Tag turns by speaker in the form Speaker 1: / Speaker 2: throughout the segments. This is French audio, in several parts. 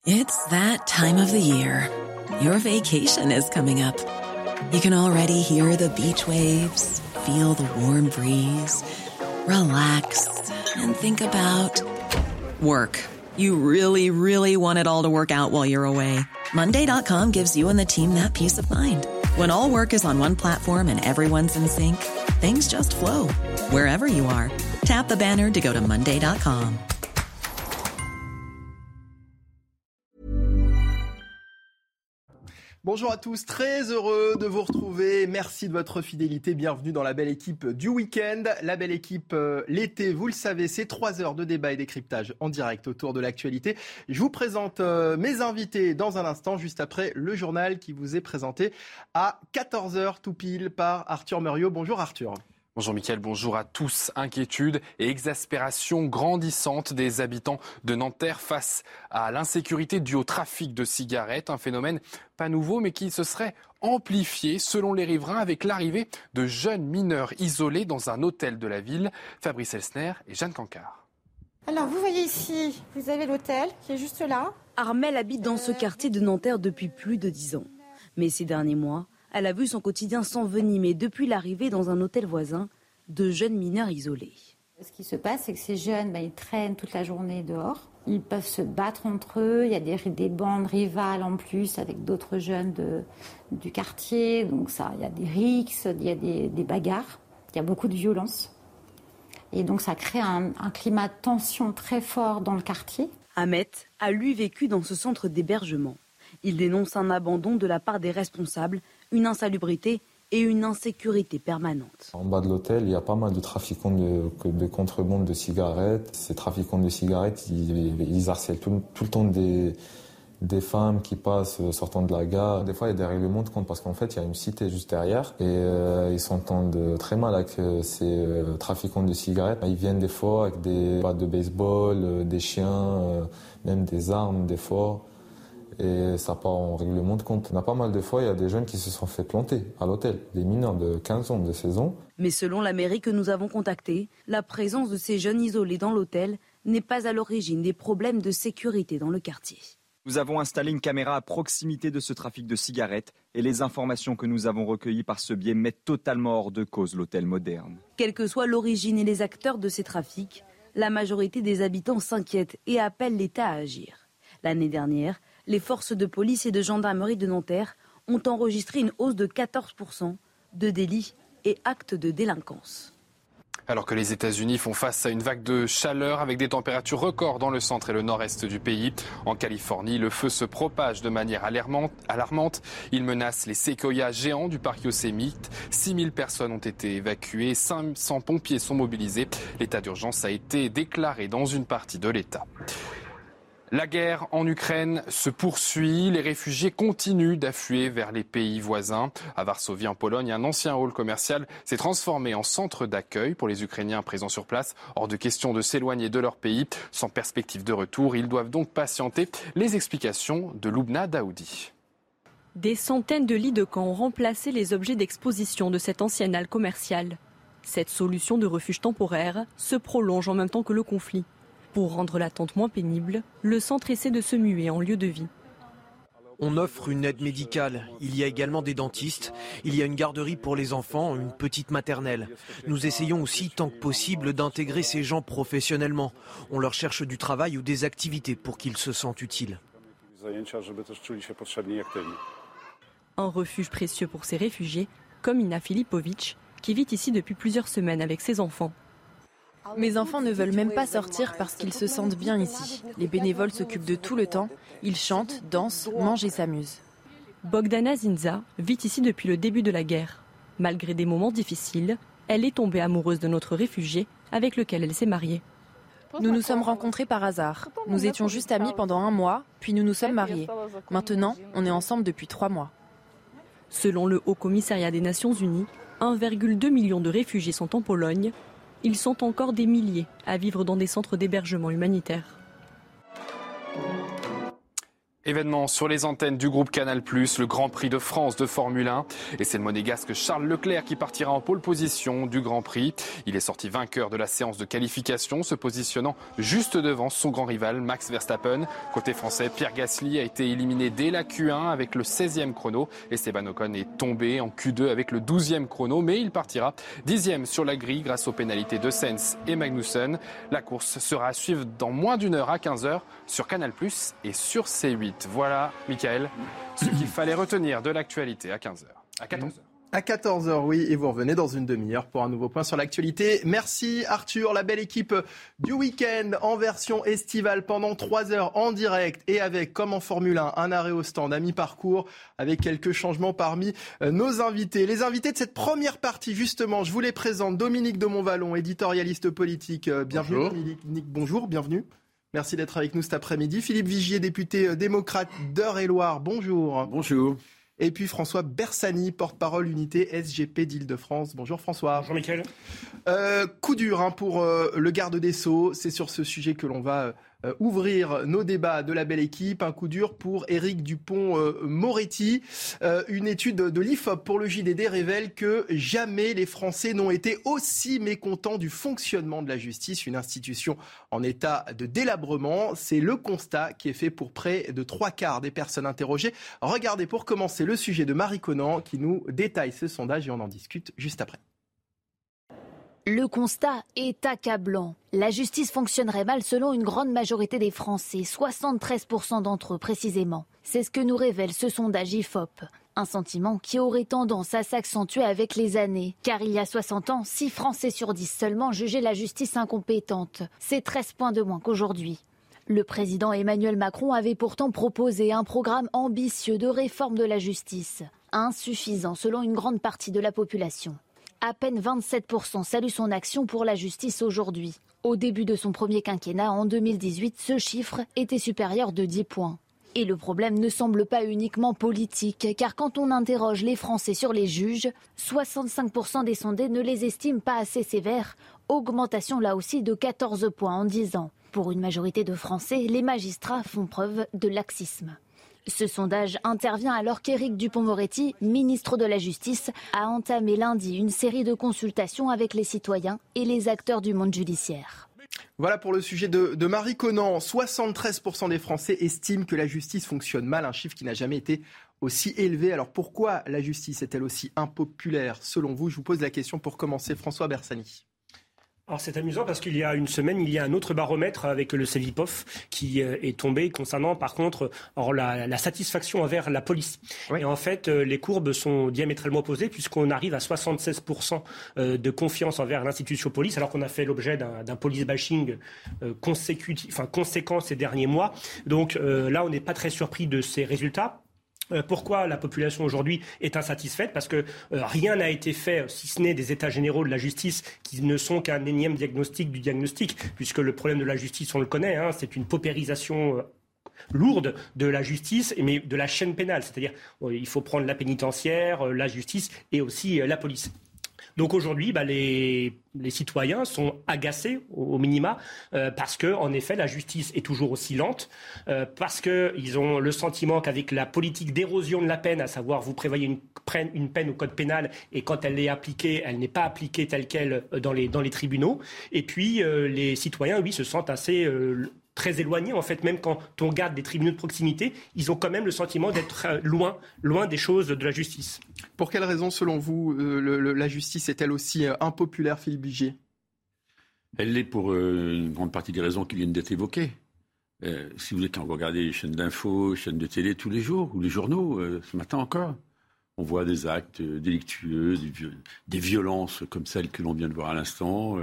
Speaker 1: It's that time of the year. Your vacation is coming up. You can already hear the beach waves, feel the warm breeze, relax, and think about work. You really, really want it all to work out while you're away. Monday.com gives you and the team that peace of mind. When all work is on one platform and everyone's in sync, things just flow. Wherever you are, tap the banner to go to Monday.com.
Speaker 2: Bonjour à tous, très heureux de vous retrouver. Merci de votre fidélité. Bienvenue dans la belle équipe du week-end. La belle équipe, l'été, vous le savez, c'est 3 heures de débat et décryptage en direct autour de l'actualité. Je vous présente mes invités dans un instant, juste après le journal qui vous est présenté à 14h tout pile par Arthur Muriot. Bonjour Arthur.
Speaker 3: Bonjour Mickaël, bonjour à tous. Inquiétude et exaspération grandissante des habitants de Nanterre face à l'insécurité due au trafic de cigarettes. Un phénomène pas nouveau mais qui se serait amplifié selon les riverains avec l'arrivée de jeunes mineurs isolés dans un hôtel de la ville. Fabrice Elsner et Jeanne Cancard.
Speaker 4: Alors vous voyez ici, vous avez l'hôtel qui est juste là.
Speaker 5: Armelle habite dans ce quartier de Nanterre depuis plus de 10 ans. Mais ces derniers mois, elle a vu son quotidien s'envenimer depuis l'arrivée dans un hôtel voisin de jeunes mineurs isolés.
Speaker 4: Ce qui se passe, c'est que ces jeunes, ils traînent toute la journée dehors. Ils peuvent se battre entre eux. Il y a des bandes rivales en plus avec d'autres jeunes du quartier. Donc il y a des rixes, il y a des bagarres. Il y a beaucoup de violence. Et donc ça crée un climat de tension très fort dans le quartier.
Speaker 5: Ahmet a lui vécu dans ce centre d'hébergement. Il dénonce un abandon de la part des responsables, une insalubrité et une insécurité permanente.
Speaker 6: En bas de l'hôtel, il y a pas mal de trafiquants de contrebande de cigarettes. Ces trafiquants de cigarettes, ils harcèlent tout le temps des femmes qui passent sortant de la gare. Des fois, il y a des règlements de compte parce qu'en fait, il y a une cité juste derrière et ils s'entendent très mal avec ces trafiquants de cigarettes. Ils viennent des fois avec des battes de baseball, des chiens, même des armes des fois. Et ça part en règlement de compte. On a pas mal de fois, il y a des jeunes qui se sont fait planter à l'hôtel, des mineurs de 15 ans, de 16 ans.
Speaker 5: Mais selon la mairie que nous avons contactée, la présence de ces jeunes isolés dans l'hôtel n'est pas à l'origine des problèmes de sécurité dans le quartier.
Speaker 7: Nous avons installé une caméra à proximité de ce trafic de cigarettes et les informations que nous avons recueillies par ce biais mettent totalement hors de cause l'hôtel moderne.
Speaker 5: Quelle que soit l'origine et les acteurs de ces trafics, la majorité des habitants s'inquiètent et appellent l'État à agir. L'année dernière, les forces de police et de gendarmerie de Nanterre ont enregistré une hausse de 14% de délits et actes de délinquance.
Speaker 3: Alors que les États-Unis font face à une vague de chaleur avec des températures records dans le centre et le nord-est du pays, en Californie, le feu se propage de manière alarmante. Il menace les séquoias géants du parc Yosemite. 6000 personnes ont été évacuées, 500 pompiers sont mobilisés. L'état d'urgence a été déclaré dans une partie de l'État. La guerre en Ukraine se poursuit. Les réfugiés continuent d'affluer vers les pays voisins. À Varsovie, en Pologne, un ancien hall commercial s'est transformé en centre d'accueil pour les Ukrainiens présents sur place. Hors de question de s'éloigner de leur pays. Sans perspective de retour, ils doivent donc patienter. Les explications de Loubna Daoudi.
Speaker 8: Des centaines de lits de camp ont remplacé les objets d'exposition de cet ancien hall commercial. Cette solution de refuge temporaire se prolonge en même temps que le conflit. Pour rendre l'attente moins pénible, le centre essaie de se muer en lieu de vie.
Speaker 9: On offre une aide médicale. Il y a également des dentistes. Il y a une garderie pour les enfants, une petite maternelle. Nous essayons aussi, tant que possible, d'intégrer ces gens professionnellement. On leur cherche du travail ou des activités pour qu'ils se sentent utiles.
Speaker 8: Un refuge précieux pour ces réfugiés, comme Ina Filipovic, qui vit ici depuis plusieurs semaines avec ses enfants.
Speaker 10: Mes enfants ne veulent même pas sortir parce qu'ils se sentent bien ici. Les bénévoles s'occupent de tout le temps. Ils chantent, dansent, mangent et s'amusent.
Speaker 8: Bogdana Zinza vit ici depuis le début de la guerre. Malgré des moments difficiles, elle est tombée amoureuse de notre réfugié avec lequel elle s'est mariée.
Speaker 10: Nous nous sommes rencontrés par hasard. Nous étions juste amis pendant 1 mois, puis nous nous sommes mariés. Maintenant, on est ensemble depuis 3 mois.
Speaker 8: Selon le Haut Commissariat des Nations Unies, 1,2 million de réfugiés sont en Pologne. Ils sont encore des milliers à vivre dans des centres d'hébergement humanitaire.
Speaker 3: Événement sur les antennes du groupe Canal+, le Grand Prix de France de Formule 1. Et c'est le monégasque Charles Leclerc qui partira en pole position du Grand Prix. Il est sorti vainqueur de la séance de qualification, se positionnant juste devant son grand rival Max Verstappen. Côté français, Pierre Gasly a été éliminé dès la Q1 avec le 16e chrono. Esteban Ocon est tombé en Q2 avec le 12e chrono, mais il partira 10e sur la grille grâce aux pénalités de Sainz et Magnussen. La course sera à suivre dans moins d'une heure à 15h sur Canal+ et sur C8. Voilà, Mickaël, ce qu'il fallait retenir de l'actualité à 15h. À 14h.
Speaker 2: À 14h, oui, et vous revenez dans une demi-heure pour un nouveau point sur l'actualité. Merci Arthur, la belle équipe du week-end en version estivale pendant 3 heures en direct et avec, comme en Formule 1, un arrêt au stand à mi-parcours avec quelques changements parmi nos invités. Les invités de cette première partie, justement, je vous les présente. Dominique de Montvalon, éditorialiste politique. Bienvenue. Bonjour. Dominique, bonjour, bienvenue. Merci d'être avec nous cet après-midi. Philippe Vigier, député démocrate d'Eure-et-Loire, bonjour.
Speaker 11: Bonjour.
Speaker 2: Et puis François Bersani, porte-parole unité SGP d'Île-de-France. Bonjour François.
Speaker 11: Bonjour Mickaël.
Speaker 2: Coup dur pour le garde des Sceaux. C'est sur ce sujet que l'on va ouvrir nos débats de la belle équipe. Un coup dur pour Éric Dupond-Moretti. Une étude de l'IFOP pour le JDD révèle que jamais les Français n'ont été aussi mécontents du fonctionnement de la justice, une institution en état de délabrement. C'est le constat qui est fait pour près de 3/4 des personnes interrogées. Regardez pour commencer le sujet de Marie Conan qui nous détaille ce sondage et on en discute juste après.
Speaker 12: Le constat est accablant. La justice fonctionnerait mal selon une grande majorité des Français, 73% d'entre eux précisément. C'est ce que nous révèle ce sondage IFOP. Un sentiment qui aurait tendance à s'accentuer avec les années. Car il y a 60 ans, 6 Français sur 10 seulement jugeaient la justice incompétente. C'est 13 points de moins qu'aujourd'hui. Le président Emmanuel Macron avait pourtant proposé un programme ambitieux de réforme de la justice. Insuffisant selon une grande partie de la population. À peine 27% saluent son action pour la justice aujourd'hui. Au début de son premier quinquennat, en 2018, ce chiffre était supérieur de 10 points. Et le problème ne semble pas uniquement politique, car quand on interroge les Français sur les juges, 65% des sondés ne les estiment pas assez sévères, augmentation là aussi de 14 points en 10 ans. Pour une majorité de Français, les magistrats font preuve de laxisme. Ce sondage intervient alors qu'Éric Dupond-Moretti, ministre de la Justice, a entamé lundi une série de consultations avec les citoyens et les acteurs du monde judiciaire.
Speaker 2: Voilà pour le sujet de Marie Conan. 73% des Français estiment que la justice fonctionne mal, un chiffre qui n'a jamais été aussi élevé. Alors pourquoi la justice est-elle aussi impopulaire selon vous ? Je vous pose la question pour commencer. François Bersani.
Speaker 11: Alors c'est amusant parce qu'il y a une semaine, il y a un autre baromètre avec le Cevipof qui est tombé concernant par contre la satisfaction envers la police. Oui. Et en fait, les courbes sont diamétralement opposées puisqu'on arrive à 76% de confiance envers l'institution police alors qu'on a fait l'objet d'un police bashing conséquent ces derniers mois. Donc là, on n'est pas très surpris de ces résultats. Pourquoi la population aujourd'hui est insatisfaite ? Parce que rien n'a été fait, si ce n'est des états généraux de la justice qui ne sont qu'un énième diagnostic du diagnostic, puisque le problème de la justice, on le connaît, c'est une paupérisation lourde de la justice, mais de la chaîne pénale. C'est-à-dire il faut prendre la pénitentiaire, la justice et aussi la police. Donc aujourd'hui, les citoyens sont agacés au minima parce que, en effet, la justice est toujours aussi lente, parce qu'ils ont le sentiment qu'avec la politique d'érosion de la peine, à savoir vous prévoyez une peine au code pénal et quand elle est appliquée, elle n'est pas appliquée telle qu'elle dans les tribunaux. Et puis les citoyens, oui, se sentent assez très éloignés. En fait, même quand on regarde des tribunaux de proximité, ils ont quand même le sentiment d'être loin des choses de la justice.
Speaker 2: Pour quelles raisons, selon vous, la justice est-elle aussi impopulaire, Philippe Vigier ?
Speaker 13: Elle l'est pour une grande partie des raisons qui viennent d'être évoquées. Si vous regardez les chaînes d'infos, les chaînes de télé tous les jours, ou les journaux, ce matin encore, on voit des actes délictueux, des violences comme celles que l'on vient de voir à l'instant,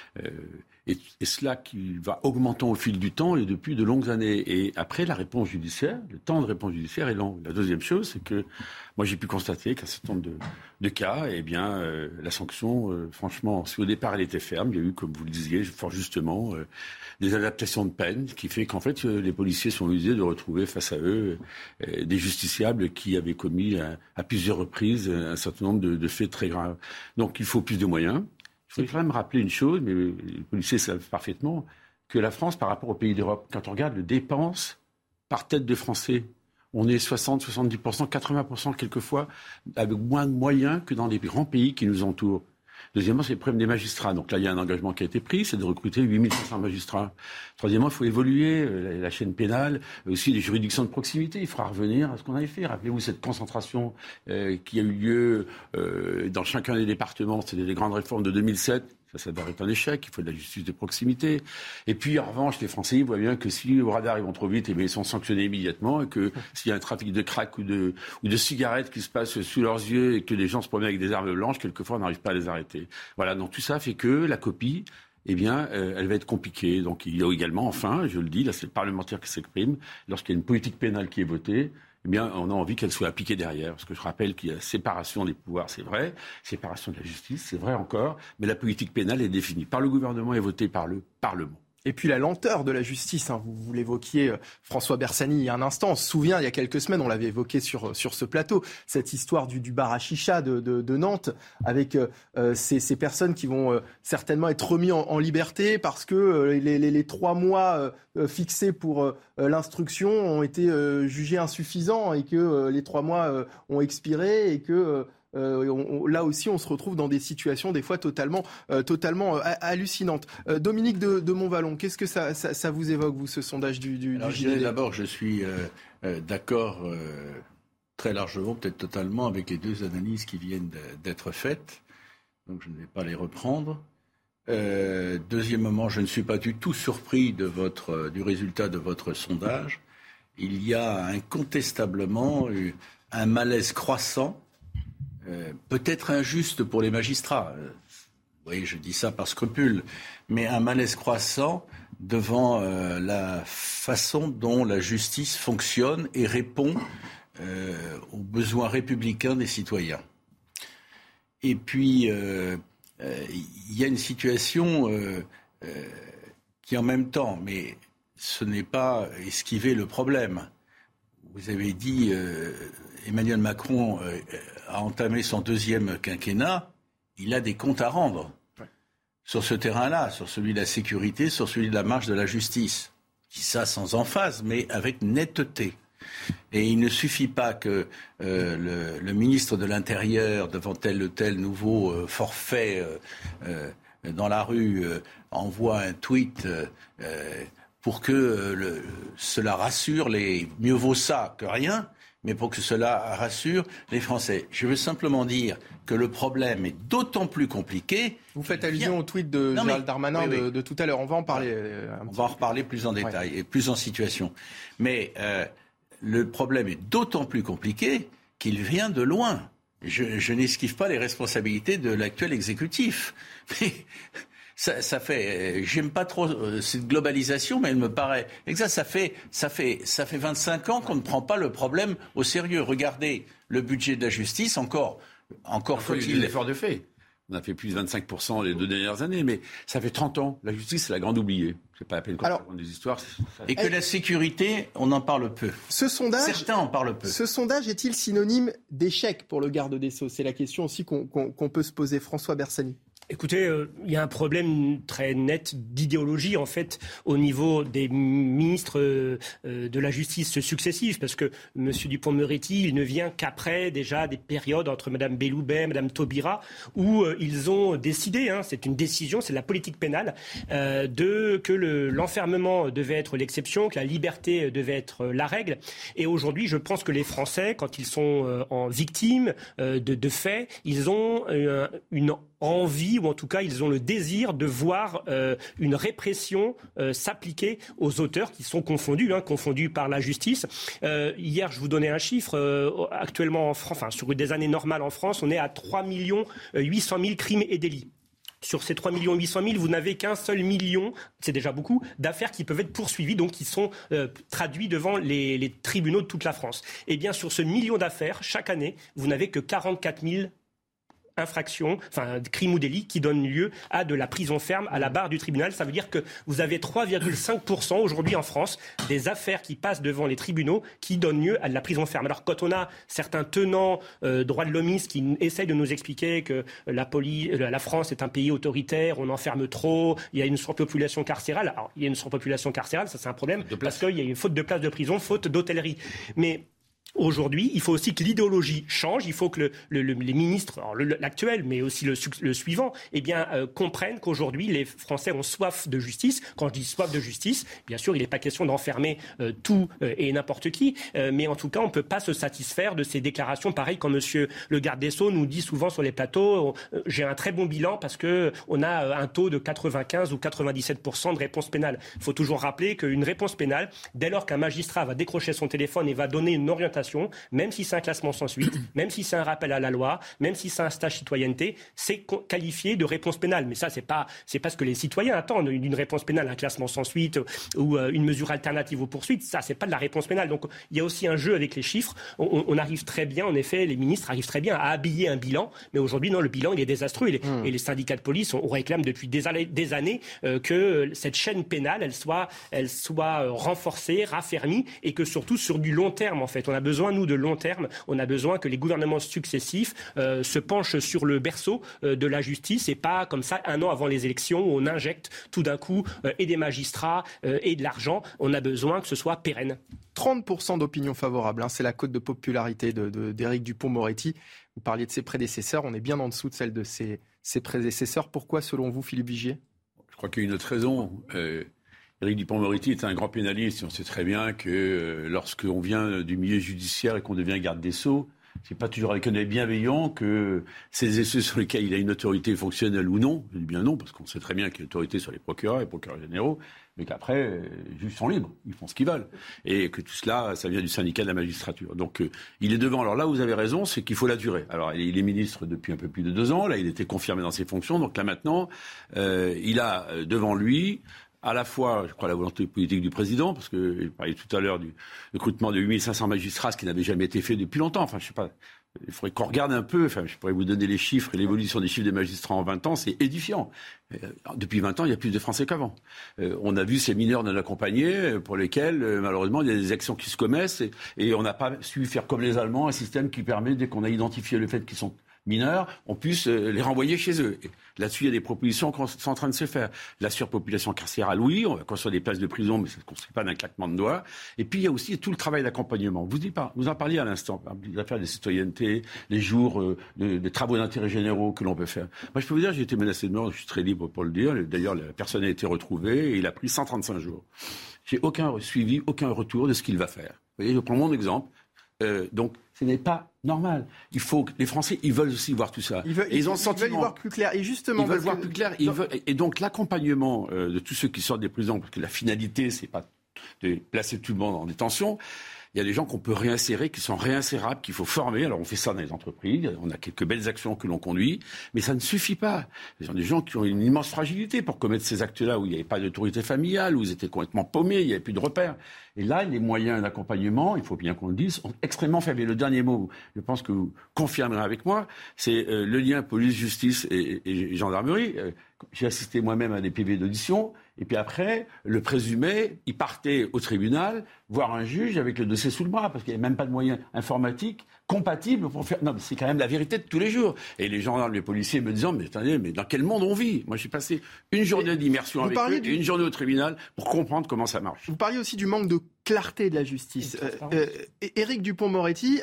Speaker 13: et cela qui va augmentant au fil du temps et depuis de longues années. Et après, la réponse judiciaire, le temps de réponse judiciaire est long. La deuxième chose, c'est que moi j'ai pu constater qu'à un certain nombre de cas, la sanction, franchement, si au départ elle était ferme, il y a eu, comme vous le disiez, fort justement, des adaptations de peine, qui fait qu'en fait les policiers sont usés de retrouver face à eux des justiciables qui avaient commis à plusieurs reprises un certain nombre de faits très graves. Donc il faut plus de moyens. Il faut quand même rappeler une chose, mais les policiers savent parfaitement, que la France, par rapport aux pays d'Europe, quand on regarde les dépenses par tête de Français On est 60, 70%, 80% quelquefois avec moins de moyens que dans les grands pays qui nous entourent. Deuxièmement, c'est le problème des magistrats. Donc là, il y a un engagement qui a été pris, c'est de recruter 8500 magistrats. Troisièmement, il faut évoluer la chaîne pénale, aussi les juridictions de proximité. Il faudra revenir à ce qu'on avait fait. Rappelez-vous cette concentration qui a eu lieu dans chacun des départements. C'était les grandes réformes de 2007. Ça doit être un échec, il faut de la justice de proximité. Et puis, en revanche, les Français ils voient bien que si au radar ils vont trop vite, ils sont sanctionnés immédiatement, et que s'il y a un trafic de crack ou de cigarettes qui se passe sous leurs yeux et que les gens se promènent avec des armes blanches, quelquefois on n'arrive pas à les arrêter. Voilà, donc tout ça fait que la copie, elle va être compliquée. Donc il y a également, enfin, je le dis, là c'est le parlementaire qui s'exprime, lorsqu'il y a une politique pénale qui est votée, on a envie qu'elle soit appliquée derrière. Parce que je rappelle qu'il y a séparation des pouvoirs, c'est vrai, séparation de la justice, c'est vrai encore, mais la politique pénale est définie par le gouvernement et votée par le Parlement.
Speaker 2: Et puis la lenteur de la justice, vous l'évoquiez, François Bersani, il y a un instant. On se souvient, il y a quelques semaines, on l'avait évoqué sur ce plateau, cette histoire du bar à chicha de Nantes, avec ces personnes qui vont certainement être remis en liberté parce que les 3 mois fixés pour l'instruction ont été jugés insuffisants et que les 3 mois ont expiré et que... là aussi, on se retrouve dans des situations des fois totalement hallucinantes. Dominique de Montvalon, qu'est-ce que ça vous évoque, vous, ce sondage du JDD ?
Speaker 14: D'abord, je suis d'accord très largement, peut-être totalement, avec les 2 analyses qui viennent d'être faites. Donc, je ne vais pas les reprendre. Deuxièmement, je ne suis pas du tout surpris du résultat de votre sondage. Il y a incontestablement un malaise croissant. Peut-être injuste pour les magistrats, oui, je dis ça par scrupule, mais un malaise croissant devant la façon dont la justice fonctionne et répond aux besoins républicains des citoyens. Et puis, il y a une situation qui en même temps, mais ce n'est pas esquiver le problème. Vous avez dit, Emmanuel Macron a entamé son 2e quinquennat, il a des comptes à rendre sur ce terrain-là, sur celui de la sécurité, sur celui de la marche de la justice. Je dis ça sans emphase, mais avec netteté. Et il ne suffit pas que le ministre de l'Intérieur, devant tel ou tel nouveau forfait dans la rue, envoie un tweet pour que cela rassure mieux vaut ça que rien, mais pour que cela rassure les Français. Je veux simplement dire que le problème est d'autant plus compliqué...
Speaker 2: Vous faites allusion au tweet de Gérald Darmanin de tout à l'heure. On va en parler.
Speaker 14: On va en reparler plus en détail et plus en situation. Mais le problème est d'autant plus compliqué qu'il vient de loin. Je n'esquive pas les responsabilités de l'actuel exécutif. Mais... Ça fait, j'aime pas trop cette globalisation, mais elle me paraît exact. Ça fait 25 ans qu'on ne prend pas le problème au sérieux. Regardez le budget de la justice, encore faut-il...
Speaker 13: L'effort de fait. On a fait plus de 25% les 2 dernières années, mais ça fait 30 ans. La justice, c'est la grande oubliée. C'est pas la peine qu'on raconte des histoires.
Speaker 14: Et que la sécurité, on en parle peu. Certains en parlent peu.
Speaker 2: Ce sondage est-il synonyme d'échec pour le garde des Sceaux ? C'est la question aussi qu'on peut se poser. François Bersani.
Speaker 11: Écoutez, il y a un problème très net d'idéologie, en fait, au niveau des ministres de la justice successifs, parce que M. Dupond-Moretti, il ne vient qu'après déjà des périodes entre Mme Belloubet, Mme Taubira, où ils ont décidé, c'est une décision, c'est la politique pénale, que l'enfermement devait être l'exception, que la liberté devait être la règle. Et aujourd'hui, je pense que les Français, quand ils sont en victimes de faits, ils ont une envie, ou en tout cas ils ont le désir de voir une répression s'appliquer aux auteurs qui sont confondus par la justice. Hier, je vous donnais un chiffre. Actuellement en France, sur des années normales en France, on est à 3 800 000 crimes et délits. Sur ces 3 800 000, vous n'avez qu'un seul million, c'est déjà beaucoup, d'affaires qui peuvent être poursuivies, donc qui sont traduits devant les tribunaux de toute la France. Et bien, sur ce million d'affaires, chaque année, vous n'avez que 44 000 infractions, crimes ou délits qui donnent lieu à de la prison ferme à la barre du tribunal. Ça veut dire que vous avez 3,5% aujourd'hui en France des affaires qui passent devant les tribunaux qui donnent lieu à de la prison ferme. Alors quand on a certains tenants droits de l'hommisme qui essayent de nous expliquer que la France est un pays autoritaire, on enferme trop, il y a une surpopulation carcérale. Alors il y a une surpopulation carcérale, ça c'est un problème parce qu'il y a une faute de place de prison, faute d'hôtellerie. Mais Aujourd'hui, il faut aussi que l'idéologie change. Il faut que les ministres, l'actuel, mais aussi le suivant, comprennent qu'aujourd'hui, les Français ont soif de justice. Quand je dis soif de justice, bien sûr, il n'est pas question d'enfermer tout et n'importe qui. Mais en tout cas, on ne peut pas se satisfaire de ces déclarations. Pareil, quand monsieur le garde des Sceaux nous dit souvent sur les plateaux, j'ai un très bon bilan parce qu'on a un taux de 95 ou 97% de réponse pénale. Il faut toujours rappeler qu'une réponse pénale, dès lors qu'un magistrat va décrocher son téléphone et va donner une orientation, même si c'est un classement sans suite, même si c'est un rappel à la loi, même si c'est un stage citoyenneté, c'est qualifié de réponse pénale. Mais ça, c'est pas ce que les citoyens attendent, une réponse pénale, un classement sans suite ou une mesure alternative aux poursuites. Ça, c'est pas de la réponse pénale. Donc, il y a aussi un jeu avec les chiffres. On arrive très bien, en effet, les ministres arrivent très bien à habiller un bilan. Mais aujourd'hui, non, le bilan, il est désastreux. Et les syndicats de police, on réclame depuis des années que cette chaîne pénale, elle soit renforcée, raffermie et que surtout sur du long terme, en fait. On a besoin, nous, de long terme. On a besoin que les gouvernements successifs se penchent sur le berceau de la justice et pas comme ça, un an avant les élections, où on injecte tout d'un coup et des magistrats et de l'argent. On a besoin que ce soit pérenne.
Speaker 2: 30% d'opinion favorable, c'est la cote de popularité d'Éric Dupond-Moretti. Vous parliez de ses prédécesseurs, on est bien en dessous de celle de ses prédécesseurs. Pourquoi, selon vous, Philippe Vigier ?
Speaker 13: Je crois qu'il y a une autre raison. Éric Dupond-Moretti est un grand pénaliste. On sait très bien que lorsqu'on vient du milieu judiciaire et qu'on devient garde des Sceaux, c'est pas toujours avec un œil bienveillant que ces ceux sur lesquels il a une autorité fonctionnelle ou non. Je dis bien non, parce qu'on sait très bien qu'il y a une autorité sur les procureurs et procureurs généraux, mais qu'après, les juges sont libres, ils font ce qu'ils veulent. Et que tout cela, ça vient du syndicat de la magistrature. Donc, il est devant. Alors là, vous avez raison, c'est qu'il faut la durée. Alors, il est ministre depuis un peu plus de 2 ans. Là, il était confirmé dans ses fonctions. Donc là, maintenant, il a devant lui à la fois, je crois, la volonté politique du président, parce que je parlais tout à l'heure du recrutement de 8500 magistrats, ce qui n'avait jamais été fait depuis longtemps. Enfin, je sais pas. Il faudrait qu'on regarde un peu, je pourrais vous donner les chiffres et l'évolution des chiffres des magistrats en 20 ans, c'est édifiant. Depuis 20 ans, il y a plus de Français qu'avant. On a vu ces mineurs non accompagnés pour lesquels, malheureusement, il y a des actions qui se commettent et on n'a pas su faire comme les Allemands, un système qui permet, dès qu'on a identifié le fait qu'ils sont mineurs, on puisse les renvoyer chez eux. Et là-dessus, il y a des propositions qui sont en train de se faire. La surpopulation carcérale, oui, on va construire des places de prison, mais ça ne se construit pas d'un claquement de doigts. Et puis, il y a aussi tout le travail d'accompagnement. Vous en parliez à l'instant, les affaires de citoyenneté, les jours de travaux d'intérêt généraux que l'on peut faire. Moi, je peux vous dire, j'ai été menacé de mort, je suis très libre pour le dire. D'ailleurs, la personne a été retrouvée et il a pris 135 jours. J'ai aucun suivi, aucun retour de ce qu'il va faire. Vous voyez, je prends mon exemple. Donc, ce n'est pas normal. Il faut que les Français, ils veulent aussi voir tout ça. Ils veulent y
Speaker 2: voir plus clair. Et justement,
Speaker 13: ils veulent voir plus clair. Et donc, l'accompagnement de tous ceux qui sortent des prisons, parce que la finalité, c'est pas de placer tout le monde en détention. Il y a des gens qu'on peut réinsérer, qui sont réinsérables, qu'il faut former. Alors, on fait ça dans les entreprises. On a quelques belles actions que l'on conduit. Mais ça ne suffit pas. Il y a des gens qui ont une immense fragilité pour commettre ces actes-là où il n'y avait pas d'autorité familiale, où ils étaient complètement paumés, il n'y avait plus de repères. Et là, les moyens d'accompagnement, il faut bien qu'on le dise, sont extrêmement faibles. Et le dernier mot, je pense que vous confirmerez avec moi, c'est le lien police, justice et gendarmerie. J'ai assisté moi-même à des PV d'audition. Et puis après, le présumé, il partait au tribunal voir un juge avec le dossier sous le bras, parce qu'il n'y avait même pas de moyens informatiques compatibles pour faire... Non, mais c'est quand même la vérité de tous les jours. Et les gendarmes, les policiers me disant, mais attendez, mais dans quel monde on vit ? Moi, j'ai passé une journée d'immersion avec eux et une journée au tribunal pour comprendre comment ça marche.
Speaker 2: Vous parliez aussi du manque de clarté de la justice. Éric Dupond-Moretti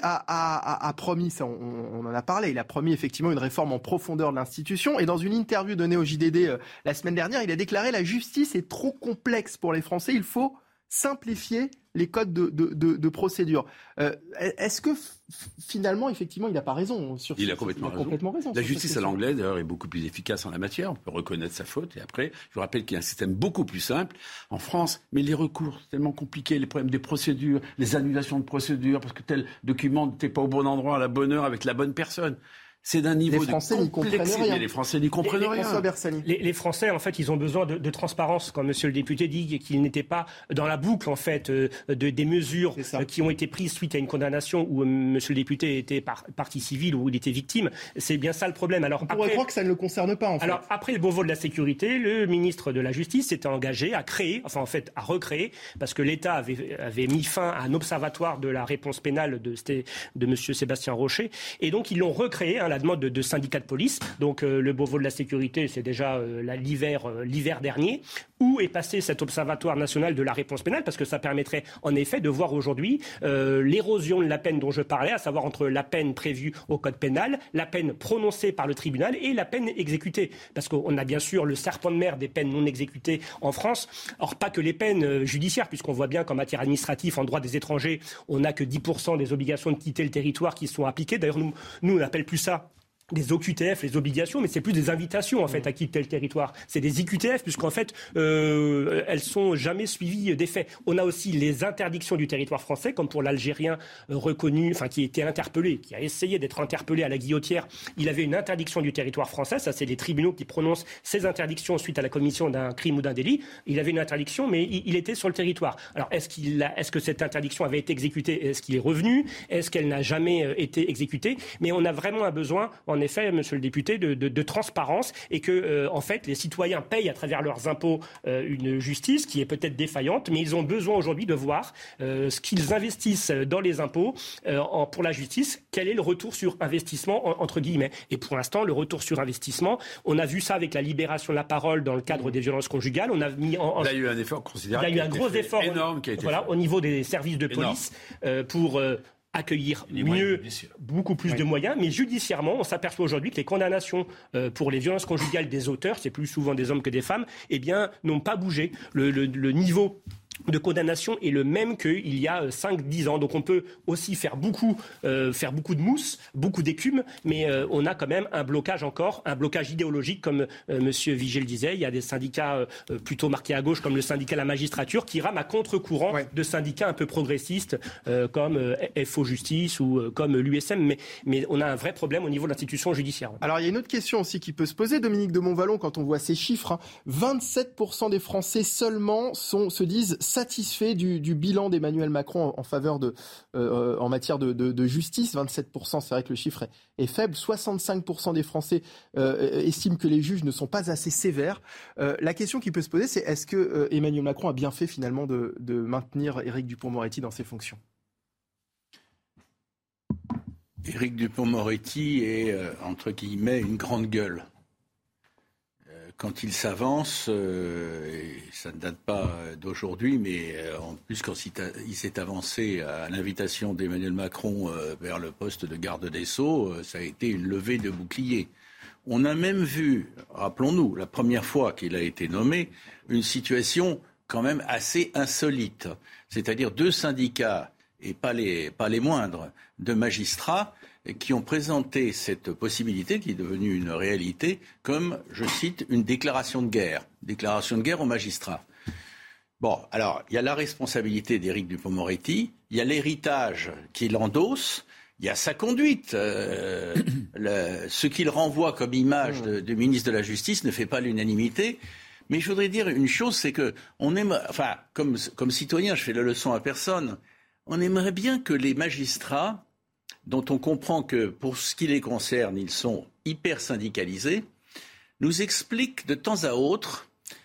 Speaker 2: a promis, ça, on en a parlé, il a promis effectivement une réforme en profondeur de l'institution. Et dans une interview donnée au JDD la semaine dernière, il a déclaré « La justice est trop complexe pour les Français, il faut simplifier les codes de procédure ». Est-ce que finalement, effectivement, il n'a pas raison sur
Speaker 13: Il a complètement raison. La justice à l'anglaise, d'ailleurs, est beaucoup plus efficace en la matière. On peut reconnaître sa faute. Et après, je vous rappelle qu'il y a un système beaucoup plus simple en France. Mais les recours, c'est tellement compliqué. Les problèmes des procédures, les annulations de procédures, parce que tel document n'était pas au bon endroit, à la bonne heure, avec la bonne personne. C'est d'un niveau de complexité. Les Français n'y comprennent rien.
Speaker 11: Les Français, en fait, ils ont besoin de transparence. Quand Monsieur le député dit qu'ils n'étaient pas dans la boucle, en fait, des mesures qui ont été prises suite à une condamnation où Monsieur le député était partie civile ou il était victime, c'est bien ça le problème. Alors,
Speaker 2: on pourrait croire que ça ne le concerne pas, en fait.
Speaker 11: Alors, après le Beauvau de la sécurité, le ministre de la Justice s'était engagé à recréer, parce que l'État avait mis fin à un observatoire de la réponse pénale de Monsieur Sébastien Rocher, et donc ils l'ont recréé, la demande de syndicats de police. Donc le Beauvau de la sécurité, c'est déjà l'hiver dernier, Où est passé cet observatoire national de la réponse pénale? Parce que ça permettrait en effet de voir aujourd'hui l'érosion de la peine dont je parlais, à savoir entre la peine prévue au code pénal, la peine prononcée par le tribunal et la peine exécutée. Parce qu'on a bien sûr le serpent de mer des peines non exécutées en France. Or, pas que les peines judiciaires, puisqu'on voit bien qu'en matière administrative, en droit des étrangers, on n'a que 10% des obligations de quitter le territoire qui sont appliquées. D'ailleurs, nous on n'appelle plus ça des OQTF, les obligations, mais c'est plus des invitations en fait à quitter le territoire. C'est des IQTF puisqu'en fait elles sont jamais suivies des faits. On a aussi les interdictions du territoire français, comme pour l'Algérien reconnu, enfin qui était interpellé, qui a essayé d'être interpellé à la guillotière. Il avait une interdiction du territoire français. Ça, c'est les tribunaux qui prononcent ces interdictions suite à la commission d'un crime ou d'un délit. Il avait une interdiction, mais il était sur le territoire. Alors est-ce que cette interdiction avait été exécutée? Est-ce qu'il est revenu? Est-ce qu'elle n'a jamais été exécutée? Mais on a vraiment un besoin, en effet, monsieur le député, de transparence et que, en fait, les citoyens payent à travers leurs impôts une justice qui est peut-être défaillante, mais ils ont besoin aujourd'hui de voir ce qu'ils investissent dans les impôts pour la justice, quel est le retour sur investissement, entre guillemets. Et pour l'instant, le retour sur investissement, on a vu ça avec la libération de la parole dans le cadre des violences conjugales. On a mis
Speaker 13: il y a eu un effort considérable.
Speaker 11: Il y a eu un gros effort
Speaker 13: énorme qui a été fait.
Speaker 11: Au niveau des services de police pour accueillir mieux, beaucoup plus de moyens, mais judiciairement, on s'aperçoit aujourd'hui que les condamnations pour les violences conjugales des auteurs, c'est plus souvent des hommes que des femmes, eh bien, n'ont pas bougé. Le niveau de condamnation est le même qu'il y a 5-10 ans. Donc on peut aussi faire beaucoup de mousse, beaucoup d'écume, mais on a quand même un blocage idéologique, comme M. Vigée le disait. Il y a des syndicats plutôt marqués à gauche, comme le syndicat de la magistrature, qui rament à contre-courant de syndicats un peu progressistes, comme FO Justice ou comme l'USM. Mais on a un vrai problème au niveau de l'institution judiciaire.
Speaker 2: Alors il y a une autre question aussi qui peut se poser, Dominique de Montvalon, quand on voit ces chiffres. 27% des Français seulement se disent satisfaits du bilan d'Emmanuel Macron en faveur en matière de justice. 27%, c'est vrai que le chiffre est faible. 65% des Français estiment que les juges ne sont pas assez sévères. La question qui peut se poser, c'est est-ce que Emmanuel Macron a bien fait finalement de maintenir Éric Dupond-Moretti dans ses fonctions?
Speaker 14: Éric Dupond-Moretti est, entre guillemets, une grande gueule. Quand il s'avance, et ça ne date pas d'aujourd'hui, mais en plus quand il s'est avancé à l'invitation d'Emmanuel Macron vers le poste de garde des Sceaux, ça a été une levée de bouclier. On a même vu, rappelons-nous, la première fois qu'il a été nommé, une situation quand même assez insolite. C'est-à-dire 2 syndicats, et pas les moindres, de magistrats, qui ont présenté cette possibilité, qui est devenue une réalité, comme, je cite, une déclaration de guerre. Déclaration de guerre aux magistrats. Bon, alors, il y a la responsabilité d'Éric Dupond-Moretti, il y a l'héritage qu'il endosse, il y a sa conduite. Ce qu'il renvoie comme image du ministre de la Justice ne fait pas l'unanimité. Mais je voudrais dire une chose, c'est que on aime, enfin, comme citoyen, je fais la leçon à personne, on aimerait bien que les magistrats, dont on comprend que pour ce qui les concerne, ils sont hyper syndicalisés, nous expliquent de temps à autre,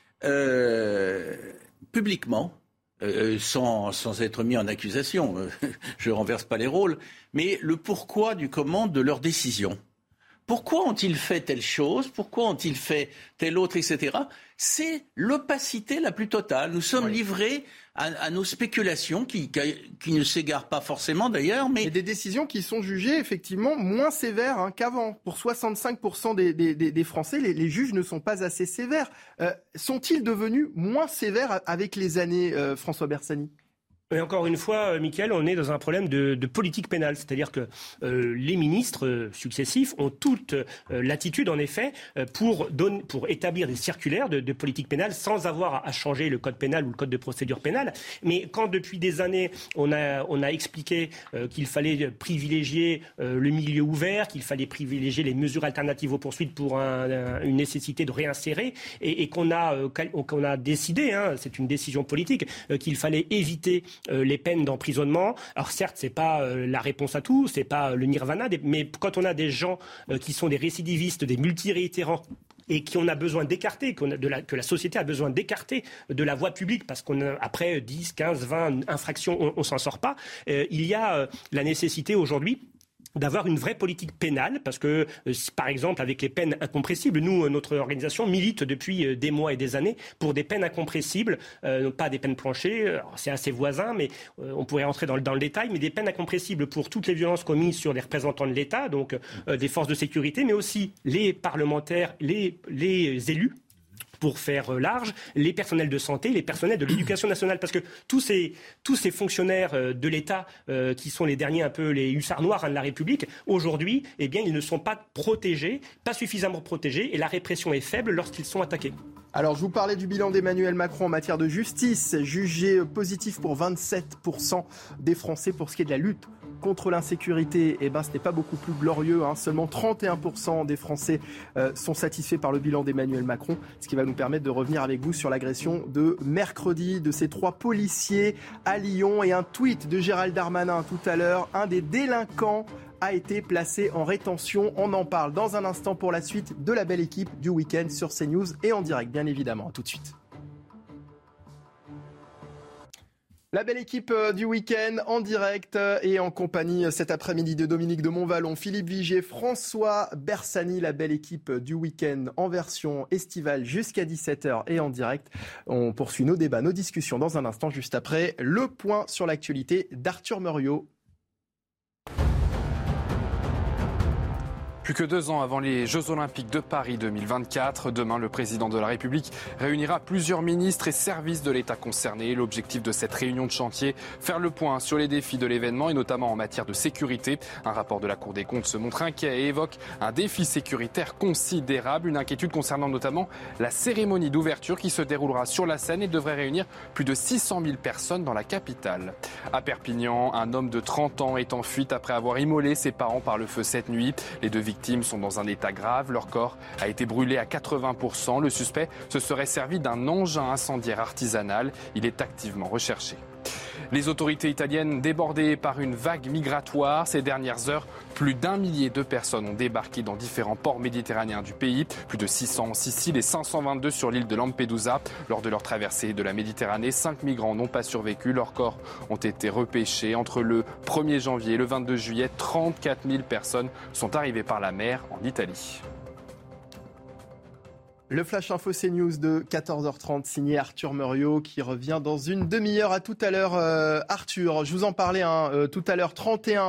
Speaker 14: publiquement, sans être mis en accusation, je ne renverse pas les rôles, mais le pourquoi du comment de leurs décisions. Pourquoi ont-ils fait telle chose? Pourquoi ont-ils fait telle autre, etc. C'est l'opacité la plus totale. Nous sommes livrés à nos spéculations qui ne s'égarent pas forcément d'ailleurs. Mais...
Speaker 2: Et des décisions qui sont jugées effectivement moins sévères qu'avant. Pour 65% des Français, les juges ne sont pas assez sévères. Sont-ils devenus moins sévères avec les années, François Bersani ?
Speaker 11: Et encore une fois, Mickaël, on est dans un problème de politique pénale. C'est-à-dire que les ministres successifs ont toute l'attitude, en effet, pour établir des circulaires de politique pénale sans avoir à changer le code pénal ou le code de procédure pénale. Mais quand, depuis des années, on a expliqué qu'il fallait privilégier le milieu ouvert, qu'il fallait privilégier les mesures alternatives aux poursuites pour une nécessité de réinsérer, et qu'on a décidé, c'est une décision politique, qu'il fallait éviter les peines d'emprisonnement. Alors certes, c'est pas la réponse à tout, c'est pas le nirvana, mais quand on a des gens qui sont des récidivistes, des multiréitérants, et qu'on a besoin d'écarter, que la société a besoin d'écarter de la voie publique, parce qu'après 10, 15, 20 infractions, on s'en sort pas, il y a la nécessité aujourd'hui d'avoir une vraie politique pénale, parce que, par exemple, avec les peines incompressibles, nous, notre organisation milite depuis des mois et des années pour des peines incompressibles, pas des peines planchées, c'est assez voisin, mais on pourrait entrer dans le détail, mais des peines incompressibles pour toutes les violences commises sur les représentants de l'État, donc des forces de sécurité, mais aussi les parlementaires, les élus, pour faire large, les personnels de santé, les personnels de l'éducation nationale. Parce que tous ces fonctionnaires de l'État, qui sont les derniers un peu les hussards noirs de la République, aujourd'hui, eh bien, ils ne sont pas protégés, pas suffisamment protégés, et la répression est faible lorsqu'ils sont attaqués.
Speaker 2: Alors, je vous parlais du bilan d'Emmanuel Macron en matière de justice, jugé positif pour 27% des Français pour ce qui est de la lutte contre l'insécurité. Eh ben, ce n'est pas beaucoup plus glorieux, hein. Seulement 31% des Français sont satisfaits par le bilan d'Emmanuel Macron, ce qui va nous permettre de revenir avec vous sur l'agression de mercredi de ces 3 policiers à Lyon et un tweet de Gérald Darmanin tout à l'heure. Un des délinquants a été placé en rétention. On en parle dans un instant pour la suite de la belle équipe du week-end sur CNews et en direct, bien évidemment. À tout de suite. La belle équipe du week-end en direct et en compagnie cet après-midi de Dominique de Montvalon, Philippe Vigier, François Bersani. La belle équipe du week-end en version estivale jusqu'à 17h et en direct. On poursuit nos débats, nos discussions dans un instant, juste après le point sur l'actualité d'Arthur Muriot.
Speaker 3: Plus que 2 ans avant les Jeux Olympiques de Paris 2024, demain, le président de la République réunira plusieurs ministres et services de l'État concernés. L'objectif de cette réunion de chantier, faire le point sur les défis de l'événement et notamment en matière de sécurité. Un rapport de la Cour des comptes se montre inquiet et évoque un défi sécuritaire considérable. Une inquiétude concernant notamment la cérémonie d'ouverture qui se déroulera sur la Seine et devrait réunir plus de 600 000 personnes dans la capitale. À Perpignan, un homme de 30 ans est en fuite après avoir immolé ses parents par le feu cette nuit. Les 2 victimes sont dans un état grave. Leur corps a été brûlé à 80%. Le suspect se serait servi d'un engin incendiaire artisanal. Il est activement recherché. Les autorités italiennes débordées par une vague migratoire. Ces dernières heures, plus d'1 millier de personnes ont débarqué dans différents ports méditerranéens du pays. Plus de 600 en Sicile et 522 sur l'île de Lampedusa. Lors de leur traversée de la Méditerranée, 5 migrants n'ont pas survécu. Leurs corps ont été repêchés. Entre le 1er janvier et le 22 juillet, 34 000 personnes sont arrivées par la mer en Italie.
Speaker 2: Le Flash Info CNews de 14h30, signé Arthur Muriot, qui revient dans une demi-heure. À tout à l'heure, Arthur. Je vous en parlais tout à l'heure.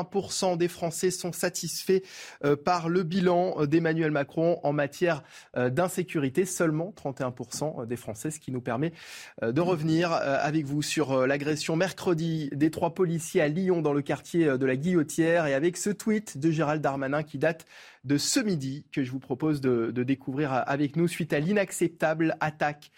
Speaker 2: 31% des Français sont satisfaits par le bilan d'Emmanuel Macron en matière d'insécurité. Seulement 31% des Français, ce qui nous permet de revenir avec vous sur l'agression mercredi des 3 policiers à Lyon dans le quartier de la Guillotière et avec ce tweet de Gérald Darmanin qui date de ce midi que je vous propose de découvrir avec nous suite à l'inacceptable attaque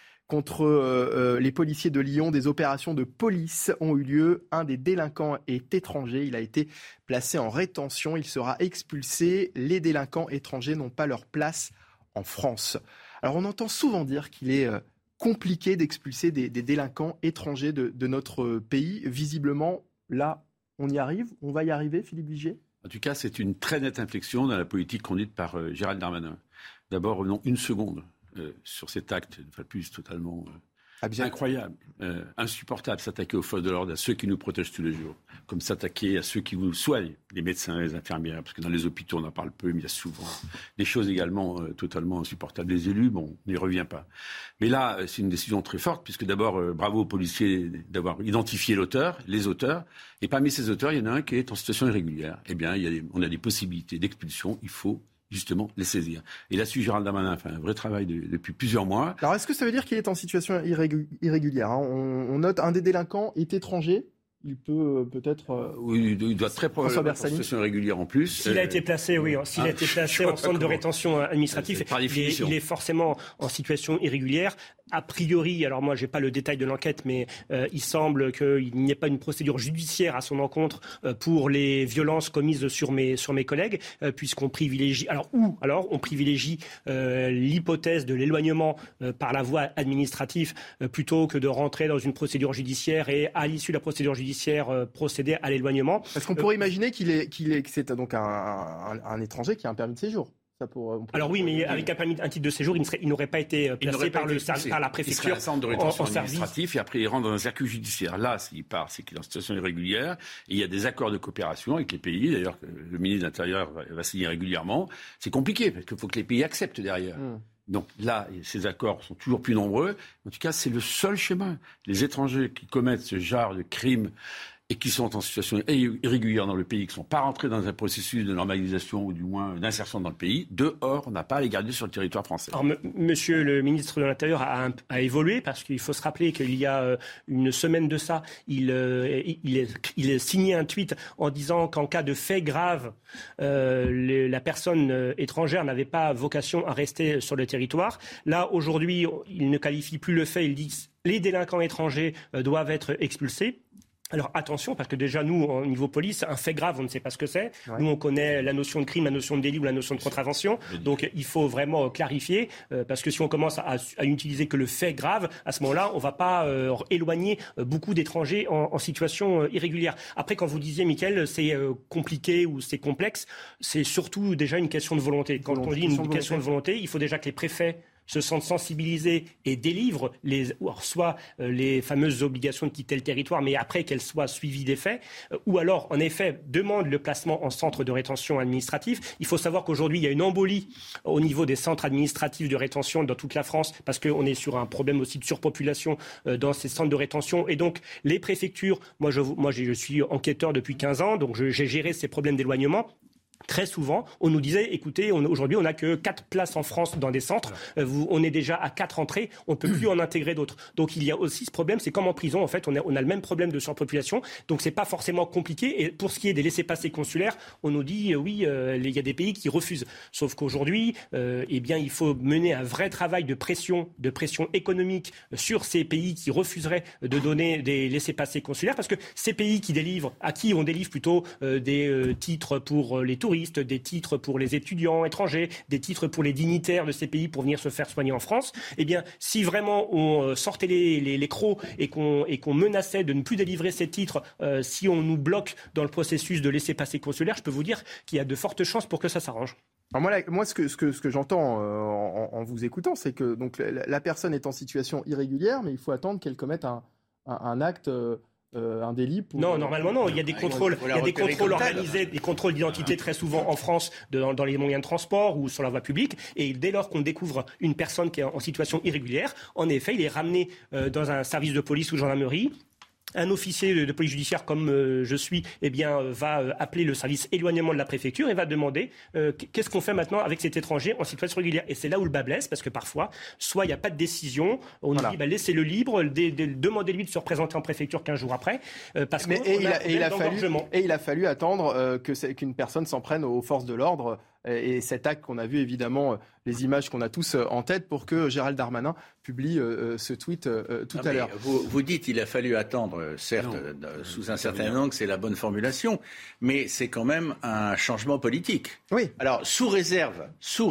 Speaker 2: contre les policiers de Lyon. Des opérations de police ont eu lieu. Un des délinquants est étranger. Il a été placé en rétention. Il sera expulsé. Les délinquants étrangers n'ont pas leur place en France. Alors on entend souvent dire qu'il est compliqué d'expulser des délinquants étrangers de notre pays. Visiblement, là, on y arrive. On va y arriver, Philippe Vigier ?
Speaker 13: En tout cas, c'est une très nette inflexion dans la politique conduite par Gérald Darmanin. D'abord, non, une seconde sur cet acte, une fois de plus, totalement incroyable, insupportable, s'attaquer aux forces de l'ordre, à ceux qui nous protègent tous les jours, comme s'attaquer à ceux qui nous soignent, les médecins, les infirmières, parce que dans les hôpitaux, on en parle peu, mais il y a souvent des choses également totalement insupportables. Les élus, bon, on n'y revient pas. Mais là, c'est une décision très forte, puisque d'abord, bravo aux policiers d'avoir identifié l'auteur, les auteurs, et parmi ces auteurs, il y en a un qui est en situation irrégulière. Eh bien, on a des possibilités d'expulsion, il faut justement les saisir. Et là-dessus, Gérald Darmanin a fait un vrai travail depuis plusieurs mois.
Speaker 2: Alors, est-ce que ça veut dire qu'il est en situation irrégulière, hein ? On note un des délinquants est étranger. Il peut peut-être...
Speaker 13: oui, il doit être très probablement en situation irrégulière en plus.
Speaker 11: S'il a été placé, oui. S'il a été placé en centre de rétention administratif, il est forcément en situation irrégulière. A priori, alors moi, j'ai pas le détail de l'enquête, mais il semble qu'il n'y ait pas une procédure judiciaire à son encontre pour les violences commises sur mes collègues, puisqu'on privilégie... on privilégie l'hypothèse de l'éloignement par la voie administrative plutôt que de rentrer dans une procédure judiciaire et, à l'issue de la procédure judiciaire, procéder à l'éloignement.
Speaker 2: Est-ce qu'on pourrait imaginer que c'est donc un étranger qui a un permis de séjour ?
Speaker 11: Alors oui, mais avec un titre de séjour, il n'aurait pas été placé par la préfecture
Speaker 13: en centre de rétention administratif et après il rentre dans un circuit judiciaire. Là, s'il part, c'est qu'il est en situation irrégulière. Et il y a des accords de coopération avec les pays. D'ailleurs, le ministre de l'Intérieur va signer régulièrement. C'est compliqué parce qu'il faut que les pays acceptent derrière. Donc là, ces accords sont toujours plus nombreux. En tout cas, c'est le seul schéma. Les étrangers qui commettent ce genre de crimes et qui sont en situation irrégulière dans le pays, qui ne sont pas rentrés dans un processus de normalisation ou du moins d'insertion dans le pays, dehors, on n'a pas à les garder sur le territoire français.
Speaker 11: Alors, monsieur le ministre de l'Intérieur a évolué, parce qu'il faut se rappeler qu'il y a une semaine de ça, il a signé un tweet en disant qu'en cas de fait grave, la personne étrangère n'avait pas vocation à rester sur le territoire. Là, aujourd'hui, il ne qualifie plus le fait, il dit les délinquants étrangers doivent être expulsés. Alors attention, parce que déjà nous, au niveau police, un fait grave, on ne sait pas ce que c'est. Ouais. Nous, on connaît la notion de crime, la notion de délit ou la notion de contravention. Donc il faut vraiment clarifier, parce que si on commence à utiliser que le fait grave, à ce moment-là, on ne va pas éloigner beaucoup d'étrangers en situation irrégulière. Après, quand vous disiez, Mickaël, c'est compliqué ou c'est complexe, c'est surtout déjà une question de volonté. Quand on dit une question de volonté, il faut déjà que les préfets se sentent sensibilisés et délivrent soit les fameuses obligations de quitter le territoire, mais après qu'elles soient suivies des faits, ou alors, en effet, demandent le placement en centre de rétention administratif. Il faut savoir qu'aujourd'hui, il y a une embolie au niveau des centres administratifs de rétention dans toute la France, parce qu'on est sur un problème aussi de surpopulation dans ces centres de rétention. Et donc, les préfectures, moi je suis enquêteur depuis 15 ans, donc j'ai géré ces problèmes d'éloignement. Très souvent, on nous disait, écoutez, aujourd'hui, on n'a que 4 places en France dans des centres. On est déjà à 4 entrées. On ne peut plus en intégrer d'autres. Donc, il y a aussi ce problème. C'est comme en prison, en fait. On a le même problème de surpopulation. Donc, c'est pas forcément compliqué. Et pour ce qui est des laissez-passer consulaires, on nous dit, oui, il y a des pays qui refusent. Sauf qu'aujourd'hui, il faut mener un vrai travail de pression économique sur ces pays qui refuseraient de donner des laissez-passer consulaires. Parce que ces pays à qui on délivre plutôt des titres pour les touristes, des titres pour les étudiants étrangers, des titres pour les dignitaires de ces pays pour venir se faire soigner en France, eh bien, si vraiment on sortait les crocs et qu'on menaçait de ne plus délivrer ces titres, si on nous bloque dans le processus de laisser-passer consulaire, je peux vous dire qu'il y a de fortes chances pour que ça s'arrange.
Speaker 2: Alors moi, ce que j'entends en vous écoutant, c'est que donc, la personne est en situation irrégulière, mais il faut attendre qu'elle commette un acte... un délit pour...
Speaker 11: Non, normalement non. Il y a des contrôles, organisés, des contrôles d'identité très souvent en France dans les moyens de transport ou sur la voie publique. Et dès lors qu'on découvre une personne qui est en situation irrégulière, en effet, il est ramené dans un service de police ou de gendarmerie. Un officier de police judiciaire comme je suis, va appeler le service éloignement de la préfecture et va demander qu'est-ce qu'on fait maintenant avec cet étranger en situation régulière. Et c'est là où le bas blesse, parce que parfois, soit il n'y a pas de décision, on nous dit laissez-le libre, demandez-lui de se représenter en préfecture 15 jours après, parce
Speaker 2: il a fallu attendre qu'une personne s'en prenne aux forces de l'ordre. Et cet acte qu'on a vu, évidemment, les images qu'on a tous en tête pour que Gérald Darmanin publie ce tweet tout à l'heure.
Speaker 14: Vous dites qu'il a fallu attendre, certes, sous un certain angle, c'est la bonne formulation, mais c'est quand même un changement politique.
Speaker 2: Oui.
Speaker 14: Alors, sous réserve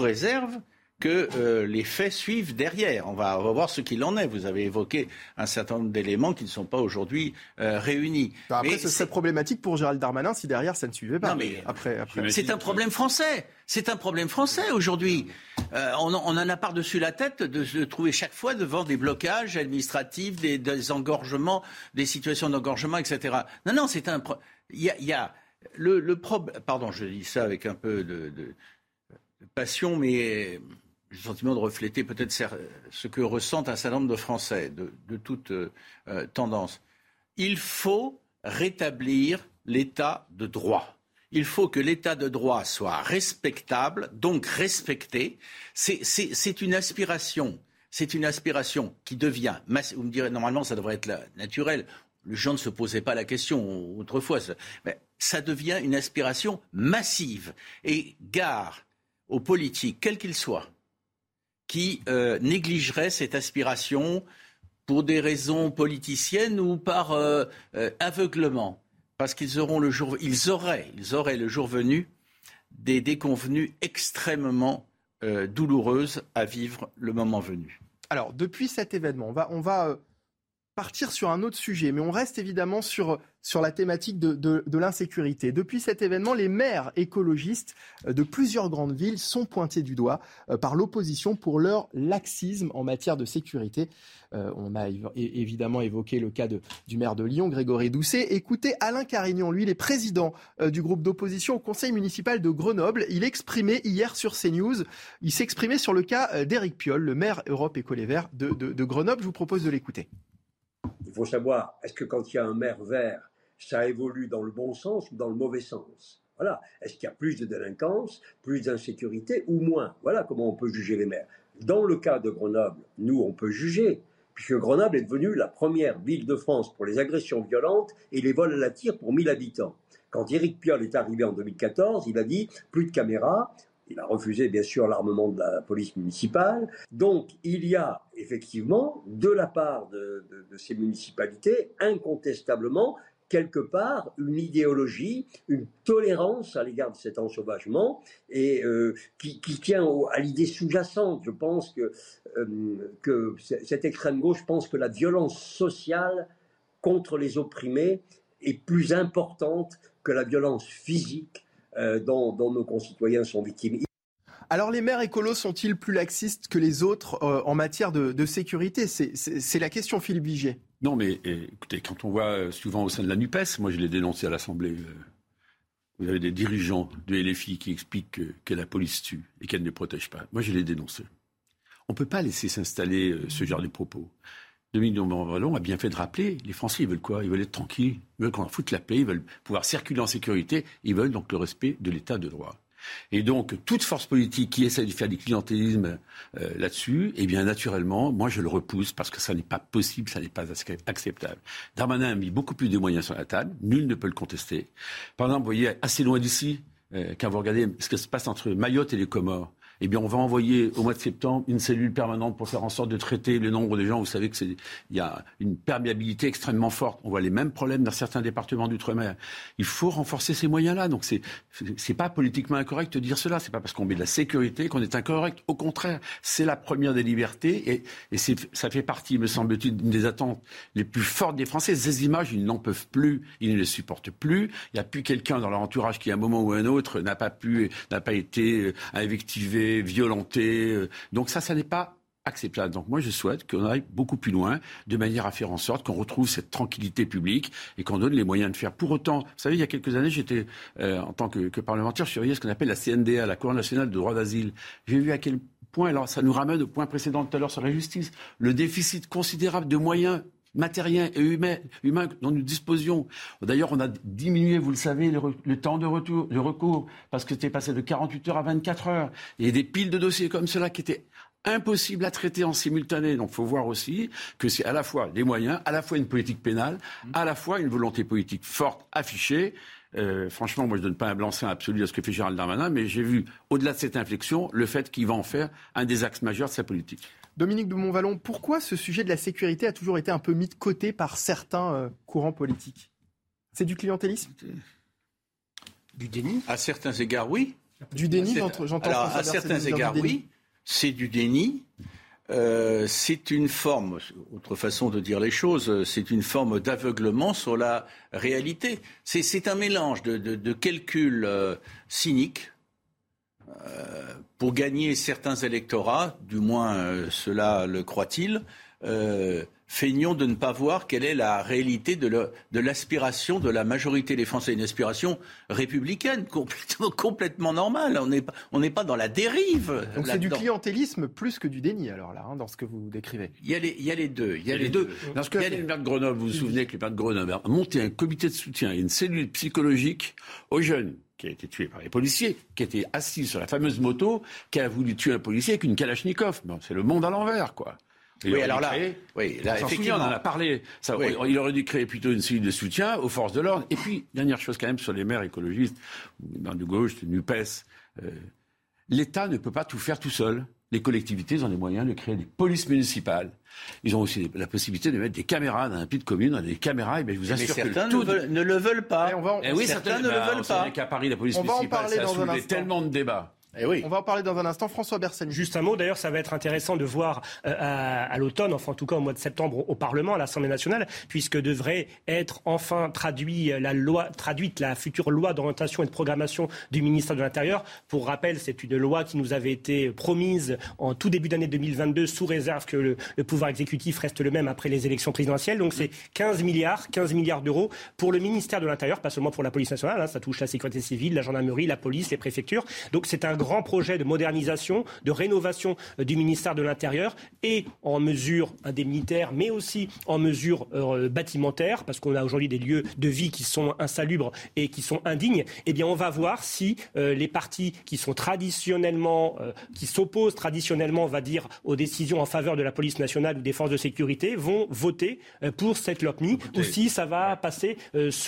Speaker 14: que les faits suivent derrière. On va voir ce qu'il en est. Vous avez évoqué un certain nombre d'éléments qui ne sont pas aujourd'hui réunis.
Speaker 2: Après, ce serait problématique pour Gérald Darmanin si derrière ça ne suivait pas.
Speaker 14: Non, mais après. C'est un problème français. C'est un problème français aujourd'hui. On en a par-dessus la tête de se trouver chaque fois devant des blocages administratifs, des engorgements, des situations d'engorgement, etc. Non, c'est un... Il y a le problème... Pardon, je dis ça avec un peu de passion, mais... J'ai le sentiment de refléter peut-être ce que ressentent un certain nombre de Français de toute tendance. Il faut rétablir l'état de droit. Il faut que l'état de droit soit respectable, donc respecté. C'est une aspiration. C'est une aspiration qui devient... Vous me direz, normalement, ça devrait être naturel. Les gens ne se posaient pas la question autrefois. Mais ça devient une aspiration massive. Et gare aux politiques, quels qu'ils soient, qui négligerait cette aspiration pour des raisons politiciennes ou par aveuglement, parce qu'ils auraient le jour venu des déconvenues extrêmement douloureuses à vivre le moment venu.
Speaker 2: Alors, depuis cet événement, on va partir sur un autre sujet, mais on reste évidemment sur la thématique de l'insécurité. Depuis cet événement, les maires écologistes de plusieurs grandes villes sont pointés du doigt par l'opposition pour leur laxisme en matière de sécurité. On a évidemment évoqué le cas du maire de Lyon, Grégory Doucet. Écoutez Alain Carignon, lui, il est président du groupe d'opposition au conseil municipal de Grenoble. Il exprimait hier sur CNews, il s'exprimait sur le cas d'Éric Piolle, le maire Europe Éco Les Verts de Grenoble. Je vous propose de l'écouter.
Speaker 15: Il faut savoir, est-ce que quand il y a un maire vert, ça évolue dans le bon sens ou dans le mauvais sens ? Voilà. Est-ce qu'il y a plus de délinquance, plus d'insécurité ou moins ? Voilà comment on peut juger les maires. Dans le cas de Grenoble, nous, on peut juger, puisque Grenoble est devenue la première ville de France pour les agressions violentes et les vols à la tire pour 1000 habitants. Quand Éric Piolle est arrivé en 2014, il a dit plus de caméras. Il a refusé, bien sûr, l'armement de la police municipale. Donc, il y a effectivement, de la part de ces municipalités, incontestablement, quelque part, une idéologie, une tolérance à l'égard de cet ensauvagement et qui tient à l'idée sous-jacente. Je pense que cette extrême gauche pense que la violence sociale contre les opprimés est plus importante que la violence physique dont nos concitoyens sont victimes.
Speaker 2: Alors les maires écolos sont-ils plus laxistes que les autres en matière de sécurité ? C'est la question, Philippe Vigier.
Speaker 13: Non, mais écoutez, quand on voit souvent au sein de la NUPES, moi je l'ai dénoncé à l'Assemblée, vous avez des dirigeants de LFI qui expliquent que la police tue et qu'elle ne protège pas. Moi je l'ai dénoncé. On ne peut pas laisser s'installer ce genre de propos. Dominique de Montvalon a bien fait de rappeler, les Français ils veulent quoi ? Ils veulent être tranquilles, ils veulent qu'on en foute la paix, ils veulent pouvoir circuler en sécurité, ils veulent donc le respect de l'état de droit. Et donc, toute force politique qui essaie de faire du clientélisme là-dessus, eh bien, naturellement, moi, je le repousse parce que ça n'est pas possible, ça n'est pas acceptable. Darmanin a mis beaucoup plus de moyens sur la table, nul ne peut le contester. Par exemple, vous voyez, assez loin d'ici, quand vous regardez ce qui se passe entre Mayotte et les Comores, eh bien, on va envoyer au mois de septembre une cellule permanente pour faire en sorte de traiter le nombre de gens. Vous savez qu'il y a une perméabilité extrêmement forte. On voit les mêmes problèmes dans certains départements d'outre-mer. Il faut renforcer ces moyens-là. Donc, c'est pas politiquement incorrect de dire cela. C'est pas parce qu'on met de la sécurité qu'on est incorrect. Au contraire, c'est la première des libertés et ça fait partie, me semble-t-il, d'une des attentes les plus fortes des Français. Ces images, ils n'en peuvent plus. Ils ne les supportent plus. Il n'y a plus quelqu'un dans leur entourage qui, à un moment ou à un autre, n'a pas été invectivé, violenté. Donc ça n'est pas acceptable. Donc moi, je souhaite qu'on aille beaucoup plus loin, de manière à faire en sorte qu'on retrouve cette tranquillité publique et qu'on donne les moyens de faire. Pour autant, vous savez, il y a quelques années, j'étais, en tant que parlementaire, je surveillais ce qu'on appelle la CNDA, la Cour nationale de droit d'asile. J'ai vu à quel point, alors ça nous ramène au point précédent tout à l'heure sur la justice, le déficit considérable de moyens matériels et humains dont nous disposions. D'ailleurs, on a diminué, vous le savez, le temps de recours, parce que c'était passé de 48 heures à 24 heures. Il y a des piles de dossiers comme cela qui étaient impossibles à traiter en simultané. Donc il faut voir aussi que c'est à la fois des moyens, à la fois une politique pénale, à la fois une volonté politique forte affichée. Franchement, moi je ne donne pas un blanc-seing absolu à ce que fait Gérald Darmanin, mais j'ai vu, au-delà de cette inflexion, le fait qu'il va en faire un des axes majeurs de sa politique.
Speaker 2: Dominique de Montvalon, pourquoi ce sujet de la sécurité a toujours été un peu mis de côté par certains courants politiques ? C'est du clientélisme ?
Speaker 14: Du déni ? À certains égards, oui.
Speaker 2: Du déni, j'entends.
Speaker 14: Alors, à certains égards, oui. C'est du déni. C'est une forme, autre façon de dire les choses, c'est une forme d'aveuglement sur la réalité. C'est un mélange de calculs cyniques pour gagner certains électorats, du moins cela le croit-il, feignons de ne pas voir quelle est la réalité de l'aspiration de la majorité des Français. Une aspiration républicaine, complètement normale. On n'est pas dans la dérive.
Speaker 2: Donc c'est du clientélisme plus que du déni, alors là, dans ce que vous décrivez.
Speaker 14: Il y a les deux.
Speaker 13: Parce que les maires de Grenoble, vous vous souvenez que les maires de Grenoble ont monté un comité de soutien et une cellule psychologique aux jeunes qui a été tué par les policiers, qui était assis sur la fameuse moto, qui a voulu tuer un policier avec une Kalachnikov. Bon, c'est le monde à l'envers, quoi.
Speaker 14: Oui, alors là,
Speaker 13: effectivement, on en a parlé. Il aurait dû créer plutôt une cellule de soutien aux forces de l'ordre. Et puis, dernière chose quand même sur les maires écologistes, de gauche, de NUPES, l'État ne peut pas tout faire tout seul. Les collectivités ont les moyens de créer des polices municipales. Ils ont aussi la possibilité de mettre des caméras dans un pli de commune, des caméras. Et bien, je vous assure que
Speaker 14: certains ne le veulent pas.
Speaker 13: Oui, certains ne le veulent pas. C'est vrai qu'à Paris, la police municipale, ça a soulevé tellement de débats.
Speaker 2: Oui. On va en parler dans un instant. François Bersani.
Speaker 11: Juste un mot, d'ailleurs, ça va être intéressant de voir à l'automne, enfin en tout cas au mois de septembre au Parlement, à l'Assemblée nationale, puisque devrait être enfin traduite la future loi d'orientation et de programmation du ministère de l'Intérieur. Pour rappel, c'est une loi qui nous avait été promise en tout début d'année 2022, sous réserve que le pouvoir exécutif reste le même après les élections présidentielles. Donc c'est 15 milliards d'euros pour le ministère de l'Intérieur, pas seulement pour la police nationale, ça touche la sécurité civile, la gendarmerie, la police, les préfectures. Donc c'est un grand projet de modernisation, de rénovation du ministère de l'Intérieur, et en mesure indemnitaire, mais aussi en mesure bâtimentaire, parce qu'on a aujourd'hui des lieux de vie qui sont insalubres et qui sont indignes. Eh bien, on va voir si les partis qui sont qui s'opposent traditionnellement, on va dire, aux décisions en faveur de la police nationale ou des forces de sécurité, vont voter pour cette LOPMI, ou si ça va passer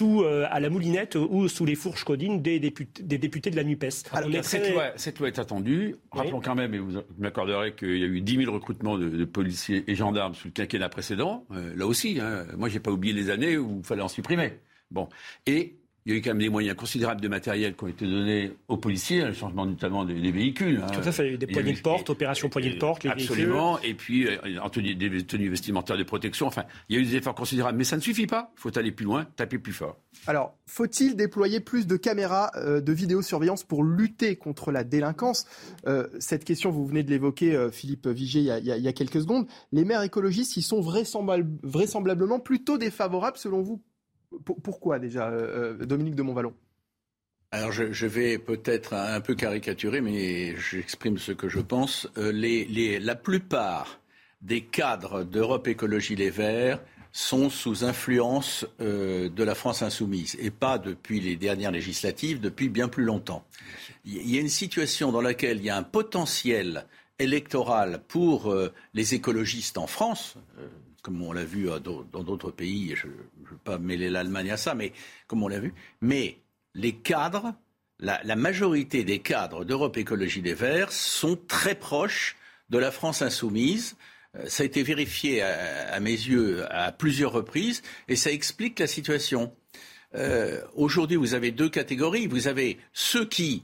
Speaker 11: à la moulinette ou sous les fourches codines des députés de la NUPES.
Speaker 13: Alors, cette loi est attendue. Rappelons quand même, et vous m'accorderez qu'il y a eu 10 000 recrutements de policiers et gendarmes sous le quinquennat précédent. Là aussi, moi, j'ai pas oublié les années où il fallait en supprimer. Bon. Et il y a eu quand même des moyens considérables de matériel qui ont été donnés aux policiers, le changement notamment des véhicules.
Speaker 11: Tout à fait, des poignées de porte, opération poignées de porte, les
Speaker 13: absolument,
Speaker 11: véhicules.
Speaker 13: Et puis des tenues vestimentaires de protection. Enfin, il y a eu des efforts considérables, mais ça ne suffit pas. Il faut aller plus loin, taper plus fort.
Speaker 2: Alors, faut-il déployer plus de caméras de vidéosurveillance pour lutter contre la délinquance ? Cette question, vous venez de l'évoquer, Philippe Vigier, il y a quelques secondes. Les maires écologistes y sont vraisemblablement plutôt défavorables, selon vous. Pourquoi déjà, Dominique de Montvalon ?
Speaker 14: Alors je vais peut-être un peu caricaturer, mais j'exprime ce que je pense. La plupart des cadres d'Europe Écologie Les Verts sont sous influence de la France Insoumise, et pas depuis les dernières législatives, depuis bien plus longtemps. Il y a une situation dans laquelle il y a un potentiel électoral pour les écologistes en France, comme on l'a vu dans d'autres pays, je ne veux pas mêler l'Allemagne à ça, mais comme on l'a vu. Mais les cadres, la majorité des cadres d'Europe Écologie Les Verts sont très proches de la France Insoumise. Ça a été vérifié à mes yeux à plusieurs reprises, et ça explique la situation. Aujourd'hui, vous avez deux catégories. Vous avez ceux qui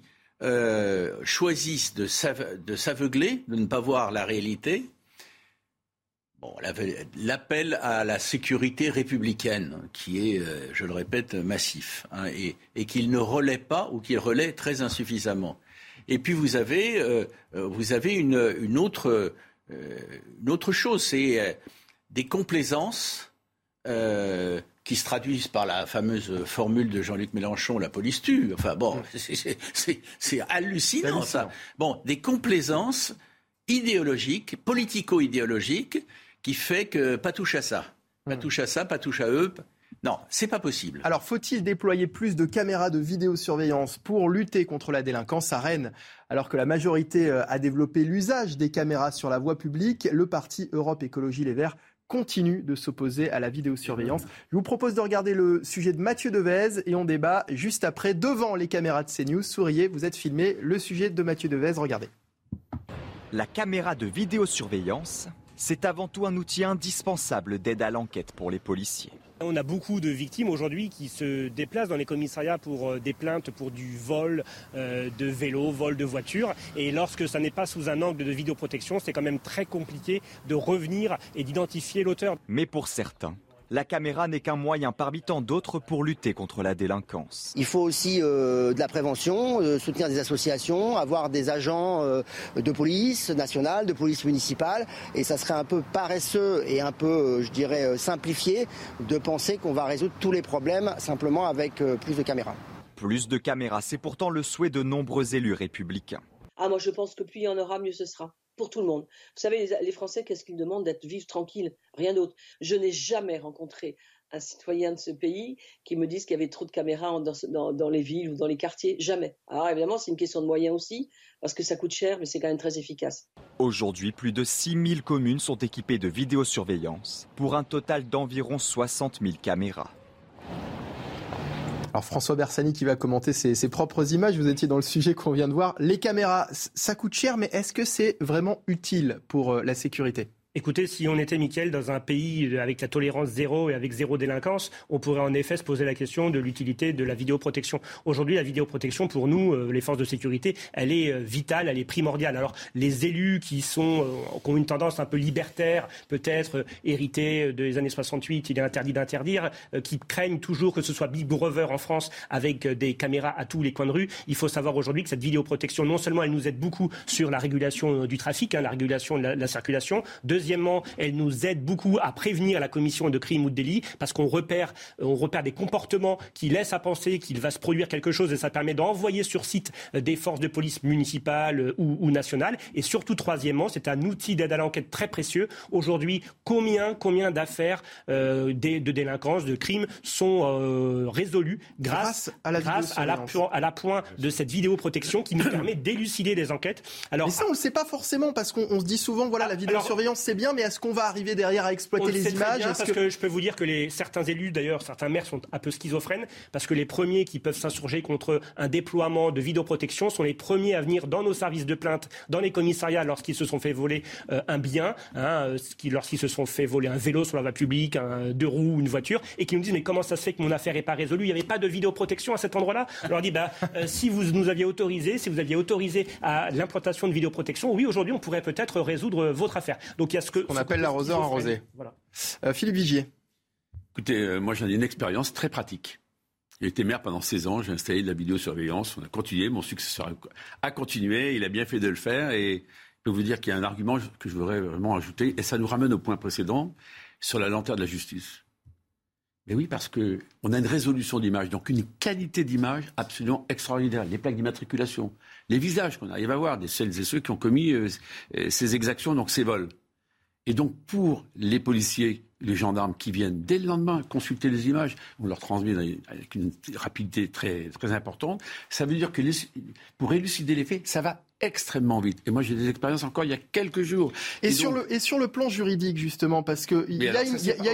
Speaker 14: choisissent de s'aveugler, de ne pas voir la réalité. Bon, l'appel à la sécurité républicaine, qui est, je le répète, massif, et qu'il ne relaie pas, ou qu'il relaie très insuffisamment. Et puis vous avez une autre chose, c'est des complaisances qui se traduisent par la fameuse formule de Jean-Luc Mélenchon, la police tue. Enfin bon, c'est hallucinant ça. Bon, des complaisances idéologiques, politico-idéologiques, qui fait que pas touche à ça. Pas touche à ça, pas touche à eux. Non, c'est pas possible.
Speaker 2: Alors, faut-il déployer plus de caméras de vidéosurveillance pour lutter contre la délinquance à Rennes ? Alors que la majorité a développé l'usage des caméras sur la voie publique, le parti Europe Écologie Les Verts continue de s'opposer à la vidéosurveillance. Je vous propose de regarder le sujet de Mathieu Devez et on débat juste après devant les caméras de CNews. Souriez, vous êtes filmé. Le sujet de Mathieu Devez, regardez.
Speaker 7: La caméra de vidéosurveillance, c'est avant tout un outil indispensable d'aide à l'enquête pour les policiers.
Speaker 11: On a beaucoup de victimes aujourd'hui qui se déplacent dans les commissariats pour des plaintes pour du vol de vélos, vol de voitures. Et lorsque ça n'est pas sous un angle de vidéoprotection, c'est quand même très compliqué de revenir et d'identifier l'auteur.
Speaker 7: Mais pour certains, la caméra n'est qu'un moyen parmi tant d'autres pour lutter contre la délinquance.
Speaker 16: Il faut aussi de la prévention, soutenir des associations, avoir des agents de police nationale, de police municipale. Et ça serait un peu paresseux et un peu, je dirais, simplifié de penser qu'on va résoudre tous les problèmes simplement avec plus de caméras.
Speaker 7: Plus de caméras, c'est pourtant le souhait de nombreux élus républicains.
Speaker 17: Moi je pense que plus il y en aura, mieux ce sera. Pour tout le monde. Vous savez, les Français, qu'est-ce qu'ils demandent ? D'être vivre tranquille, rien d'autre. Je n'ai jamais rencontré un citoyen de ce pays qui me dise qu'il y avait trop de caméras dans les villes ou dans les quartiers. Jamais. Alors évidemment, c'est une question de moyens aussi, parce que ça coûte cher, mais c'est quand même très efficace.
Speaker 7: Aujourd'hui, plus de 6000 communes sont équipées de vidéosurveillance, pour un total d'environ 60 000 caméras.
Speaker 2: Alors François Bersani qui va commenter ses propres images, vous étiez dans le sujet qu'on vient de voir. Les caméras, ça coûte cher, mais est-ce que c'est vraiment utile pour la sécurité ?
Speaker 11: Écoutez, si on était, Mickaël, dans un pays avec la tolérance zéro et avec zéro délinquance, on pourrait en effet se poser la question de l'utilité de la vidéoprotection. Aujourd'hui, la vidéoprotection, pour nous, les forces de sécurité, elle est vitale, elle est primordiale. Alors, les élus qui ont une tendance un peu libertaire, peut-être héritée des années 68, il est interdit d'interdire, qui craignent toujours que ce soit Big Brother en France avec des caméras à tous les coins de rue. Il faut savoir aujourd'hui que cette vidéoprotection, non seulement elle nous aide beaucoup sur la régulation du trafic, la régulation de la circulation. Deuxièmement, elle nous aide beaucoup à prévenir la commission de crimes ou de délits parce qu'on repère des comportements qui laissent à penser qu'il va se produire quelque chose et ça permet d'envoyer sur site des forces de police municipales ou nationales. Et surtout, troisièmement, c'est un outil d'aide à l'enquête très précieux. Aujourd'hui, combien d'affaires de délinquance, de crimes sont résolues grâce à l'appoint de cette vidéoprotection qui nous permet d'élucider les enquêtes.
Speaker 2: Mais ça, on ne le sait pas forcément parce qu'on se dit souvent, voilà, la vidéosurveillance, c'est bien, mais est-ce qu'on va arriver derrière à exploiter les images?
Speaker 11: Parce que je peux vous dire que certains élus, d'ailleurs, certains maires sont un peu schizophrènes parce que les premiers qui peuvent s'insurger contre un déploiement de vidéoprotection sont les premiers à venir dans nos services de plainte, dans les commissariats lorsqu'ils se sont fait voler un bien, lorsqu'ils se sont fait voler un vélo sur la voie publique, deux roues, une voiture, et qui nous disent mais comment ça se fait que mon affaire n'est pas résolue? Il n'y avait pas de vidéoprotection à cet endroit-là. On leur dit si vous nous aviez autorisé, si vous aviez autorisé à l'implantation de vidéoprotection, oui, aujourd'hui on pourrait peut-être résoudre votre affaire. Donc il y a ce qu'on
Speaker 2: appelle l'arroseur arrosé.
Speaker 11: Voilà.
Speaker 2: Philippe Vigier.
Speaker 13: Écoutez, moi j'en ai une expérience très pratique. J'ai été maire pendant 16 ans, j'ai installé de la vidéosurveillance, on a continué, mon successeur a continué, il a bien fait de le faire et je peux vous dire qu'il y a un argument que je voudrais vraiment ajouter et ça nous ramène au point précédent sur la lenteur de la justice. Mais oui, parce qu'on a une résolution d'image, donc une qualité d'image absolument extraordinaire. Les plaques d'immatriculation, les visages qu'on arrive à voir de celles et ceux qui ont commis ces exactions, donc ces vols. Et donc pour les policiers, les gendarmes qui viennent dès le lendemain consulter les images, on leur transmet avec une rapidité très, très importante, ça veut dire que pour élucider les faits, ça va extrêmement vite. Et moi, j'ai des expériences encore il y a quelques jours.
Speaker 2: Et sur le plan juridique, justement, parce que il y a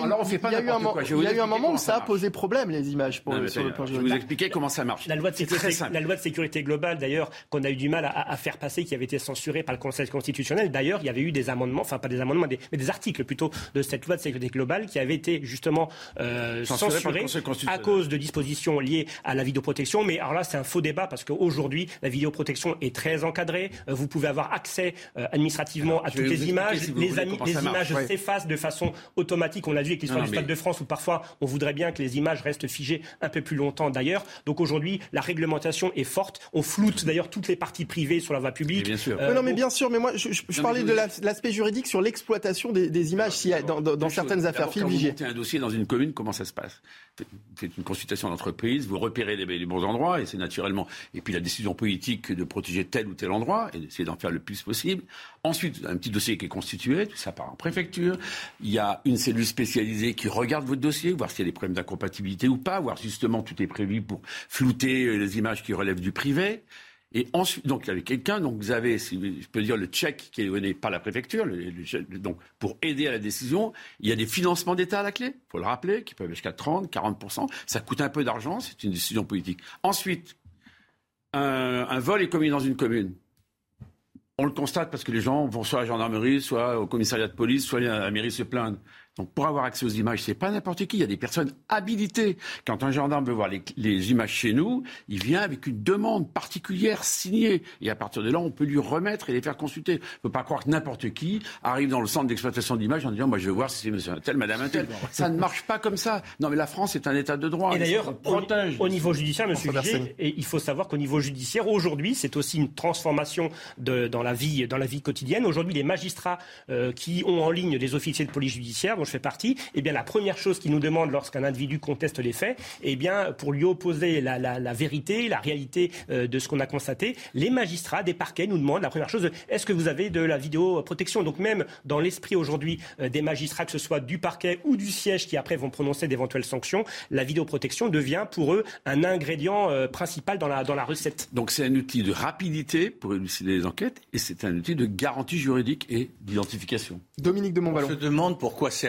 Speaker 2: eu un moment où ça a posé problème, les images, sur le plan juridique.
Speaker 13: Je vais vous expliquer comment ça marche.
Speaker 11: La loi de sécurité globale, d'ailleurs, qu'on a eu du mal à faire passer, qui avait été censurée par le Conseil constitutionnel. D'ailleurs, il y avait eu des amendements, enfin pas des amendements, mais des articles plutôt de cette loi de sécurité globale qui avait été justement censurée à cause de dispositions liées à la vidéoprotection. Mais alors là, c'est un faux débat parce qu'aujourd'hui, la vidéoprotection est très encadrée. Vous pouvez avoir accès administrativement à toutes les images. Les images s'effacent de façon automatique. On l'a vu avec l'histoire du Stade de France où parfois on voudrait bien que les images restent figées un peu plus longtemps d'ailleurs. Donc aujourd'hui, la réglementation est forte. On floute d'ailleurs toutes les parties privées sur la voie publique.
Speaker 13: Bien sûr.
Speaker 2: Mais bien sûr, mais moi je parlais de l'aspect juridique sur l'exploitation des images dans certaines affaires.
Speaker 13: Quand vous montez un dossier dans une commune, comment ça se passe? Vous faites une consultation d'entreprise, vous repérez les bons endroits et c'est naturellement. Et puis la décision politique de protéger tel ou tel endroit et d'essayer d'en faire le plus possible. Ensuite, un petit dossier qui est constitué, tout ça part en préfecture. Il y a une cellule spécialisée qui regarde votre dossier, voir s'il y a des problèmes d'incompatibilité ou pas, voir justement tout est prévu pour flouter les images qui relèvent du privé. Et ensuite, donc, il y avait quelqu'un, donc vous avez, si je peux dire, le chèque qui est donné par la préfecture, donc, pour aider à la décision. Il y a des financements d'État à la clé, il faut le rappeler, qui peuvent aller jusqu'à 30, 40%. Ça coûte un peu d'argent, c'est une décision politique. Ensuite, un vol est commis dans une commune. On le constate parce que les gens vont soit à la gendarmerie, soit au commissariat de police, soit à la mairie se plaindre. Donc pour avoir accès aux images, c'est pas n'importe qui. Il y a des personnes habilitées. Quand un gendarme veut voir les images chez nous, il vient avec une demande particulière signée. Et à partir de là, on peut lui remettre et les faire consulter. Il ne faut pas croire que n'importe qui arrive dans le centre d'exploitation d'images en disant moi je veux voir si c'est monsieur un tel, madame un tel. Ça ne marche pas comme ça. Non mais la France est un état de droit.
Speaker 11: Et d'ailleurs, au niveau judiciaire, monsieur Vigier, et il faut savoir qu'au niveau judiciaire, aujourd'hui, c'est aussi une transformation dans la vie quotidienne. Aujourd'hui, les magistrats qui ont en ligne des officiers de police judiciaire, dont je fais partie, eh bien la première chose qu'ils nous demandent lorsqu'un individu conteste les faits, eh bien pour lui opposer la vérité, la réalité de ce qu'on a constaté, les magistrats des parquets nous demandent la première chose, est-ce que vous avez de la vidéoprotection? Donc même dans l'esprit aujourd'hui des magistrats, que ce soit du parquet ou du siège qui après vont prononcer d'éventuelles sanctions, la vidéoprotection devient pour eux un ingrédient principal dans la recette.
Speaker 13: Donc c'est un outil de rapidité pour élucider les enquêtes et c'est un outil de garantie juridique et d'identification.
Speaker 2: Dominique de Montvalon.
Speaker 14: On se demande pourquoi certains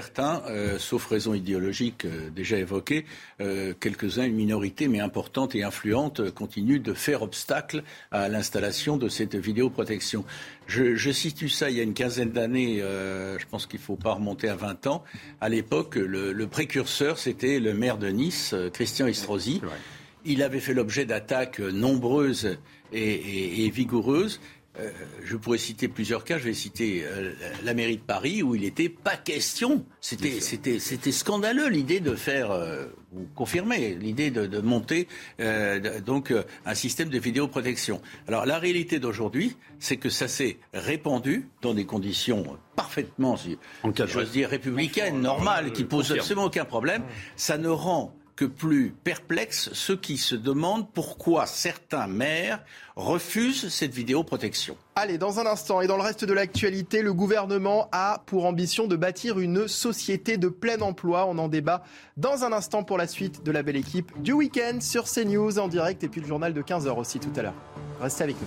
Speaker 14: certains, sauf raison idéologique déjà évoquée, quelques-uns, une minorité mais importante et influente, continuent de faire obstacle à l'installation de cette vidéoprotection. Je situe ça il y a une quinzaine d'années, je pense qu'il ne faut pas remonter à 20 ans. À l'époque, le précurseur, c'était le maire de Nice, Christian Estrosi. Il avait fait l'objet d'attaques nombreuses et vigoureuses. Je pourrais citer plusieurs cas. Je vais citer la mairie de Paris où il n'était pas question. C'était scandaleux l'idée de faire, vous confirmez, l'idée de monter donc un système de vidéoprotection. Alors la réalité d'aujourd'hui, c'est que ça s'est répandu dans des conditions parfaitement, j'ose dire, républicaines, normales, qui posent absolument aucun problème. Ça ne rend que plus perplexes ceux qui se demandent pourquoi certains maires refusent cette vidéoprotection.
Speaker 2: Allez, dans un instant et dans le reste de l'actualité, le gouvernement a pour ambition de bâtir une société de plein emploi. On en débat dans un instant pour la suite de la belle équipe du week-end sur CNews en direct et puis le journal de 15h aussi tout à l'heure. Restez avec nous.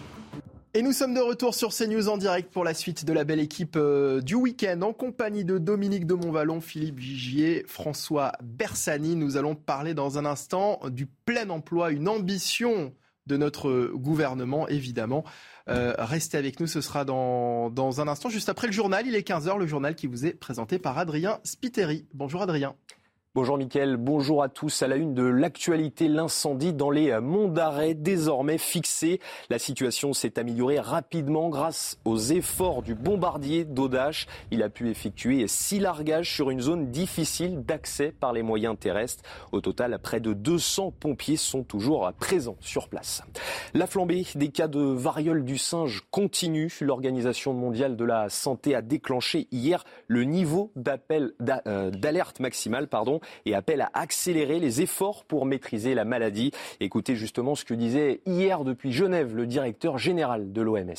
Speaker 2: Et nous sommes de retour sur CNews en direct pour la suite de la belle équipe du week-end en compagnie de Dominique de Montvalon, Philippe Gigier, François Bersani. Nous allons parler dans un instant du plein emploi, une ambition de notre gouvernement évidemment. Restez avec nous, ce sera dans un instant, juste après le journal. Il est 15h, le journal qui vous est présenté par Adrien Spiteri. Bonjour Adrien.
Speaker 18: Bonjour Mickaël, bonjour à tous. À la une de l'actualité, l'incendie dans les monts d'Arrée, désormais fixé. La situation s'est améliorée rapidement grâce aux efforts du bombardier d'Audache. Il a pu effectuer 6 largages sur une zone difficile d'accès par les moyens terrestres. Au total, près de 200 pompiers sont toujours présents sur place. La flambée des cas de variole du singe continue. L'Organisation mondiale de la santé a déclenché hier le niveau d'alerte maximale, et appelle à accélérer les efforts pour maîtriser la maladie. Écoutez justement ce que disait hier depuis Genève le directeur général de l'OMS.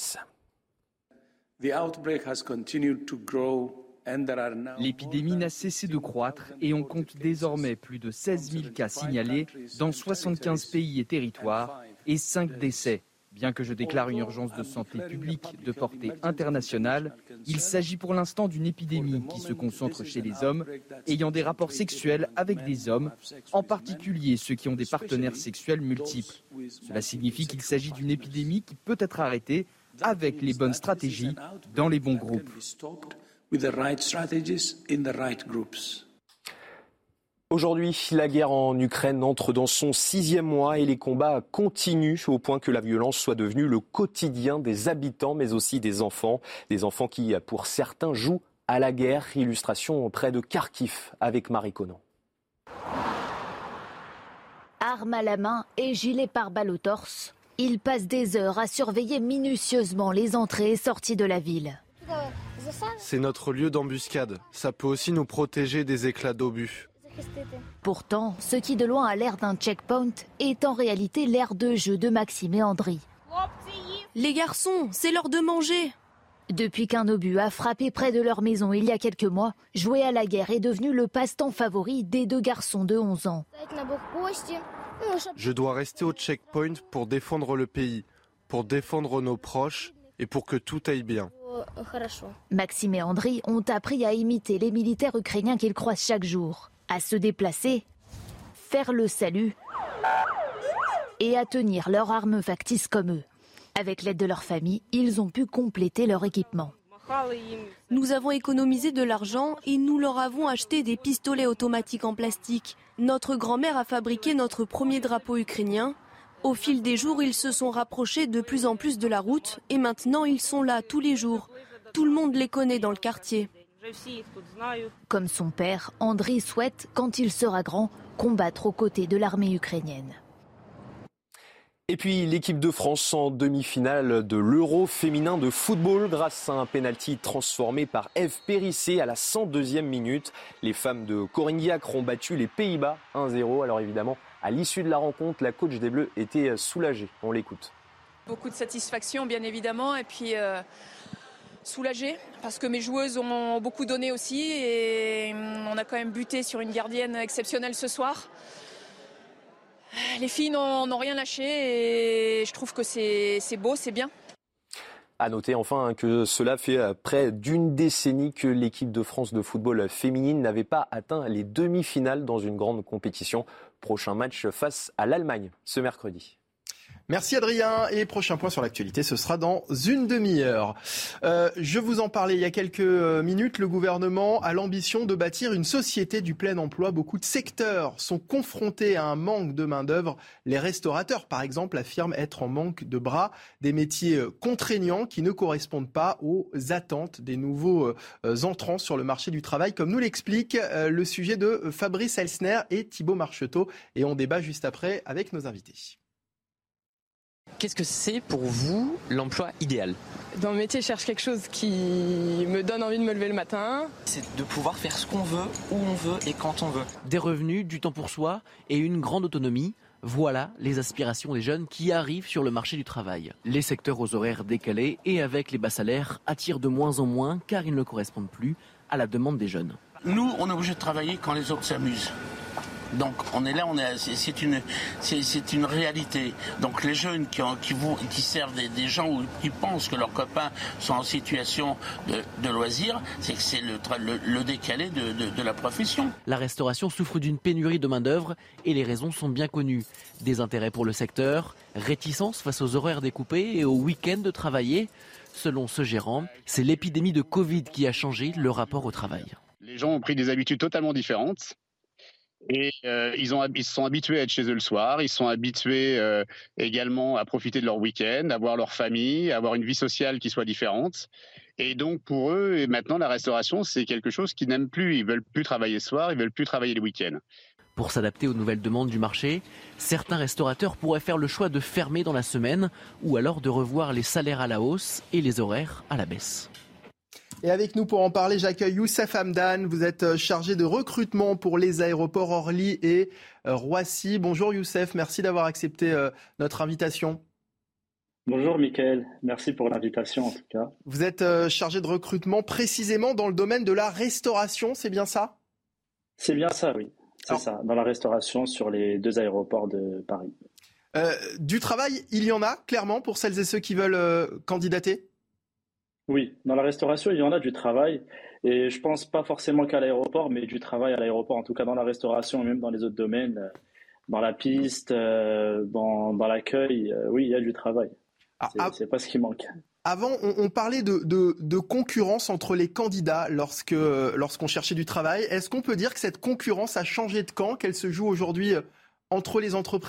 Speaker 19: L'épidémie n'a cessé de croître et on compte désormais plus de 16 000 cas signalés dans 75 pays et territoires et 5 décès. Bien que je déclare une urgence de santé publique de portée internationale, il s'agit pour l'instant d'une épidémie qui se concentre chez les hommes ayant des rapports sexuels avec des hommes, en particulier ceux qui ont des partenaires sexuels multiples. Cela signifie qu'il s'agit d'une épidémie qui peut être arrêtée avec les bonnes stratégies dans les bons groupes.
Speaker 18: Aujourd'hui, la guerre en Ukraine entre dans son 6e mois et les combats continuent au point que la violence soit devenue le quotidien des habitants mais aussi des enfants. Des enfants qui, pour certains, jouent à la guerre. Illustration près de Kharkiv avec Marie Conan.
Speaker 12: Arme à la main et gilet pare-balles au torse, ils passent des heures à surveiller minutieusement les entrées et sorties de la ville.
Speaker 20: C'est notre lieu d'embuscade. Ça peut aussi nous protéger des éclats d'obus.
Speaker 12: Pourtant, ce qui de loin a l'air d'un checkpoint est en réalité l'aire de jeu de Maxime et Andri.
Speaker 21: Les garçons, c'est l'heure de manger.
Speaker 12: Depuis qu'un obus a frappé près de leur maison il y a quelques mois, jouer à la guerre est devenu le passe-temps favori des 2 garçons de 11 ans.
Speaker 20: Je dois rester au checkpoint pour défendre le pays, pour défendre nos proches et pour que tout aille bien.
Speaker 12: Maxime et Andri ont appris à imiter les militaires ukrainiens qu'ils croisent chaque jour, à se déplacer, faire le salut et à tenir leurs armes factices comme eux. Avec l'aide de leur famille, ils ont pu compléter leur équipement.
Speaker 21: Nous avons économisé de l'argent et nous leur avons acheté des pistolets automatiques en plastique. Notre grand-mère a fabriqué notre premier drapeau ukrainien. Au fil des jours, ils se sont rapprochés de plus en plus de la route et maintenant ils sont là tous les jours. Tout le monde les connaît dans le quartier.
Speaker 12: Comme son père, Andri souhaite, quand il sera grand, combattre aux côtés de l'armée ukrainienne.
Speaker 18: Et puis l'équipe de France en demi-finale de l'Euro féminin de football grâce à un pénalty transformé par Eve Périssé à la 102e minute. Les femmes de Corinne Diacre ont battu les Pays-Bas 1-0. Alors évidemment, à l'issue de la rencontre, la coach des Bleus était soulagée. On l'écoute.
Speaker 22: Beaucoup de satisfaction bien évidemment et puis soulagée parce que mes joueuses ont beaucoup donné aussi et on a quand même buté sur une gardienne exceptionnelle ce soir. Les filles n'ont rien lâché et je trouve que c'est beau, c'est bien.
Speaker 18: À noter enfin que cela fait près d'une décennie que l'équipe de France de football féminine n'avait pas atteint les demi-finales dans une grande compétition. Prochain match face à l'Allemagne ce mercredi.
Speaker 2: Merci Adrien, et prochain point sur l'actualité, ce sera dans une demi-heure. Je vous en parlais il y a quelques minutes, le gouvernement a l'ambition de bâtir une société du plein emploi. Beaucoup de secteurs sont confrontés à un manque de main-d'œuvre. Les restaurateurs, par exemple, affirment être en manque de bras, des métiers contraignants qui ne correspondent pas aux attentes des nouveaux entrants sur le marché du travail, comme nous l'explique le sujet de Fabrice Elsner et Thibaut Marcheteau. Et on débat juste après avec nos invités.
Speaker 1: Qu'est-ce que c'est pour vous l'emploi idéal ?
Speaker 4: Dans le métier, je cherche quelque chose qui me donne envie de me lever le matin.
Speaker 1: C'est de pouvoir faire ce qu'on veut, où on veut et quand on veut.
Speaker 9: Des revenus, du temps pour soi et une grande autonomie. Voilà les aspirations des jeunes qui arrivent sur le marché du travail. Les secteurs aux horaires décalés et avec les bas salaires attirent de moins en moins car ils ne correspondent plus à la demande des jeunes.
Speaker 23: Nous, on est obligé de travailler quand les autres s'amusent. Donc on est là, c'est une réalité. Donc les jeunes qui servent des gens ou qui pensent que leurs copains sont en situation de loisir, c'est que c'est le décalé de la profession.
Speaker 9: La restauration souffre d'une pénurie de main-d'œuvre et les raisons sont bien connues. Désintérêt pour le secteur, réticence face aux horaires découpés et aux week-ends de travailler. Selon ce gérant, c'est l'épidémie de Covid qui a changé le rapport au travail.
Speaker 24: Les gens ont pris des habitudes totalement différentes. Et ils se sont habitués à être chez eux le soir, ils se sont habitués également à profiter de leur week-end, à voir leur famille, à avoir une vie sociale qui soit différente. Et donc pour eux, et maintenant la restauration, c'est quelque chose qu'ils n'aiment plus. Ils veulent plus travailler le soir, ils veulent plus travailler les week-ends.
Speaker 9: Pour s'adapter aux nouvelles demandes du marché, certains restaurateurs pourraient faire le choix de fermer dans la semaine ou alors de revoir les salaires à la hausse et les horaires à la baisse.
Speaker 2: Et avec nous pour en parler, j'accueille Youssef Hamdan. Vous êtes chargé de recrutement pour les aéroports Orly et Roissy. Bonjour Youssef, merci d'avoir accepté notre invitation.
Speaker 25: Bonjour Mickaël, merci pour l'invitation en tout cas.
Speaker 2: Vous êtes chargé de recrutement précisément dans le domaine de la restauration, c'est bien ça ?
Speaker 25: C'est bien ça, oui. Ça, dans la restauration sur les 2 aéroports de Paris.
Speaker 2: Du travail, il y en a clairement pour celles et ceux qui veulent candidater ?
Speaker 25: Oui, dans la restauration, il y en a du travail. Et je pense pas forcément qu'à l'aéroport, mais du travail à l'aéroport, en tout cas dans la restauration et même dans les autres domaines, dans la piste, dans l'accueil, oui, il y a du travail. C'est pas ce qui manque.
Speaker 2: Avant, on parlait de concurrence entre les candidats lorsqu'on cherchait du travail. Est-ce qu'on peut dire que cette concurrence a changé de camp, qu'elle se joue aujourd'hui entre les entreprises ?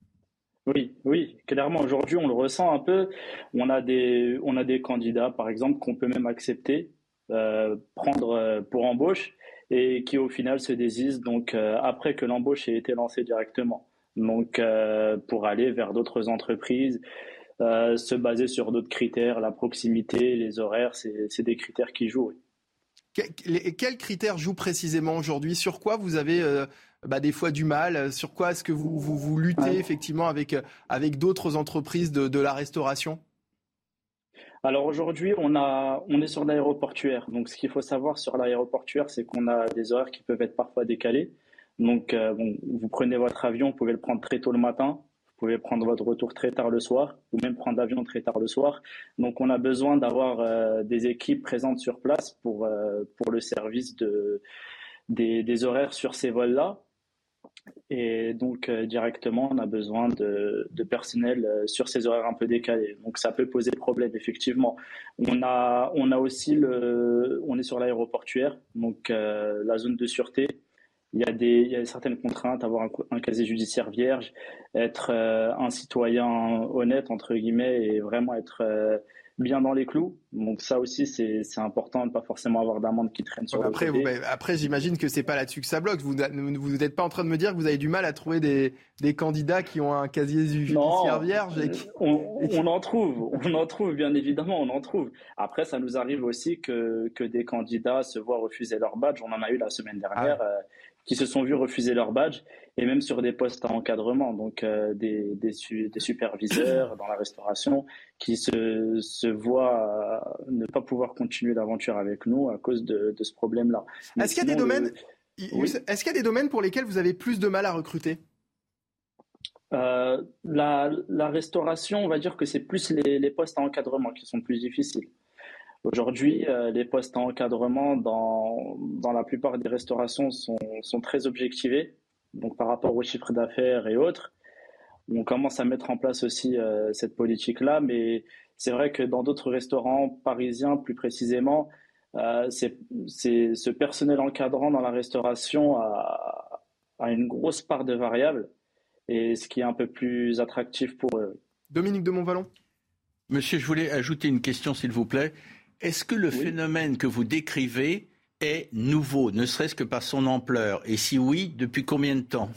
Speaker 25: Oui, clairement. Aujourd'hui, on le ressent un peu. On a des candidats, par exemple, qu'on peut même accepter, prendre pour embauche et qui, au final, se désistent donc après que l'embauche ait été lancée directement. Donc, pour aller vers d'autres entreprises, se baser sur d'autres critères, la proximité, les horaires, c'est des critères qui jouent. Oui.
Speaker 2: Quels critères jouent précisément aujourd'hui ? Sur quoi vous avez des fois du mal ? Sur quoi est-ce que vous luttez effectivement avec d'autres entreprises de la restauration ?
Speaker 25: Alors aujourd'hui, on est sur l'aéroportuaire. Donc ce qu'il faut savoir sur l'aéroportuaire, c'est qu'on a des horaires qui peuvent être parfois décalés. Donc vous prenez votre avion, vous pouvez le prendre très tôt le matin. Vous pouvez prendre votre retour très tard le soir ou même prendre l'avion très tard le soir. Donc, on a besoin d'avoir des équipes présentes sur place pour le service des horaires sur ces vols-là. Et donc, directement, on a besoin de personnel sur ces horaires un peu décalés. Donc, ça peut poser problème, effectivement. On a aussi on est sur l'aéroportuaire, donc la zone de sûreté. Il y a certaines contraintes, avoir un casier judiciaire vierge, être un citoyen honnête, entre guillemets, et vraiment être bien dans les clous. Donc ça aussi, c'est important de ne pas forcément avoir d'amende qui traîne sur le côté.
Speaker 2: Après, j'imagine que c'est pas là-dessus que ça bloque. Vous n'êtes pas en train de me dire que vous avez du mal à trouver des candidats qui ont un casier judiciaire vierge
Speaker 25: on en trouve, bien évidemment, on en trouve. Après, ça nous arrive aussi que des candidats se voient refuser leur badge. On en a eu la semaine dernière. Qui se sont vus refuser leur badge, et même sur des postes à encadrement, donc des superviseurs dans la restauration, qui se voient ne pas pouvoir continuer l'aventure avec nous à cause de ce problème-là.
Speaker 2: Est-ce qu'il y a des domaines pour lesquels vous avez plus de mal à recruter ?
Speaker 25: La restauration, on va dire que c'est plus les postes à encadrement qui sont plus difficiles. Aujourd'hui, les postes à encadrement dans la plupart des restaurations sont très objectivés, donc par rapport au chiffre d'affaires et autres. On commence à mettre en place aussi cette politique-là, mais c'est vrai que dans d'autres restaurants parisiens, plus précisément, c'est ce personnel encadrant dans la restauration a une grosse part de variables, et ce qui est un peu plus attractif pour eux.
Speaker 2: Dominique de Montvalon.
Speaker 14: Monsieur, je voulais ajouter une question, s'il vous plaît. Est-ce que le phénomène que vous décrivez est nouveau, ne serait-ce que par son ampleur? Et si oui, depuis combien de temps?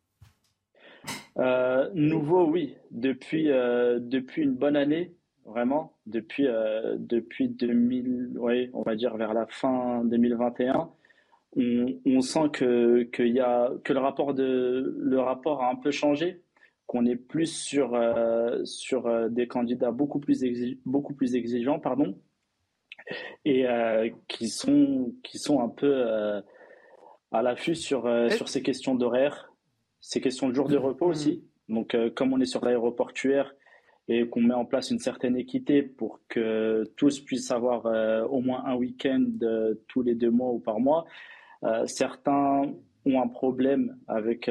Speaker 25: Nouveau, oui. Depuis une bonne année, vraiment. Depuis 2000, oui, on va dire vers la fin 2021, on sent que le rapport a un peu changé, qu'on est plus sur des candidats beaucoup plus exigeants, pardon. Et qui sont un peu à l'affût sur ces questions d'horaire, ces questions de jours de repos aussi. Donc, comme on est sur l'aéroportuaire et qu'on met en place une certaine équité pour que tous puissent avoir au moins un week-end tous les 2 mois ou par mois, certains ont un problème avec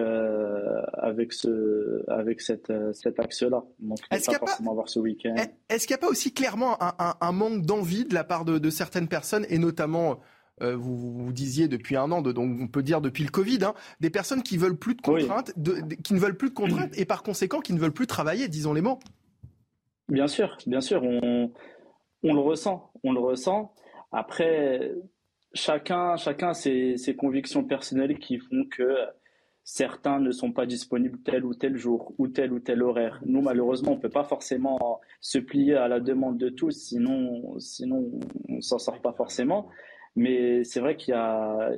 Speaker 25: cet axe-là. Donc, il ne faut pas forcément avoir ce week-end.
Speaker 2: Est-ce qu'il n'y a pas aussi clairement un manque d'envie de la part de certaines personnes, et notamment, vous disiez depuis un an, donc on peut dire depuis le Covid, des personnes qui veulent plus de contraintes, qui ne veulent plus de contraintes, et par conséquent qui ne veulent plus travailler, disons les mots.
Speaker 25: Bien sûr, on le ressent. Après, chacun a ses convictions personnelles qui font que certains ne sont pas disponibles tel ou tel jour ou tel horaire. Nous, malheureusement, on ne peut pas forcément se plier à la demande de tous, sinon on ne s'en sort pas forcément. Mais c'est vrai qu'il y a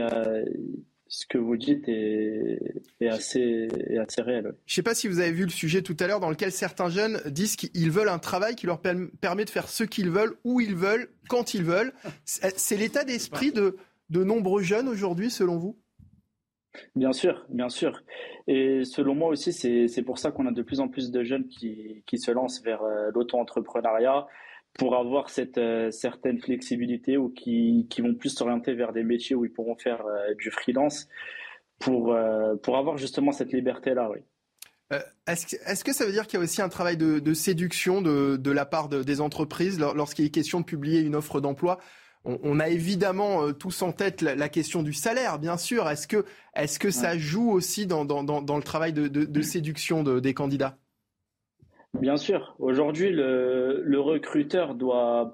Speaker 25: ce que vous dites est assez réel.
Speaker 2: Je ne sais pas si vous avez vu le sujet tout à l'heure dans lequel certains jeunes disent qu'ils veulent un travail qui leur permet de faire ce qu'ils veulent, où ils veulent, quand ils veulent. C'est l'état d'esprit de nombreux jeunes aujourd'hui, selon vous ?
Speaker 25: Bien sûr. Et selon moi aussi, c'est pour ça qu'on a de plus en plus de jeunes qui se lancent vers l'auto-entrepreneuriat, pour avoir cette certaine flexibilité, ou qui vont plus s'orienter vers des métiers où ils pourront faire du freelance pour avoir justement cette liberté-là, oui.
Speaker 2: Est-ce que ça veut dire qu'il y a aussi un travail de séduction de la part des entreprises lorsqu'il est question de publier une offre d'emploi? On a évidemment tous en tête la question du salaire, bien sûr. Est-ce que ça joue aussi dans le travail de séduction des candidats?
Speaker 25: Bien sûr. Aujourd'hui, le recruteur doit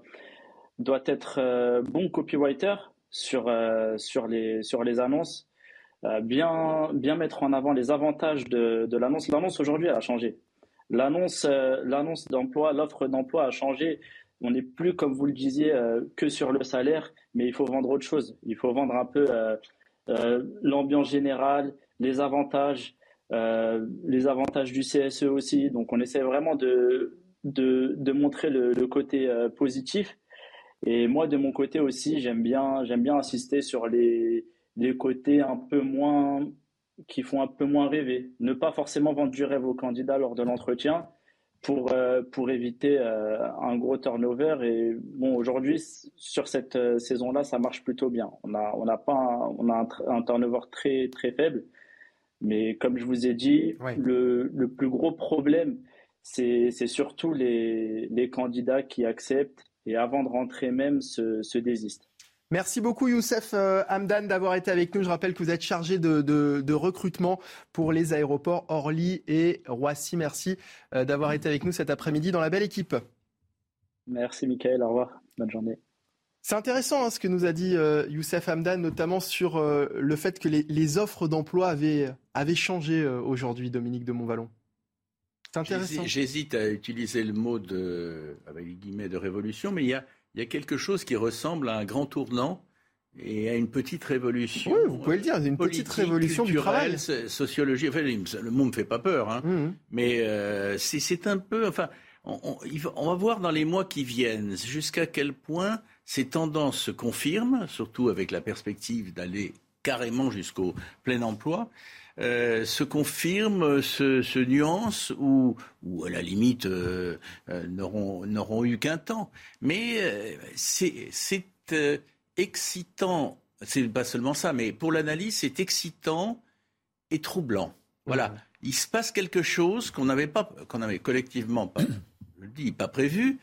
Speaker 25: être bon copywriter sur les annonces, bien mettre en avant les avantages de l'annonce. L'annonce aujourd'hui, elle a changé. L'annonce d'emploi, l'offre d'emploi a changé. On n'est plus, comme vous le disiez, que sur le salaire, mais il faut vendre autre chose. Il faut vendre un peu l'ambiance générale, les avantages du CSE aussi. Donc on essaie vraiment de montrer le côté positif. Et moi, de mon côté aussi, j'aime bien insister sur les côtés un peu moins, qui font un peu moins rêver. Ne pas forcément vendre du rêve aux candidats lors de l'entretien pour éviter un gros turnover. Et bon, aujourd'hui, sur cette saison-là, ça marche plutôt bien. On a un turnover très, très faible. Mais comme je vous ai dit, le plus gros problème, c'est surtout les candidats qui acceptent et avant de rentrer même se désistent.
Speaker 2: Merci beaucoup Youssef Hamdan d'avoir été avec nous. Je rappelle que vous êtes chargé de recrutement pour les aéroports Orly et Roissy. Merci d'avoir été avec nous cet après-midi dans la belle équipe.
Speaker 25: Merci Mickaël, au revoir, bonne journée.
Speaker 2: C'est intéressant ce que nous a dit Youssef Hamdan, notamment sur le fait que les offres d'emploi avaient changé aujourd'hui, Dominique de Montvalon. C'est intéressant.
Speaker 14: J'hésite à utiliser le mot avec les guillemets de révolution, mais il y a quelque chose qui ressemble à un grand tournant et à une petite révolution.
Speaker 2: Oui, vous pouvez le dire, une petite révolution du travail.
Speaker 14: Sociologie, enfin, le mot me fait pas peur, mais c'est un peu... Enfin, on va voir dans les mois qui viennent jusqu'à quel point ces tendances se confirment, surtout avec la perspective d'aller carrément jusqu'au plein emploi, se confirment, se nuancent ou à la limite n'auront eu qu'un temps. Mais c'est excitant, c'est pas seulement ça, mais pour l'analyse, c'est excitant et troublant. Voilà, il se passe quelque chose qu'on n'avait collectivement pas, je le dis, pas prévu.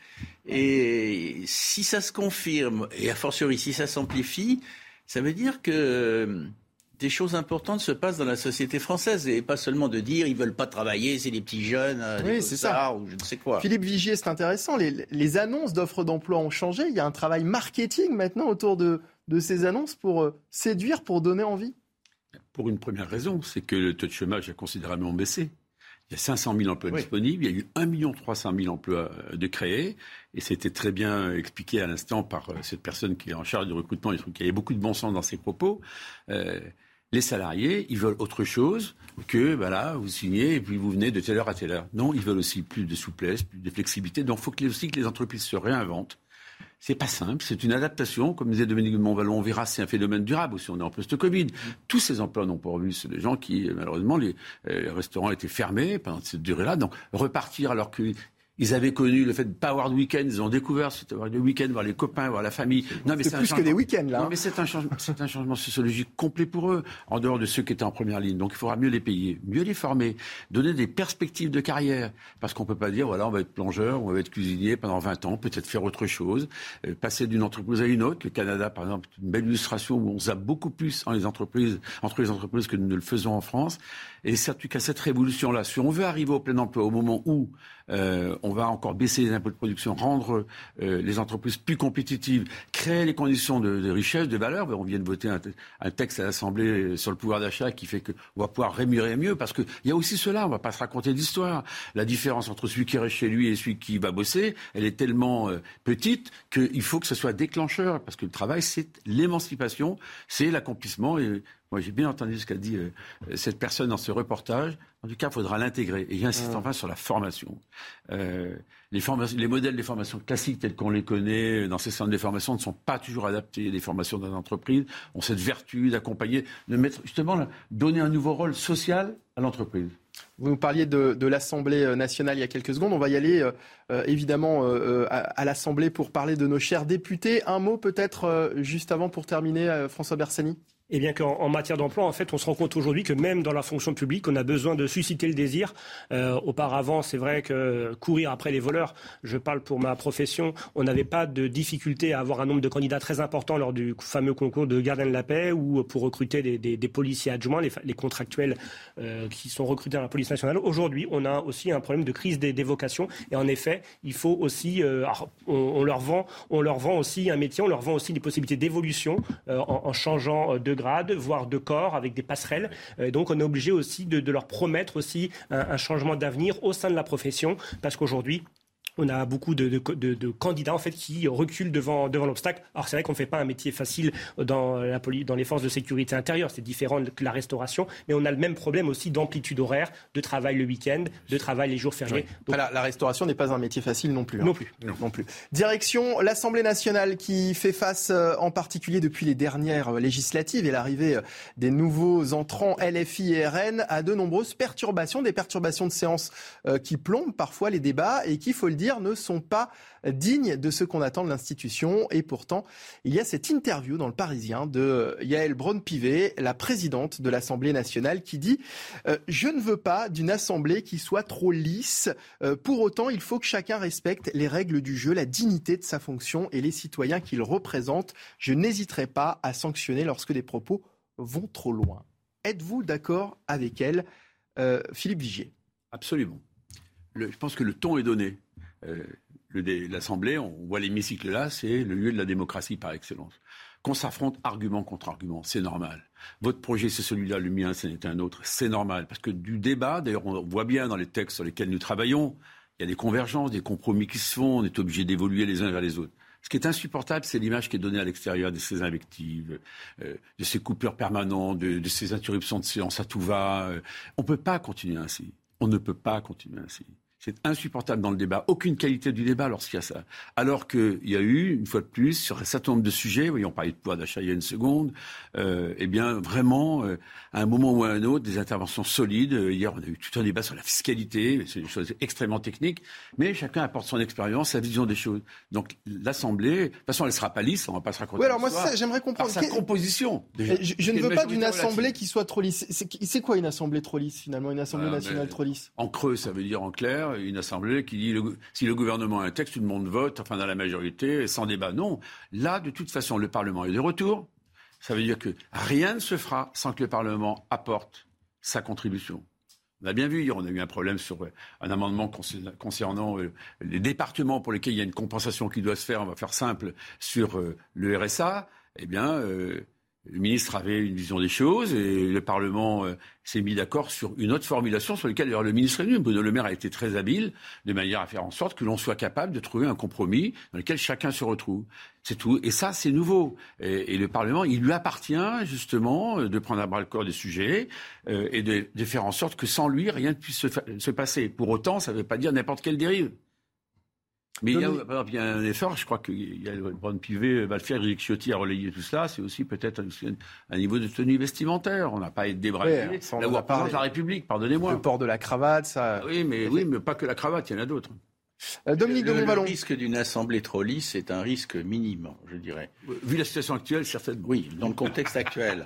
Speaker 14: Et si ça se confirme, et a fortiori si ça s'amplifie, ça veut dire que des choses importantes se passent dans la société française et pas seulement de dire ils veulent pas travailler, c'est des petits jeunes,
Speaker 2: oui, c'est ça.
Speaker 14: Ou je ne sais quoi.
Speaker 2: Philippe Vigier, c'est intéressant. Les annonces d'offres d'emploi ont changé. Il y a un travail marketing maintenant autour de ces annonces pour séduire, pour donner envie.
Speaker 13: Pour une première raison, c'est que le taux de chômage a considérablement baissé. Il y a 500 000 emplois disponibles, il y a eu 1 300 000 emplois de créés, et c'était très bien expliqué à l'instant par cette personne qui est en charge du recrutement. Il trouve qu'il y avait beaucoup de bon sens dans ses propos. Les salariés, ils veulent autre chose que, vous signez et puis vous venez de telle heure à telle heure. Non, ils veulent aussi plus de souplesse, plus de flexibilité. Donc il faut aussi que les entreprises se réinventent. C'est pas simple, c'est une adaptation. Comme disait Dominique de Montvalon, on verra, c'est un phénomène durable aussi. On est en post-Covid. Tous ces emplois non pourvus, c'est des gens qui, malheureusement, les restaurants étaient fermés pendant cette durée-là. Donc, repartir alors qu'ils avaient connu le fait de ne pas avoir de week-end, ils ont découvert cet avoir de week-end, voir les copains, voir la famille.
Speaker 2: Non, mais c'est plus que des week-ends, là.
Speaker 13: Non, mais c'est un changement sociologique complet pour eux, en dehors de ceux qui étaient en première ligne. Donc il faudra mieux les payer, mieux les former, donner des perspectives de carrière. Parce qu'on ne peut pas dire, on va être plongeur, on va être cuisinier pendant 20 ans, peut-être faire autre chose, passer d'une entreprise à une autre. Le Canada, par exemple, est une belle illustration où on zappe beaucoup plus entre les entreprises que nous ne le faisons en France. Et certes qu'à cette révolution-là, si on veut arriver au plein emploi au moment où on va encore baisser les impôts de production, rendre les entreprises plus compétitives, créer les conditions de richesse, de valeur. On vient de voter un texte à l'Assemblée sur le pouvoir d'achat qui fait qu'on va pouvoir rémunérer mieux, parce qu'il y a aussi cela, on ne va pas se raconter d'histoire. La différence entre celui qui reste chez lui et celui qui va bosser, elle est tellement petite qu'il faut que ce soit déclencheur, parce que le travail, c'est l'émancipation, c'est l'accomplissement. Et moi, j'ai bien entendu ce qu'a dit cette personne dans ce reportage. En tout cas, il faudra l'intégrer. Et j'insiste enfin sur la formation. Les modèles des formations classiques tels qu'on les connaît dans ces centres de formation ne sont pas toujours adaptés. Les formations dans l'entreprise ont cette vertu d'accompagner, de mettre justement, donner un nouveau rôle social à l'entreprise.
Speaker 2: Vous nous parliez de l'Assemblée nationale il y a quelques secondes. On va y aller évidemment à l'Assemblée pour parler de nos chers députés. Un mot peut-être juste avant pour terminer, François Bersani.
Speaker 11: Eh bien qu'en matière d'emploi, en fait, on se rend compte aujourd'hui que même dans la fonction publique, on a besoin de susciter le désir. Auparavant, c'est vrai que courir après les voleurs, je parle pour ma profession, on n'avait pas de difficulté à avoir un nombre de candidats très important lors du fameux concours de gardien de la paix ou pour recruter des policiers adjoints, les contractuels qui sont recrutés dans la police nationale. Aujourd'hui, on a aussi un problème de crise des vocations. Et en effet, il faut aussi, on leur vend aussi un métier, on leur vend aussi des possibilités d'évolution en changeant de grade, voire de corps, avec des passerelles. Donc on est obligé aussi de leur promettre aussi un changement d'avenir au sein de la profession, parce qu'aujourd'hui, on a beaucoup de candidats en fait qui reculent devant l'obstacle. Alors c'est vrai qu'on ne fait pas un métier facile dans les forces de sécurité intérieure, c'est différent que la restauration, mais on a le même problème aussi d'amplitude horaire, de travail le week-end, de travail les jours fériés.
Speaker 2: Oui. Donc, la restauration n'est pas un métier facile non plus.
Speaker 11: Non plus.
Speaker 2: Direction l'Assemblée nationale qui fait face en particulier depuis les dernières législatives et l'arrivée des nouveaux entrants LFI et RN à de nombreuses perturbations, des perturbations de séance qui plombent parfois les débats et qui, il faut le dire, ne sont pas dignes de ce qu'on attend de l'institution. Et pourtant, il y a cette interview dans Le Parisien de Yaël Braun-Pivet, la présidente de l'Assemblée nationale, qui dit « Je ne veux pas d'une Assemblée qui soit trop lisse. Pour autant, il faut que chacun respecte les règles du jeu, la dignité de sa fonction et les citoyens qu'il représente. Je n'hésiterai pas à sanctionner lorsque des propos vont trop loin. » Êtes-vous d'accord avec elle, Philippe Vigier ?
Speaker 13: Absolument. Je pense que le ton est donné. L'Assemblée, on voit l'hémicycle là, c'est le lieu de la démocratie par excellence. Qu'on s'affronte argument contre argument, c'est normal. Votre projet, c'est celui-là, le mien, ce n'est un autre, c'est normal. Parce que du débat, d'ailleurs, on voit bien dans les textes sur lesquels nous travaillons, il y a des convergences, des compromis qui se font, on est obligé d'évoluer les uns vers les autres. Ce qui est insupportable, c'est l'image qui est donnée à l'extérieur de ces invectives, de ces coupures permanentes, de ces interruptions de séance à tout va. On ne peut pas continuer ainsi. On ne peut pas continuer ainsi. C'est insupportable dans le débat. Aucune qualité du débat lorsqu'il y a ça. Alors qu'il y a eu, une fois de plus, sur un certain nombre de sujets, on parlait de pouvoir d'achat il y a une seconde, vraiment, à un moment ou à un autre, des interventions solides. Hier, on a eu tout un débat sur la fiscalité, c'est des choses extrêmement techniques, mais chacun apporte son expérience, sa vision des choses. Donc l'Assemblée, de toute façon, elle ne sera pas lisse, on ne va pas se raconter.
Speaker 2: Oui, alors moi, ça, j'aimerais comprendre.
Speaker 13: Par sa composition. Déjà.
Speaker 2: Je ne veux pas d'une Assemblée qui soit trop lisse. C'est quoi une Assemblée trop lisse, finalement, une Assemblée nationale trop lisse? En creux, ça veut dire en clair, une assemblée qui dit si le gouvernement a un texte, tout le monde vote, dans la majorité, sans débat. Non. Là, de toute façon, le Parlement est de retour. Ça veut dire que rien ne se fera sans que le Parlement apporte sa contribution. On a bien vu, hier, on a eu un problème sur un amendement concernant les départements pour lesquels il y a une compensation qui doit se faire, on va faire simple, sur le RSA. Eh bien, le ministre avait une vision des choses et le Parlement s'est mis d'accord sur une autre formulation sur laquelle le ministre est venu. Bruno Le Maire a été très habile de manière à faire en sorte que l'on soit capable de trouver un compromis dans lequel chacun se retrouve. C'est tout. Et ça, c'est nouveau. Et le Parlement, il lui appartient justement de prendre à bras-le-corps des sujets et de faire en sorte que sans lui, rien ne puisse se passer. Pour autant, ça ne veut pas dire n'importe quelle dérive. Mais il y a un effort, je crois qu'il y a le Braun-Pivet va le faire, Éric Ciotti a relayé tout cela, c'est aussi peut-être un niveau de tenue vestimentaire. On n'a pas à être débravé. La présidence de la République, pardonnez-moi. Le port de la cravate, ça...
Speaker 13: Oui, mais pas que la cravate, il y en a d'autres.
Speaker 14: Dominique de Montvalon. Le risque d'une assemblée trop lisse est un risque minime, je dirais.
Speaker 13: Vu la situation actuelle, certainement.
Speaker 14: Oui, dans le contexte actuel.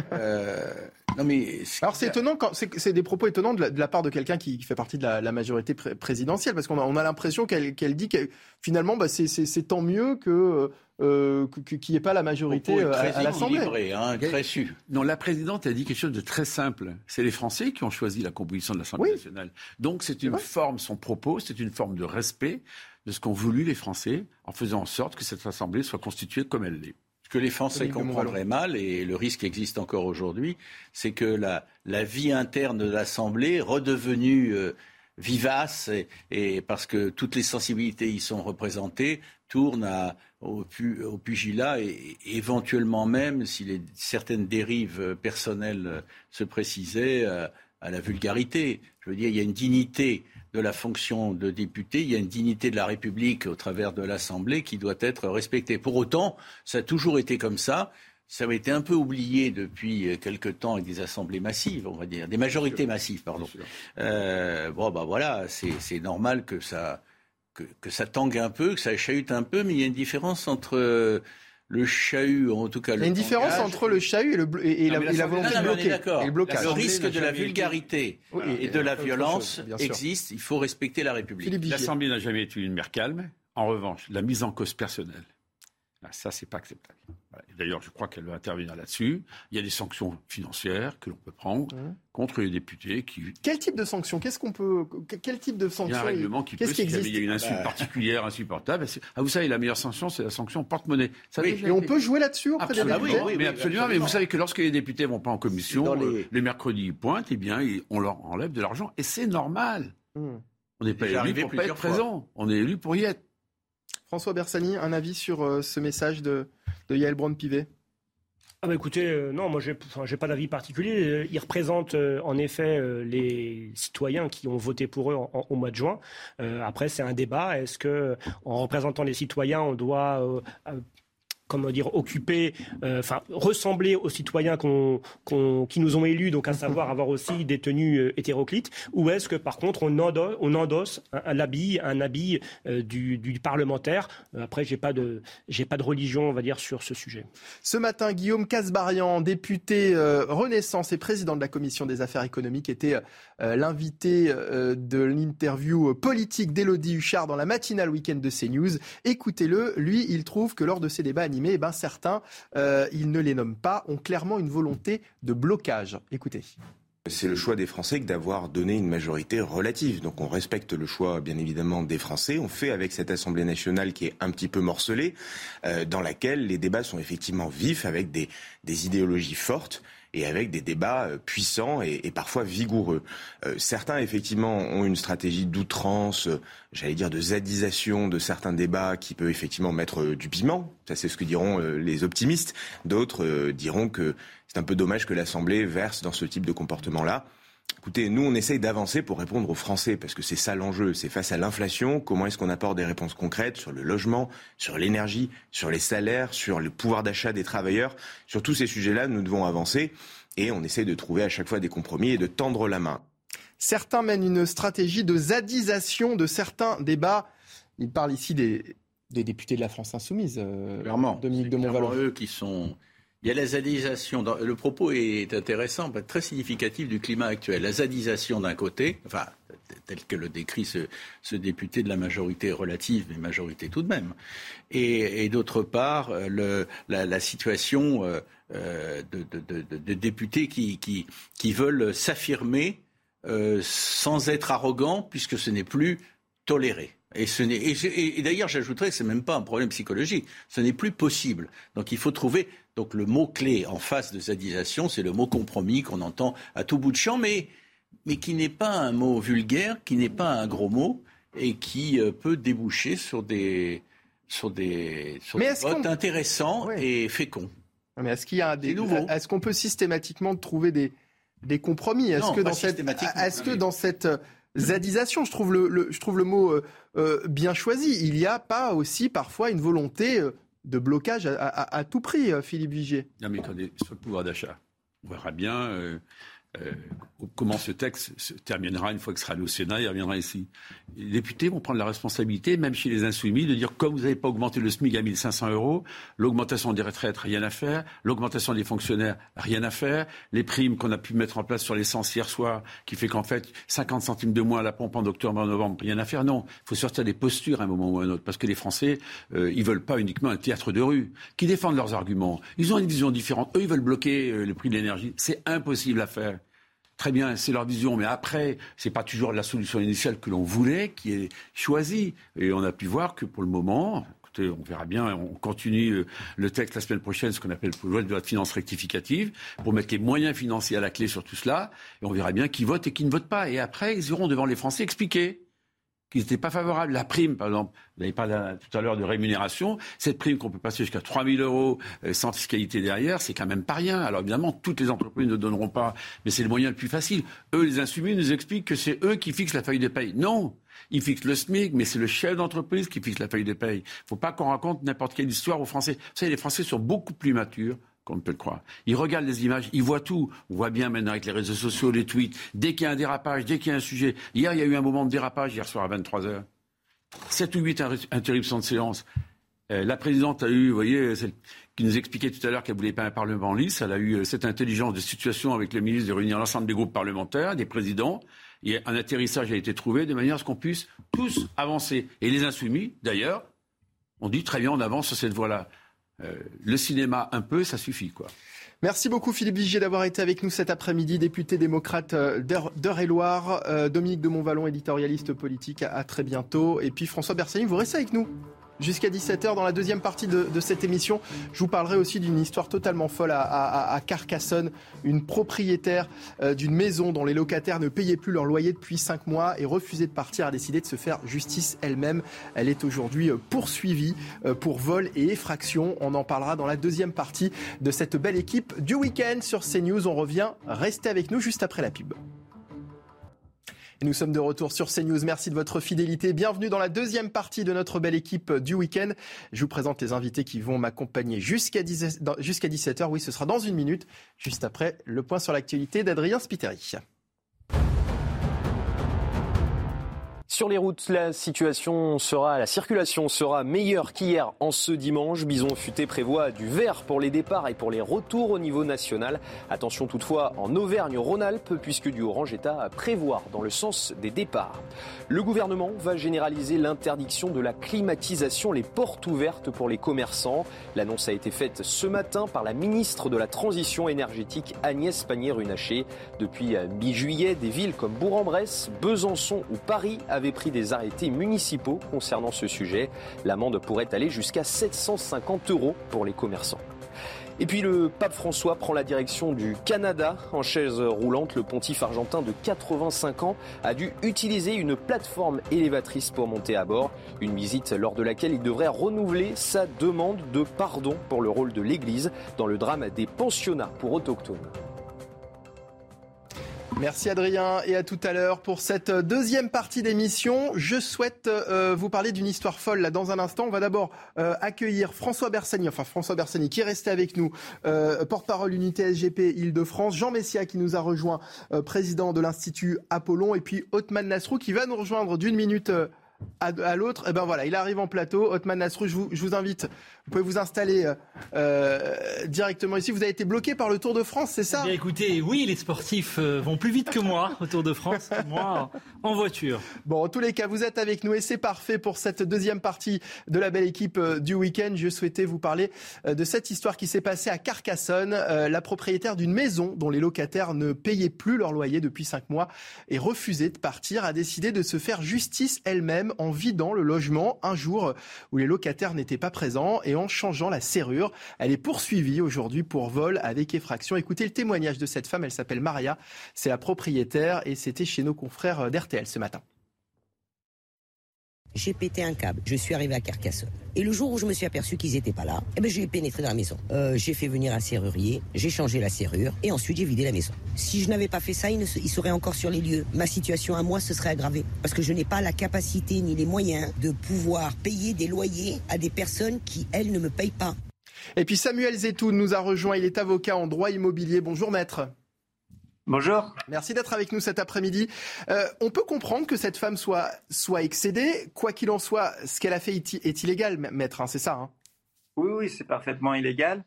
Speaker 2: Alors c'est étonnant, c'est des propos étonnants de la part de quelqu'un qui fait partie de la majorité présidentielle, parce qu'on a l'impression qu'elle dit que finalement c'est tant mieux qu'il n'y ait pas la majorité à l'Assemblée.
Speaker 14: Livré, très su.
Speaker 13: Non, la présidente a dit quelque chose de très simple. C'est les Français qui ont choisi la composition de l'Assemblée nationale. Donc c'est une forme, son propos, c'est une forme de respect de ce qu'ont voulu les Français en faisant en sorte que cette Assemblée soit constituée comme elle l'est.
Speaker 14: Ce que les Français comprendraient mal, et le risque existe encore aujourd'hui, c'est que la vie interne de l'Assemblée, redevenue vivace, et parce que toutes les sensibilités y sont représentées, tourne au pugilat et éventuellement même, si certaines dérives personnelles se précisaient, à la vulgarité. Je veux dire, il y a une dignité de la fonction de député, il y a une dignité de la République au travers de l'Assemblée qui doit être respectée. Pour autant, ça a toujours été comme ça. Ça avait été un peu oublié depuis quelque temps avec des assemblées massives, on va dire, des majorités massives, pardon. Voilà, c'est normal que ça tangue un peu, que ça chahute un peu, mais il y a une différence entre le chahut, en tout cas le.
Speaker 2: Il y a une différence entre le chahut et la volonté de bloquer.
Speaker 14: Et le blocage. Le risque de la vulgarité et de la violence existe. Il faut respecter la République.
Speaker 13: L'Assemblée n'a jamais été une mer calme. En revanche, la mise en cause personnelle, ça, c'est pas acceptable. Voilà. D'ailleurs, je crois qu'elle va intervenir là-dessus. Il y a des sanctions financières que l'on peut prendre contre les députés qui...
Speaker 2: Quel type de sanctions ? Quel type de sanctions ?
Speaker 13: Il y a un règlement qui peut, si jamais il y a une insulte particulière, insupportable. Vous savez, la meilleure sanction, c'est la sanction porte-monnaie.
Speaker 2: Et on peut jouer là-dessus auprès des députés ?
Speaker 13: Oui, absolument. Mais vous savez que lorsque les députés ne vont pas en commission, les mercredis, ils pointent, eh bien, on leur enlève de l'argent. Et c'est normal. On n'est pas élu pour ne pas être présent. On est élu pour y être.
Speaker 2: François Bersani, un avis sur ce message de Yaël Braun-Pivet ?
Speaker 11: Écoutez, non, moi j'ai pas d'avis particulier. Ils représentent en effet les citoyens qui ont voté pour eux au mois de juin. Après, c'est un débat. Est-ce que, en représentant les citoyens, on doit ressembler aux citoyens qui nous ont élus, donc à savoir avoir aussi des tenues hétéroclites, ou est-ce que par contre on endosse un habit du parlementaire. Après, j'ai pas de religion, on va dire, sur ce sujet.
Speaker 2: Ce matin, Guillaume Kasbarian, député Renaissance et président de la commission des affaires économiques, était l'invité de l'interview politique d'Élodie Huchard dans la matinale week-end de CNews. Écoutez-le, lui, il trouve que lors de ces débats animés, certains, ils ne les nomment pas, ont clairement une volonté de blocage. Écoutez.
Speaker 3: C'est le choix des Français que d'avoir donné une majorité relative. Donc on respecte le choix, bien évidemment, des Français. On fait avec cette Assemblée nationale qui est un petit peu morcelée, dans laquelle les débats sont effectivement vifs, avec des idéologies fortes et avec des débats puissants et parfois vigoureux. Certains, effectivement, ont une stratégie d'outrance, j'allais dire de zadisation de certains débats qui peut effectivement mettre du piment. Ça, c'est ce que diront les optimistes. D'autres diront que c'est un peu dommage que l'Assemblée verse dans ce type de comportement-là. Écoutez, nous, on essaye d'avancer pour répondre aux Français, parce que c'est ça l'enjeu. C'est face à l'inflation, comment est-ce qu'on apporte des réponses concrètes sur le logement, sur l'énergie, sur les salaires, sur le pouvoir d'achat des travailleurs. Sur tous ces sujets-là, nous devons avancer et on essaye de trouver à chaque fois des compromis et de tendre la main.
Speaker 2: Certains mènent une stratégie de zadisation de certains débats. Il parle ici des députés de la France Insoumise,
Speaker 14: clairement,
Speaker 2: Dominique de Montvalon.
Speaker 14: Eux qui sont... Il y a la zadisation. Le propos est intéressant, très significatif du climat actuel. La zadisation d'un côté, enfin, tel que le décrit ce député de la majorité relative, mais majorité tout de même. Et d'autre part, la situation de députés qui veulent s'affirmer sans être arrogants, puisque ce n'est plus toléré. Et d'ailleurs, j'ajouterais que ce n'est même pas un problème psychologique. Ce n'est plus possible. Donc il faut trouver... Donc le mot-clé en face de zadisation, c'est le mot compromis qu'on entend à tout bout de champ, mais qui n'est pas un mot vulgaire, qui n'est pas un gros mot, et qui peut déboucher sur des votes intéressants et féconds.
Speaker 2: Mais est-ce qu'il y a est-ce qu'on peut systématiquement trouver des compromis ?
Speaker 14: Non,
Speaker 2: Est-ce que dans cette zadisation, je trouve le mot bien choisi, il n'y a pas aussi parfois une volonté de blocage à tout prix, Philippe Vigier?
Speaker 13: Non, mais attendez, sur le pouvoir d'achat, on verra bien comment ce texte se terminera une fois qu'il sera allé au Sénat et reviendra ici. Les députés vont prendre la responsabilité, même chez les Insoumis, de dire comme vous n'avez pas augmenté le SMIC à 1 500 €, l'augmentation des retraites, rien à faire, l'augmentation des fonctionnaires, rien à faire, les primes qu'on a pu mettre en place sur l'essence hier soir, qui fait qu'en fait 50 centimes de moins à la pompe en octobre, en novembre, rien à faire. Non, il faut sortir des postures à un moment ou à un autre, parce que les Français, ils veulent pas uniquement un théâtre de rue, qui défendent leurs arguments. Ils ont une vision différente. Eux, ils veulent bloquer le prix de l'énergie. C'est impossible à faire. Très bien, c'est leur vision, mais après, c'est pas toujours la solution initiale que l'on voulait qui est choisie. Et on a pu voir que pour le moment, écoutez, on verra bien, on continue le texte la semaine prochaine, ce qu'on appelle le loi de finances rectificative, pour mettre les moyens financiers à la clé sur tout cela, et on verra bien qui vote et qui ne vote pas. Et après, ils iront devant les Français expliquer qu'ils n'étaient pas favorables. La prime, par exemple, vous avez parlé tout à l'heure de rémunération, cette prime qu'on peut passer jusqu'à 3 000 € sans fiscalité derrière, c'est quand même pas rien. Alors évidemment, toutes les entreprises ne donneront pas, mais c'est le moyen le plus facile. Eux, les Insoumis, nous expliquent que c'est eux qui fixent la feuille de paye. Non, ils fixent le SMIC, mais c'est le chef d'entreprise qui fixe la feuille de paye. Il ne faut pas qu'on raconte n'importe quelle histoire aux Français. Vous savez, les Français sont beaucoup plus matures qu'on ne peut le croire. Ils regardent les images, ils voient tout. On voit bien maintenant avec les réseaux sociaux, les tweets. Dès qu'il y a un dérapage, dès qu'il y a un sujet. Hier, il y a eu un moment de dérapage, hier soir à 23h. 7 ou 8 interruptions de séance. La présidente a eu, vous voyez, celle qui nous expliquait tout à l'heure qu'elle ne voulait pas un Parlement lisse. Elle a eu cette intelligence de situation avec le ministre de réunir l'ensemble des groupes parlementaires, des présidents. Et un atterrissage a été trouvé de manière à ce qu'on puisse tous avancer. Et les Insoumis, d'ailleurs, ont dit très bien, on avance sur cette voie-là. Le cinéma, un peu, ça suffit, quoi.
Speaker 2: Merci beaucoup Philippe Vigier d'avoir été avec nous cet après-midi, député démocrate d'Eure-et-Loire. Dominique de Montvalon, éditorialiste politique, à très bientôt. Et puis François Bersani, vous restez avec nous jusqu'à 17h dans la deuxième partie de cette émission. Je vous parlerai aussi d'une histoire totalement folle à Carcassonne. Une propriétaire d'une maison dont les locataires ne payaient plus leur loyer depuis 5 mois et refusaient de partir a décidé de se faire justice elle-même. Elle est aujourd'hui poursuivie pour vol et effraction. On en parlera dans la deuxième partie de cette belle équipe du week-end sur CNews. On revient, restez avec nous juste après la pub. Et nous sommes de retour sur CNews. Merci de votre fidélité. Bienvenue dans la deuxième partie de notre belle équipe du week-end. Je vous présente les invités qui vont m'accompagner jusqu'à 17h. Oui, ce sera dans une minute, juste après le point sur l'actualité d'Adrien Spiteri.
Speaker 18: Sur les routes, la circulation sera meilleure qu'hier en ce dimanche. Bison Futé prévoit du vert pour les départs et pour les retours au niveau national. Attention toutefois en Auvergne-Rhône-Alpes puisque du orange est à prévoir dans le sens des départs. Le gouvernement va généraliser l'interdiction de la climatisation, les portes ouvertes pour les commerçants. L'annonce a été faite ce matin par la ministre de la Transition énergétique Agnès Pannier-Runacher. Depuis mi-juillet, des villes comme Bourg-en-Bresse, Besançon ou Paris avaient pris des arrêtés municipaux concernant ce sujet. L'amende pourrait aller jusqu'à 750 € pour les commerçants. Et puis le pape François prend la direction du Canada. En chaise roulante, le pontife argentin de 85 ans a dû utiliser une plateforme élévatrice pour monter à bord. Une visite lors de laquelle il devrait renouveler sa demande de pardon pour le rôle de l'Église dans le drame des pensionnats pour autochtones.
Speaker 2: Merci Adrien et à tout à l'heure pour cette deuxième partie d'émission. Je souhaite vous parler d'une histoire folle là dans un instant. On va d'abord accueillir François Bersani qui est resté avec nous, porte-parole unité SGP Île-de-France, Jean Messia qui nous a rejoint, président de l'Institut Apollon, et puis Othmane Nasrou qui va nous rejoindre d'une minute à l'autre. Et ben voilà, il arrive en plateau. Othmane Nasrou, je vous invite. Vous pouvez vous installer directement ici. Vous avez été bloqué par le Tour de France, c'est ça ?
Speaker 5: Eh bien, écoutez, oui, les sportifs vont plus vite que moi au Tour de France. Moi, en voiture.
Speaker 2: Bon, en tous les cas, vous êtes avec nous et c'est parfait pour cette deuxième partie de la belle équipe du week-end. Je souhaitais vous parler de cette histoire qui s'est passée à Carcassonne. La propriétaire d'une maison dont les locataires ne payaient plus leur loyer depuis 5 mois et refusaient de partir a décidé de se faire justice elle-même en vidant le logement un jour où les locataires n'étaient pas présents et en changeant la serrure. Elle est poursuivie aujourd'hui pour vol avec effraction. Écoutez le témoignage de cette femme, elle s'appelle Maria, c'est la propriétaire et c'était chez nos confrères d'RTL ce matin.
Speaker 6: J'ai pété un câble, je suis arrivé à Carcassonne. Et le jour où je me suis aperçu qu'ils n'étaient pas là, j'ai pénétré dans la maison. J'ai fait venir un serrurier, j'ai changé la serrure et ensuite j'ai vidé la maison. Si je n'avais pas fait ça, ils seraient encore sur les lieux. Ma situation à moi se serait aggravée parce que je n'ai pas la capacité ni les moyens de pouvoir payer des loyers à des personnes qui, elles, ne me payent pas.
Speaker 2: Et puis Samuel Zetoun nous a rejoint, il est avocat en droit immobilier. Bonjour maître.
Speaker 8: Bonjour.
Speaker 2: Merci d'être avec nous cet après-midi. On peut comprendre que cette femme soit excédée. Quoi qu'il en soit, ce qu'elle a fait est illégal, maître, hein, c'est ça hein ?
Speaker 8: Oui, c'est parfaitement illégal.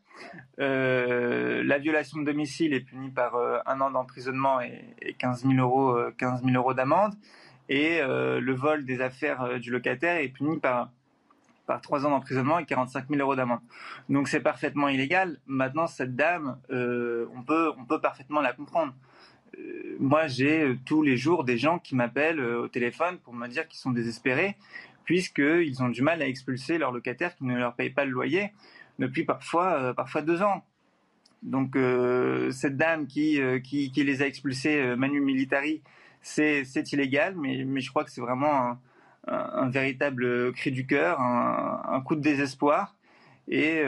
Speaker 8: La violation de domicile est punie par 1 an d'emprisonnement et 15 000 euros d'amende. Et le vol des affaires du locataire est puni par 3 ans d'emprisonnement et 45 000 euros d'amende. Donc c'est parfaitement illégal. Maintenant, cette dame, on peut parfaitement la comprendre. Moi, j'ai tous les jours des gens qui m'appellent au téléphone pour me dire qu'ils sont désespérés, puisqu'ils ont du mal à expulser leurs locataires qui ne leur payent pas le loyer depuis parfois 2 ans. Donc cette dame qui les a expulsés manu militari, c'est illégal, mais je crois que c'est vraiment un véritable cri du cœur, un coup de désespoir, et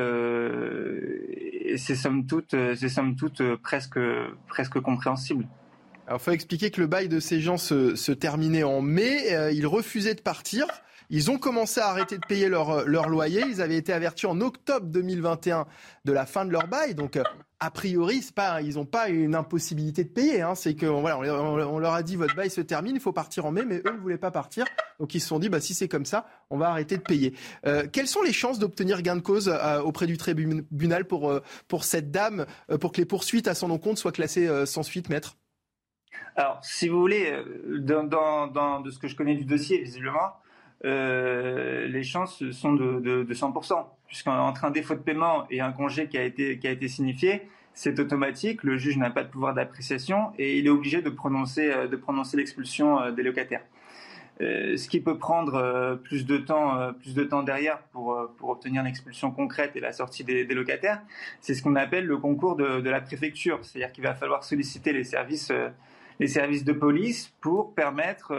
Speaker 8: c'est somme toute presque compréhensible.
Speaker 2: Alors, il faut expliquer que le bail de ces gens se terminait en mai. Ils refusaient de partir. Ils ont commencé à arrêter de payer leur loyer. Ils avaient été avertis en octobre 2021 de la fin de leur bail. Donc, a priori, ils n'ont pas une impossibilité de payer. Hein. C'est que voilà, on leur a dit votre bail se termine, il faut partir en mai, mais eux ne voulaient pas partir. Donc, ils se sont dit si c'est comme ça, on va arrêter de payer. Quelles sont les chances d'obtenir gain de cause auprès du tribunal pour cette dame, pour que les poursuites à son encontre soient classées sans suite, maître ?
Speaker 8: Alors, si vous voulez, de ce que je connais du dossier, visiblement, les chances sont de 100%, puisqu'entre un défaut de paiement et un congé qui a été signifié, c'est automatique, le juge n'a pas de pouvoir d'appréciation et il est obligé de prononcer l'expulsion des locataires. Ce qui peut prendre plus de temps derrière pour obtenir l'expulsion concrète et la sortie des locataires, c'est ce qu'on appelle le concours de la préfecture, c'est-à-dire qu'il va falloir solliciter les services de police pour permettre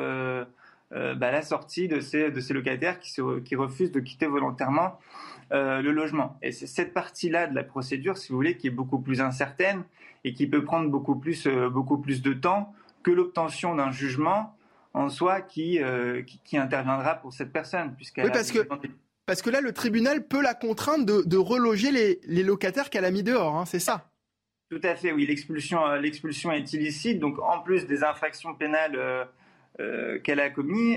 Speaker 8: la sortie de ces locataires qui refusent de quitter volontairement le logement. Et c'est cette partie-là de la procédure, si vous voulez, qui est beaucoup plus incertaine et qui peut prendre beaucoup plus de temps que l'obtention d'un jugement en soi qui interviendra pour cette personne.
Speaker 2: Oui, parce que là, le tribunal peut la contraindre de reloger les locataires qu'elle a mis dehors, hein, c'est ça ?
Speaker 8: Tout à fait, oui. L'expulsion est illicite, donc en plus des infractions pénales qu'elle a commis,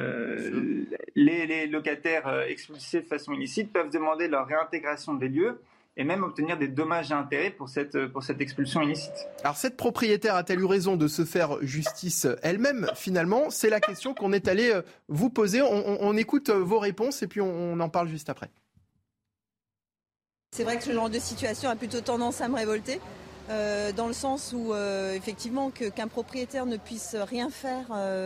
Speaker 8: les locataires expulsés de façon illicite peuvent demander leur réintégration des lieux et même obtenir des dommages et intérêts pour cette expulsion illicite.
Speaker 2: Alors cette propriétaire a-t-elle eu raison de se faire justice elle-même finalement ? C'est la question qu'on est allé vous poser. On écoute vos réponses et puis on en parle juste après.
Speaker 10: C'est vrai que ce genre de situation a plutôt tendance à me révolter. Dans le sens où effectivement qu'un propriétaire ne puisse rien faire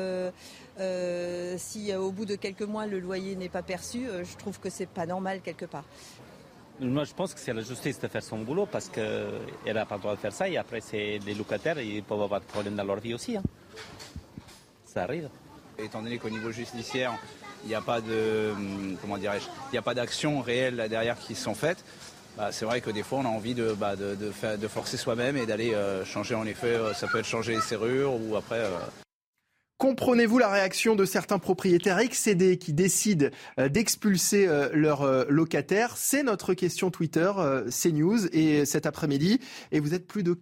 Speaker 10: si au bout de quelques mois le loyer n'est pas perçu, je trouve que c'est pas normal quelque part.
Speaker 15: Moi je pense que c'est la justice de faire son boulot parce qu'elle n'a pas le droit de faire ça et après c'est les locataires, ils peuvent avoir des problèmes dans leur vie aussi. Hein. Ça arrive.
Speaker 26: Étant donné qu'au niveau judiciaire, il n'y a pas de, il n'y a pas d'action réelle là derrière qui sont faites. c'est vrai que des fois, on a envie de forcer soi-même et d'aller changer, en effet, ça peut être changer les serrures ou après...
Speaker 2: Comprenez-vous la réaction de certains propriétaires excédés qui décident d'expulser leurs locataires? C'est notre question Twitter, CNews, et cet après-midi. Et vous êtes plus de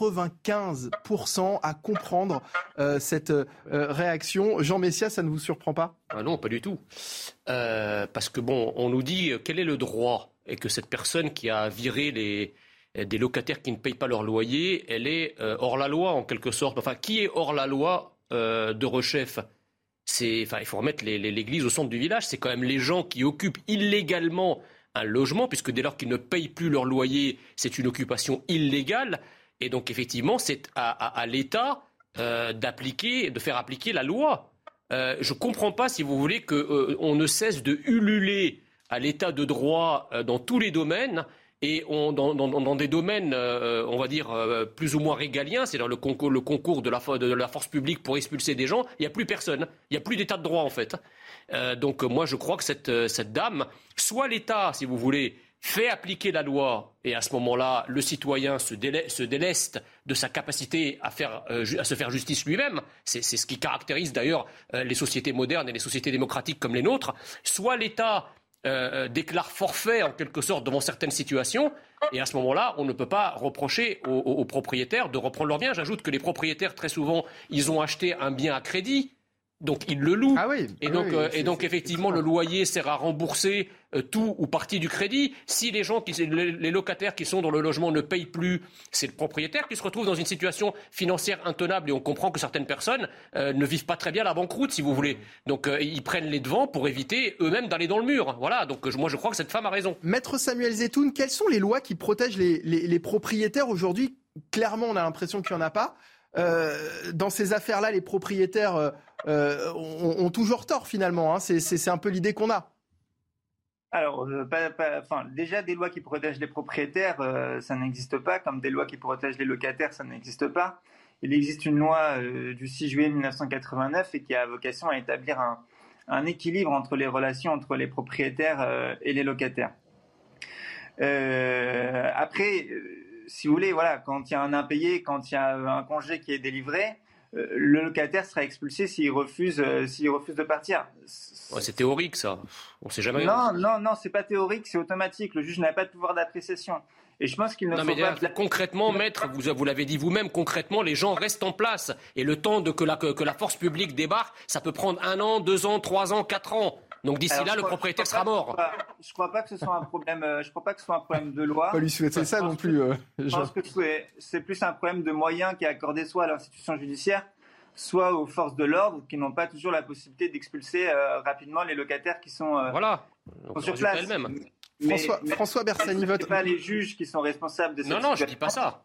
Speaker 2: 95% à comprendre cette réaction. Jean Messia, ça ne vous surprend pas?
Speaker 7: Non, pas du tout. Parce que on nous dit quel est le droit et que cette personne qui a viré des locataires qui ne payent pas leur loyer, elle est hors la loi en quelque sorte. Enfin, qui est hors la loi de Rechef? Il faut remettre l'église au centre du village. C'est quand même les gens qui occupent illégalement un logement, puisque dès lors qu'ils ne payent plus leur loyer, c'est une occupation illégale. Et donc, effectivement, c'est à l'État de faire appliquer la loi. Je ne comprends pas, si vous voulez, qu'on ne cesse de ululer à l'État de droit dans tous les domaines. Et dans des domaines, on va dire, plus ou moins régaliens, c'est-à-dire le concours de la force publique pour expulser des gens, il n'y a plus personne. Il n'y a plus d'état de droit, en fait. Donc moi, je crois que cette dame, soit l'État, si vous voulez, fait appliquer la loi, et à ce moment-là, le citoyen se déleste de sa capacité à se faire justice lui-même. C'est ce qui caractérise d'ailleurs les sociétés modernes et les sociétés démocratiques comme les nôtres. Soit l'État déclare forfait en quelque sorte devant certaines situations, et à ce moment-là, on ne peut pas reprocher aux propriétaires de reprendre leurs biens. J'ajoute que les propriétaires, très souvent, ils ont acheté un bien à crédit, donc ils le louent. Donc effectivement, le loyer sert à rembourser tout ou partie du crédit. Si les locataires qui sont dans le logement ne payent plus, c'est le propriétaire qui se retrouve dans une situation financière intenable, et on comprend que certaines personnes ne vivent pas très bien la banqueroute, si vous voulez. Donc ils prennent les devants pour éviter eux-mêmes d'aller dans le mur. Voilà, donc moi je crois que cette femme a raison.
Speaker 2: Maître Samuel Zetoun, quelles sont les lois qui protègent les propriétaires aujourd'hui? Clairement, on a l'impression qu'il n'y en a pas. Dans ces affaires-là, les propriétaires ont toujours tort finalement. C'est un peu l'idée qu'on a.
Speaker 8: Alors, déjà, des lois qui protègent les propriétaires, ça n'existe pas, comme des lois qui protègent les locataires, ça n'existe pas. Il existe une loi du 6 juillet 1989 et qui a vocation à établir un équilibre entre les relations entre les propriétaires et les locataires. Après, si vous voulez, voilà, quand il y a un impayé, quand il y a un congé qui est délivré, le locataire sera expulsé s'il refuse de partir.
Speaker 7: C'est théorique, ça. On sait jamais.
Speaker 8: Non, c'est pas théorique, c'est automatique. Le juge n'a pas de pouvoir d'appréciation. Et je pense qu'il ne faut pas...
Speaker 7: Concrètement, maître, vous l'avez dit vous-même, concrètement, les gens restent en place. Et le temps que la force publique débarque, ça peut prendre 1 an, 2 ans, 3 ans, 4 ans. Donc d'ici là, le propriétaire sera mort.
Speaker 8: Je crois pas que ce soit un problème. Je crois pas que ce soit un problème de loi.
Speaker 2: Pas lui souhaiter ça non plus.
Speaker 8: Je pense que c'est plus un problème de moyens qui est accordé soit à l'institution judiciaire, soit aux forces de l'ordre qui n'ont pas toujours la possibilité d'expulser rapidement les locataires qui sont sur place.
Speaker 2: François Bersani,
Speaker 8: ce n'est pas les juges qui sont responsables de cette situation.
Speaker 7: Non, je dis pas ça.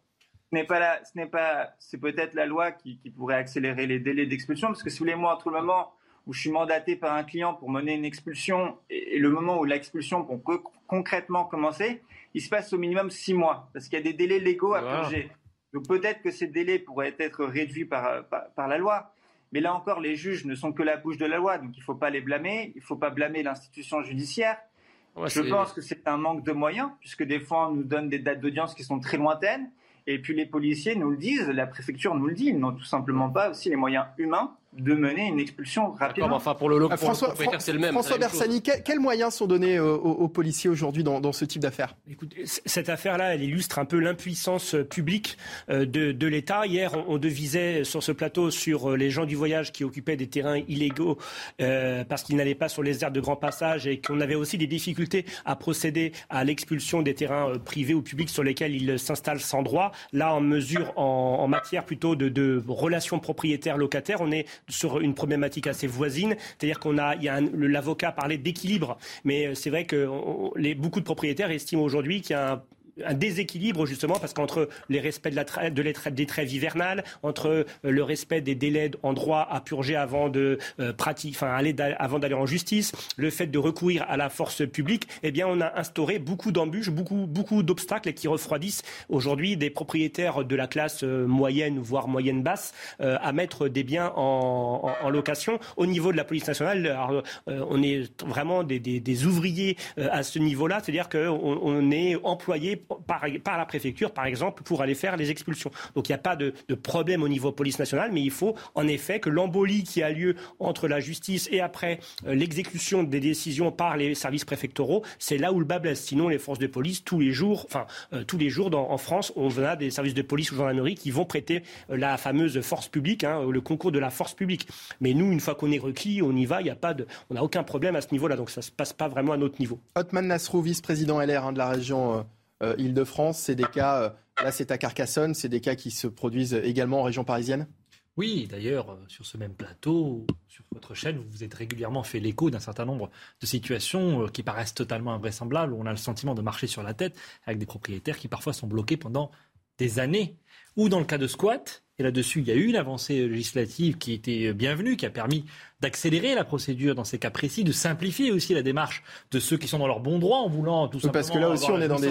Speaker 8: C'est peut-être la loi qui pourrait accélérer les délais d'expulsion, parce que si vous voulez, moi, entre le moment où je suis mandaté par un client pour mener une expulsion et le moment où l'expulsion peut concrètement commencer, il se passe au minimum 6 mois, parce qu'il y a des délais légaux à purger. Donc peut-être que ces délais pourraient être réduits par la loi, mais là encore, les juges ne sont que la bouche de la loi, donc il ne faut pas les blâmer, il ne faut pas blâmer l'institution judiciaire. Je pense que c'est un manque de moyens, puisque des fois on nous donne des dates d'audience qui sont très lointaines, et puis les policiers nous le disent, la préfecture nous le dit, ils n'ont tout simplement pas aussi les moyens humains de mener une expulsion rapidement.
Speaker 7: Enfin, pour le propriétaire, c'est le même.
Speaker 2: François Bersani, quels moyens sont donnés aux policiers aujourd'hui dans ce type d'affaires?
Speaker 11: Écoutez, cette affaire-là, elle illustre un peu l'impuissance publique de l'État. Hier, on devisait sur ce plateau sur les gens du voyage qui occupaient des terrains illégaux parce qu'ils n'allaient pas sur les aires de grand passage et qu'on avait aussi des difficultés à procéder à l'expulsion des terrains privés ou publics sur lesquels ils s'installent sans droit. Là, en mesure, en matière plutôt de relations propriétaires-locataires, on est sur une problématique assez voisine, c'est-à-dire l'avocat parlait d'équilibre, mais c'est vrai que beaucoup de propriétaires estiment aujourd'hui qu'il y a un déséquilibre justement parce qu'entre les respects des trêves hivernales, entre le respect des délais en droit à purger avant d'aller en justice, le fait de recourir à la force publique, eh bien on a instauré beaucoup d'embûches, beaucoup d'obstacles qui refroidissent aujourd'hui des propriétaires de la classe moyenne voire moyenne basse à mettre des biens en location. Au niveau de la police nationale, alors, on est vraiment des ouvriers à ce niveau-là, c'est-à-dire qu'on est employé par la préfecture, par exemple, pour aller faire les expulsions. Donc il n'y a pas de problème au niveau police nationale, mais il faut en effet que l'embolie qui a lieu entre la justice et après l'exécution des décisions par les services préfectoraux, c'est là où le bas blesse. Sinon, les forces de police, tous les jours en France, on a des services de police ou gendarmerie qui vont prêter la fameuse force publique, le concours de la force publique. Mais nous, une fois qu'on est requis, on y va, on n'a aucun problème à ce niveau-là, donc ça ne se passe pas vraiment à notre niveau.
Speaker 2: Othman Nasrou, vice-président LR de la région Île-de-France, c'est des cas, là c'est à Carcassonne, c'est des cas qui se produisent également en région parisienne ?
Speaker 5: Oui, d'ailleurs, sur ce même plateau, sur votre chaîne, vous vous êtes régulièrement fait l'écho d'un certain nombre de situations qui paraissent totalement invraisemblables, où on a le sentiment de marcher sur la tête avec des propriétaires qui parfois sont bloqués pendant des années. Ou dans le cas de squat, et là-dessus, il y a eu une avancée législative qui était bienvenue, qui a permis d'accélérer la procédure dans ces cas précis, de simplifier aussi la démarche de ceux qui sont dans leur bon droit en voulant tout simplement...
Speaker 2: Parce que là aussi, on est dans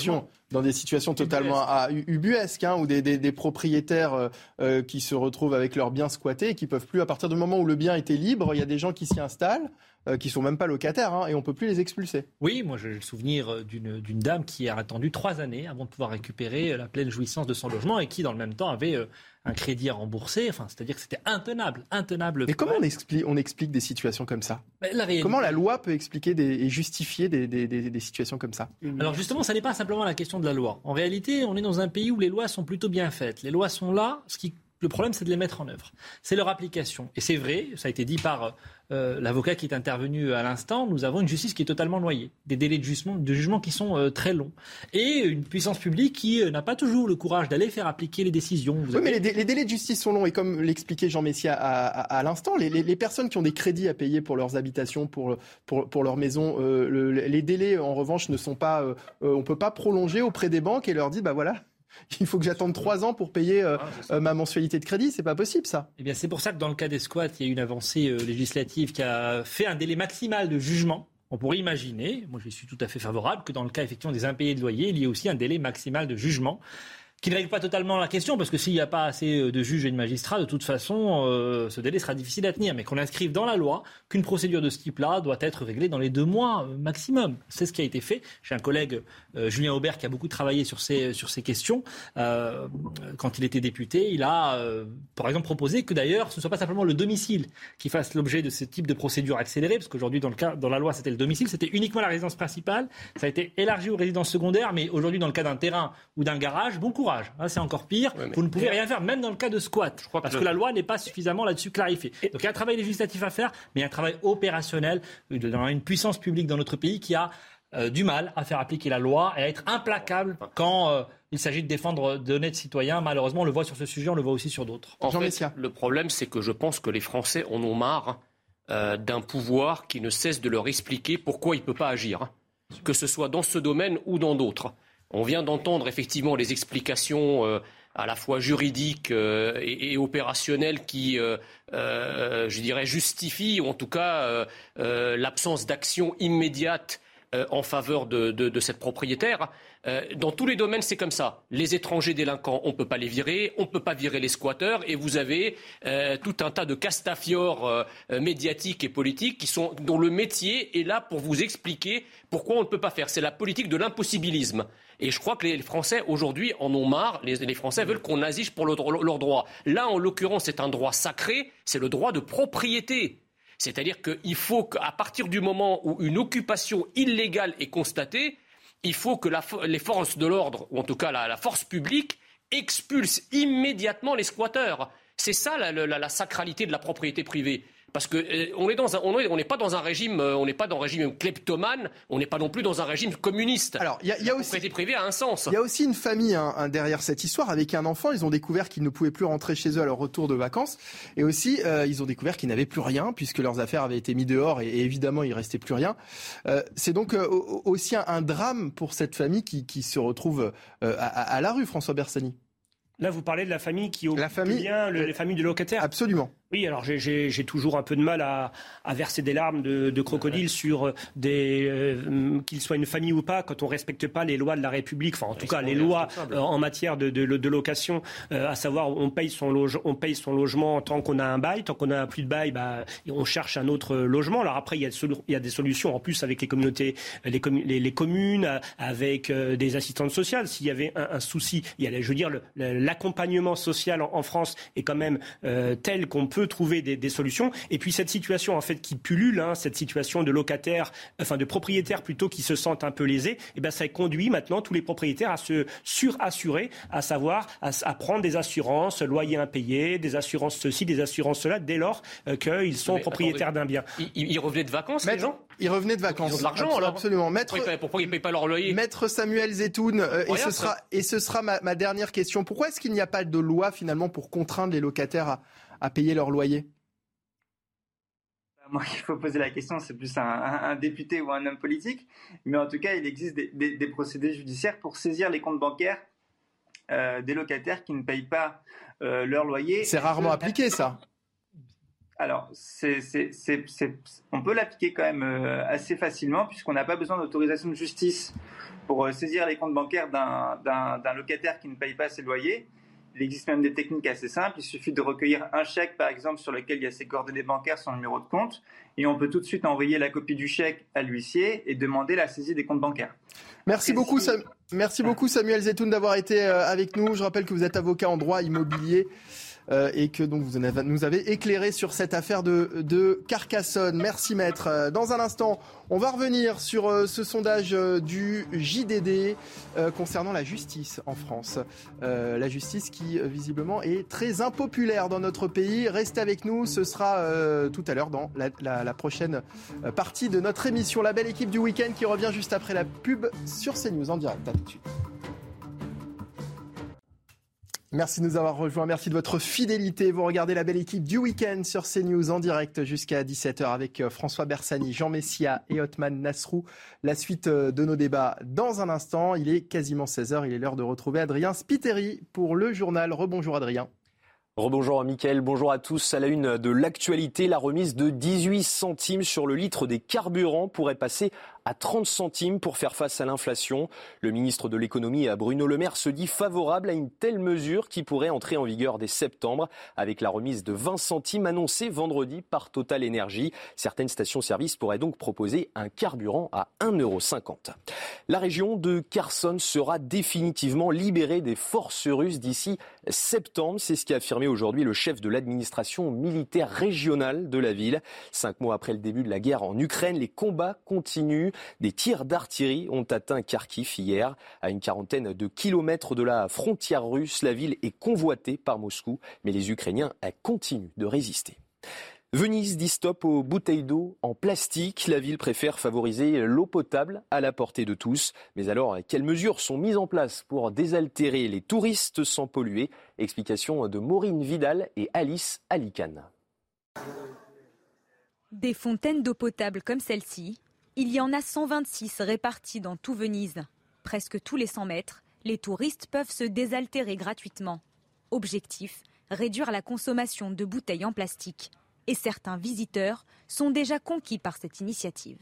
Speaker 2: des situations totalement ubuesques, où des propriétaires qui se retrouvent avec leurs biens squattés et qui peuvent plus, à partir du moment où le bien était libre, il y a des gens qui s'y installent, qui sont même pas locataires, et on peut plus les expulser.
Speaker 5: Oui, moi j'ai le souvenir d'une dame qui a attendu 3 années avant de pouvoir récupérer la pleine jouissance de son logement et qui, dans le même temps, avait un crédit à rembourser. Enfin, c'est-à-dire que c'était intenable. Mais
Speaker 2: comment on explique des situations comme ça ?
Speaker 5: réalité...
Speaker 2: Comment la loi peut expliquer et justifier des situations comme ça ?
Speaker 5: Alors justement, ça n'est pas simplement la question de la loi. En réalité, on est dans un pays où les lois sont plutôt bien faites. Les lois sont là, le problème, c'est de les mettre en œuvre. C'est leur application. Et c'est vrai, ça a été dit par l'avocat qui est intervenu à l'instant, nous avons une justice qui est totalement noyée. Des délais de jugement qui sont très longs. Et une puissance publique qui n'a pas toujours le courage d'aller faire appliquer les décisions.
Speaker 2: Mais les délais de justice sont longs. Et comme l'expliquait Jean Messia à l'instant, les personnes qui ont des crédits à payer pour leurs habitations, pour leur maison, les délais, en revanche, ne sont pas... on ne peut pas prolonger auprès des banques et leur dire, voilà... Il faut que j'attende 3 ans pour payer ma mensualité de crédit, c'est pas possible ça.
Speaker 5: Eh bien, c'est pour ça que dans le cas des squats, il y a eu une avancée législative qui a fait un délai maximal de jugement. On pourrait imaginer, moi je suis tout à fait favorable, que dans le cas effectivement des impayés de loyer, il y ait aussi un délai maximal de jugement qui ne règle pas totalement la question, parce que s'il n'y a pas assez de juges et de magistrats, de toute façon, ce délai sera difficile à tenir. Mais qu'on inscrive dans la loi qu'une procédure de ce type-là doit être réglée dans les 2 mois maximum. C'est ce qui a été fait. J'ai un collègue, Julien Aubert, qui a beaucoup travaillé sur ces questions. Quand il était député, il a, par exemple, proposé que d'ailleurs, ce ne soit pas simplement le domicile qui fasse l'objet de ce type de procédure accélérée, parce qu'aujourd'hui, dans la loi, c'était le domicile, c'était uniquement la résidence principale. Ça a été élargi aux résidences secondaires, mais aujourd'hui, dans le cas d'un terrain ou d'un garage, bon courage. C'est encore pire. Ouais, vous ne pouvez rien faire, même dans le cas de squat, parce que la loi n'est pas suffisamment là-dessus clarifiée. Donc il y a un travail législatif à faire, mais il y a un travail opérationnel dans une puissance publique dans notre pays qui a du mal à faire appliquer la loi et à être implacable quand il s'agit de défendre d'honnêtes citoyens. Malheureusement, on le voit sur ce sujet, on le voit aussi sur d'autres.
Speaker 7: En fait, le problème, c'est que je pense que les Français en ont marre d'un pouvoir qui ne cesse de leur expliquer pourquoi il ne peut pas agir, que ce soit dans ce domaine ou dans d'autres. On vient d'entendre effectivement les explications à la fois juridiques et opérationnelles qui, je dirais, justifient, ou en tout cas l'absence d'action immédiate en faveur de cette propriétaire. Dans tous les domaines, c'est comme ça. Les étrangers délinquants, on ne peut pas les virer, on ne peut pas virer les squatteurs, et vous avez tout un tas de castafiores médiatiques et politiques dont le métier est là pour vous expliquer pourquoi on ne peut pas faire. C'est la politique de l'impossibilisme. Et je crois que les Français, aujourd'hui, en ont marre. Les Français veulent qu'on agisse pour leurs droits. Là, en l'occurrence, c'est un droit sacré, c'est le droit de propriété. C'est-à-dire qu'il faut qu'à partir du moment où une occupation illégale est constatée, il faut que les forces de l'ordre, ou en tout cas la force publique, expulse immédiatement les squatteurs. C'est ça la sacralité de la propriété privée. Parce que on n'est pas dans un régime, on n'est pas dans un régime kleptomane, on n'est pas non plus dans un régime communiste.
Speaker 2: Alors, il y a aussi, la
Speaker 7: propriété privée a un sens.
Speaker 2: Il y a aussi une famille derrière cette histoire avec un enfant. Ils ont découvert qu'ils ne pouvaient plus rentrer chez eux à leur retour de vacances. Et aussi, ils ont découvert qu'ils n'avaient plus rien puisque leurs affaires avaient été mises dehors et évidemment, il restait plus rien. C'est donc aussi un drame pour cette famille qui se retrouve à la rue, François Bersani.
Speaker 11: Là, vous parlez de la famille qui bien les familles de locataires.
Speaker 2: Absolument.
Speaker 11: Oui, alors j'ai toujours un peu de mal à verser des larmes de crocodile sur qu'ils soient une famille ou pas, quand on respecte pas les lois de la République, enfin en tout cas les lois en matière de location, à savoir on paye son logement tant qu'on a un bail, tant qu'on a plus de bail, on cherche un autre logement. Alors après il y a des solutions en plus avec les communautés, les communes, avec des assistantes sociales. S'il y avait un souci, l'accompagnement social en France est quand même tel qu'on peut trouver des solutions. Et puis cette situation en fait qui pullule, cette situation de locataires, de propriétaires plutôt qui se sentent un peu lésés, ça conduit maintenant tous les propriétaires à se surassurer, à savoir à prendre des assurances, loyer impayé, des assurances ceci, des assurances cela, dès lors qu'ils sont propriétaires d'un bien.
Speaker 7: Ils revenaient de vacances, les gens ?
Speaker 2: Ils revenaient de vacances.
Speaker 7: Ils ont de l'argent alors.
Speaker 2: Absolument.
Speaker 7: Pourquoi ils ne payent pas leur loyer ?
Speaker 2: Maître Samuel Zetoun, et ce sera ma dernière question. Pourquoi est-ce qu'il n'y a pas de loi finalement pour contraindre les locataires à payer leur loyer ?
Speaker 8: Moi, il faut poser la question, c'est plus un député ou un homme politique. Mais en tout cas, il existe des procédés judiciaires pour saisir les comptes bancaires des locataires qui ne payent pas leur loyer.
Speaker 2: C'est rarement appliqué, ça.
Speaker 8: Alors, on peut l'appliquer quand même assez facilement puisqu'on n'a pas besoin d'autorisation de justice pour saisir les comptes bancaires d'un locataire qui ne paye pas ses loyers. Il existe même des techniques assez simples. Il suffit de recueillir un chèque, par exemple, sur lequel il y a ses coordonnées bancaires, son numéro de compte, et on peut tout de suite envoyer la copie du chèque à l'huissier et demander la saisie des comptes bancaires.
Speaker 2: Merci beaucoup Samuel Zetoun d'avoir été avec nous. Je rappelle que vous êtes avocat en droit immobilier. Et que donc vous nous avez éclairé sur cette affaire de Carcassonne. Merci maître. Dans un instant, on va revenir sur ce sondage du JDD concernant la justice en France. La justice qui visiblement est très impopulaire dans notre pays. Restez avec nous, ce sera tout à l'heure dans la prochaine partie de notre émission. La belle équipe du week-end qui revient juste après la pub sur CNews en direct. À tout de suite. Merci de nous avoir rejoints, merci de votre fidélité. Vous regardez la belle équipe du week-end sur CNews en direct jusqu'à 17h avec François Bersani, Jean Messia et Othman Nasrou. La suite de nos débats dans un instant. Il est quasiment 16h, il est l'heure de retrouver Adrien Spiteri pour le journal. Rebonjour Adrien.
Speaker 18: Rebonjour Mickaël, bonjour à tous. À la une de l'actualité, la remise de 18 centimes sur le litre des carburants pourrait passer à 30 centimes pour faire face à l'inflation. Le ministre de l'économie, Bruno Le Maire, se dit favorable à une telle mesure qui pourrait entrer en vigueur dès septembre avec la remise de 20 centimes annoncée vendredi par Total Energy. Certaines stations-service pourraient donc proposer un carburant à 1,50 €. La région de Kherson sera définitivement libérée des forces russes d'ici septembre. C'est ce qu'a affirmé aujourd'hui le chef de l'administration militaire régionale de la ville. 5 mois après le début de la guerre en Ukraine, les combats continuent. Des tirs d'artillerie ont atteint Kharkiv hier. À une quarantaine de kilomètres de la frontière russe, la ville est convoitée par Moscou, mais les Ukrainiens continuent de résister. Venise dit stop aux bouteilles d'eau en plastique. La ville préfère favoriser l'eau potable à la portée de tous. Mais alors, quelles mesures sont mises en place pour désaltérer les touristes sans polluer ? Explication de Maureen Vidal et Alice Alicane.
Speaker 12: Des fontaines d'eau potable comme celle-ci, il y en a 126 réparties dans tout Venise. Presque tous les 100 mètres, les touristes peuvent se désaltérer gratuitement. Objectif, réduire la consommation de bouteilles en plastique. Et certains visiteurs sont déjà conquis par cette initiative.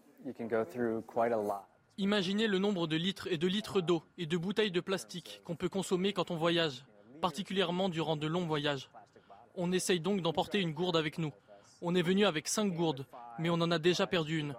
Speaker 16: Imaginez le nombre de litres et de litres d'eau et de bouteilles de plastique qu'on peut consommer quand on voyage, particulièrement durant de longs voyages. On essaye donc d'emporter une gourde avec nous. On est venu avec 5 gourdes, mais on en a déjà perdu une.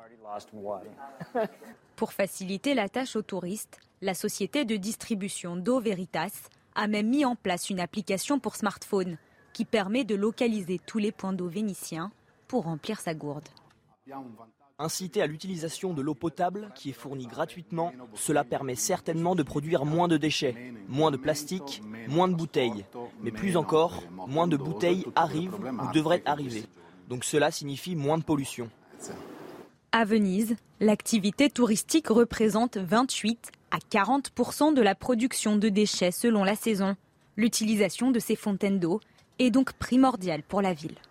Speaker 12: Pour faciliter la tâche aux touristes, la société de distribution d'eau Veritas a même mis en place une application pour smartphone qui permet de localiser tous les points d'eau vénitiens pour remplir sa gourde.
Speaker 17: Inciter à l'utilisation de l'eau potable qui est fournie gratuitement, cela permet certainement de produire moins de déchets, moins de plastique, moins de bouteilles. Mais plus encore, moins de bouteilles arrivent ou devraient arriver. donc cela signifie moins de pollution.
Speaker 12: À Venise, l'activité touristique représente 28 à 40% de la production de déchets selon la saison. L'utilisation de ces fontaines d'eau est donc primordiale pour la ville.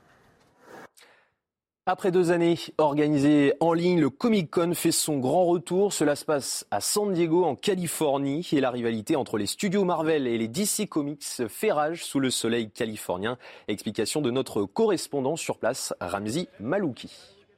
Speaker 18: Après 2 années organisées en ligne, le Comic-Con fait son grand retour. Cela se passe à San Diego, en Californie. Et la rivalité entre les studios Marvel et les DC Comics fait rage sous le soleil californien. Explication de notre correspondant sur place, Ramzi Malouki.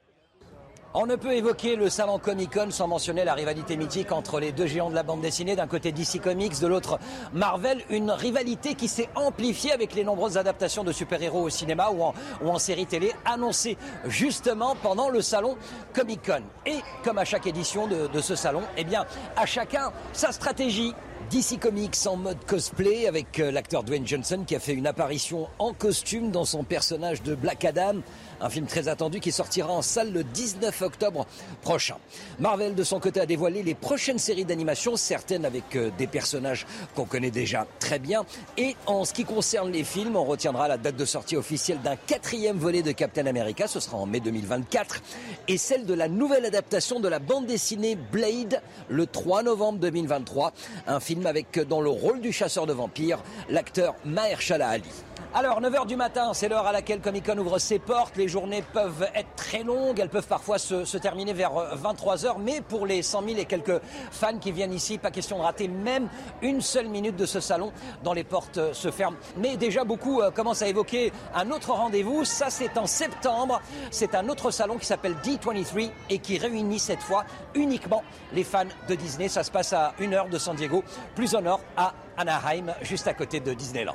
Speaker 1: On ne peut évoquer le salon Comic-Con sans mentionner la rivalité mythique entre les deux géants de la bande dessinée, d'un côté DC Comics, de l'autre Marvel, une rivalité qui s'est amplifiée avec les nombreuses adaptations de super-héros au cinéma ou en série télé annoncées justement pendant le salon Comic-Con. Et comme à chaque édition de ce salon, eh bien, à chacun sa stratégie. DC Comics en mode cosplay avec l'acteur Dwayne Johnson qui a fait une apparition en costume dans son personnage de Black Adam. Un film très attendu qui sortira en salle le 19 octobre prochain. Marvel, de son côté, a dévoilé les prochaines séries d'animation, certaines avec des personnages qu'on connaît déjà très bien. Et en ce qui concerne les films, on retiendra la date de sortie officielle d'un 4e volet de Captain America, ce sera en mai 2024, et celle de la nouvelle adaptation de la bande dessinée Blade, le 3 novembre 2023. Un film avec, dans le rôle du chasseur de vampires, l'acteur Mahershala Ali. Alors, 9h du matin, c'est l'heure à laquelle Comic-Con ouvre ses portes. Les journées peuvent être très longues, elles peuvent parfois se terminer vers 23h. Mais pour les 100 000 et quelques fans qui viennent ici, pas question de rater même une seule minute de ce salon dont les portes se ferment. Mais déjà, beaucoup commencent à évoquer un autre rendez-vous. Ça, c'est en septembre. C'est un autre salon qui s'appelle D23 et qui réunit cette fois uniquement les fans de Disney. Ça se passe à 1 heure de San Diego, plus au nord à Anaheim, juste à côté de Disneyland.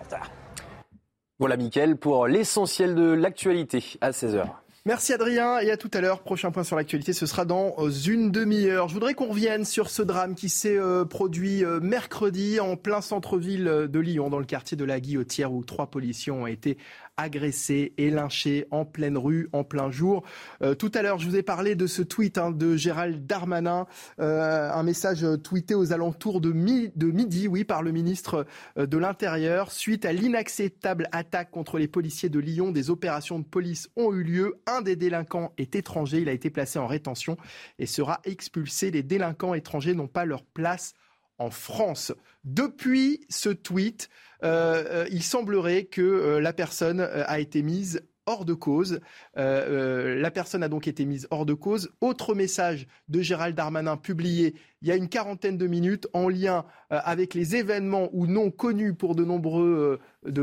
Speaker 18: Voilà, Mickaël, pour l'essentiel de l'actualité à 16h.
Speaker 2: Merci Adrien et à tout à l'heure. Prochain point sur l'actualité, ce sera dans une demi-heure. Je voudrais qu'on revienne sur ce drame qui s'est produit mercredi en plein centre-ville de Lyon, dans le quartier de la Guillotière, où 3 policiers ont été agressés et lynchés en pleine rue, en plein jour. Tout à l'heure, je vous ai parlé de ce tweet de Gérald Darmanin, un message tweeté aux alentours de midi, par le ministre de l'Intérieur. Suite à l'inacceptable attaque contre les policiers de Lyon, des opérations de police ont eu lieu. Un des délinquants est étranger, il a été placé en rétention et sera expulsé. Les délinquants étrangers n'ont pas leur place en France. Depuis ce tweet, il semblerait que la personne a été mise hors de cause. La personne a donc été mise hors de cause. Autre message de Gérald Darmanin publié il y a une quarantaine de minutes en lien avec les événements ou non connus pour de nombreuses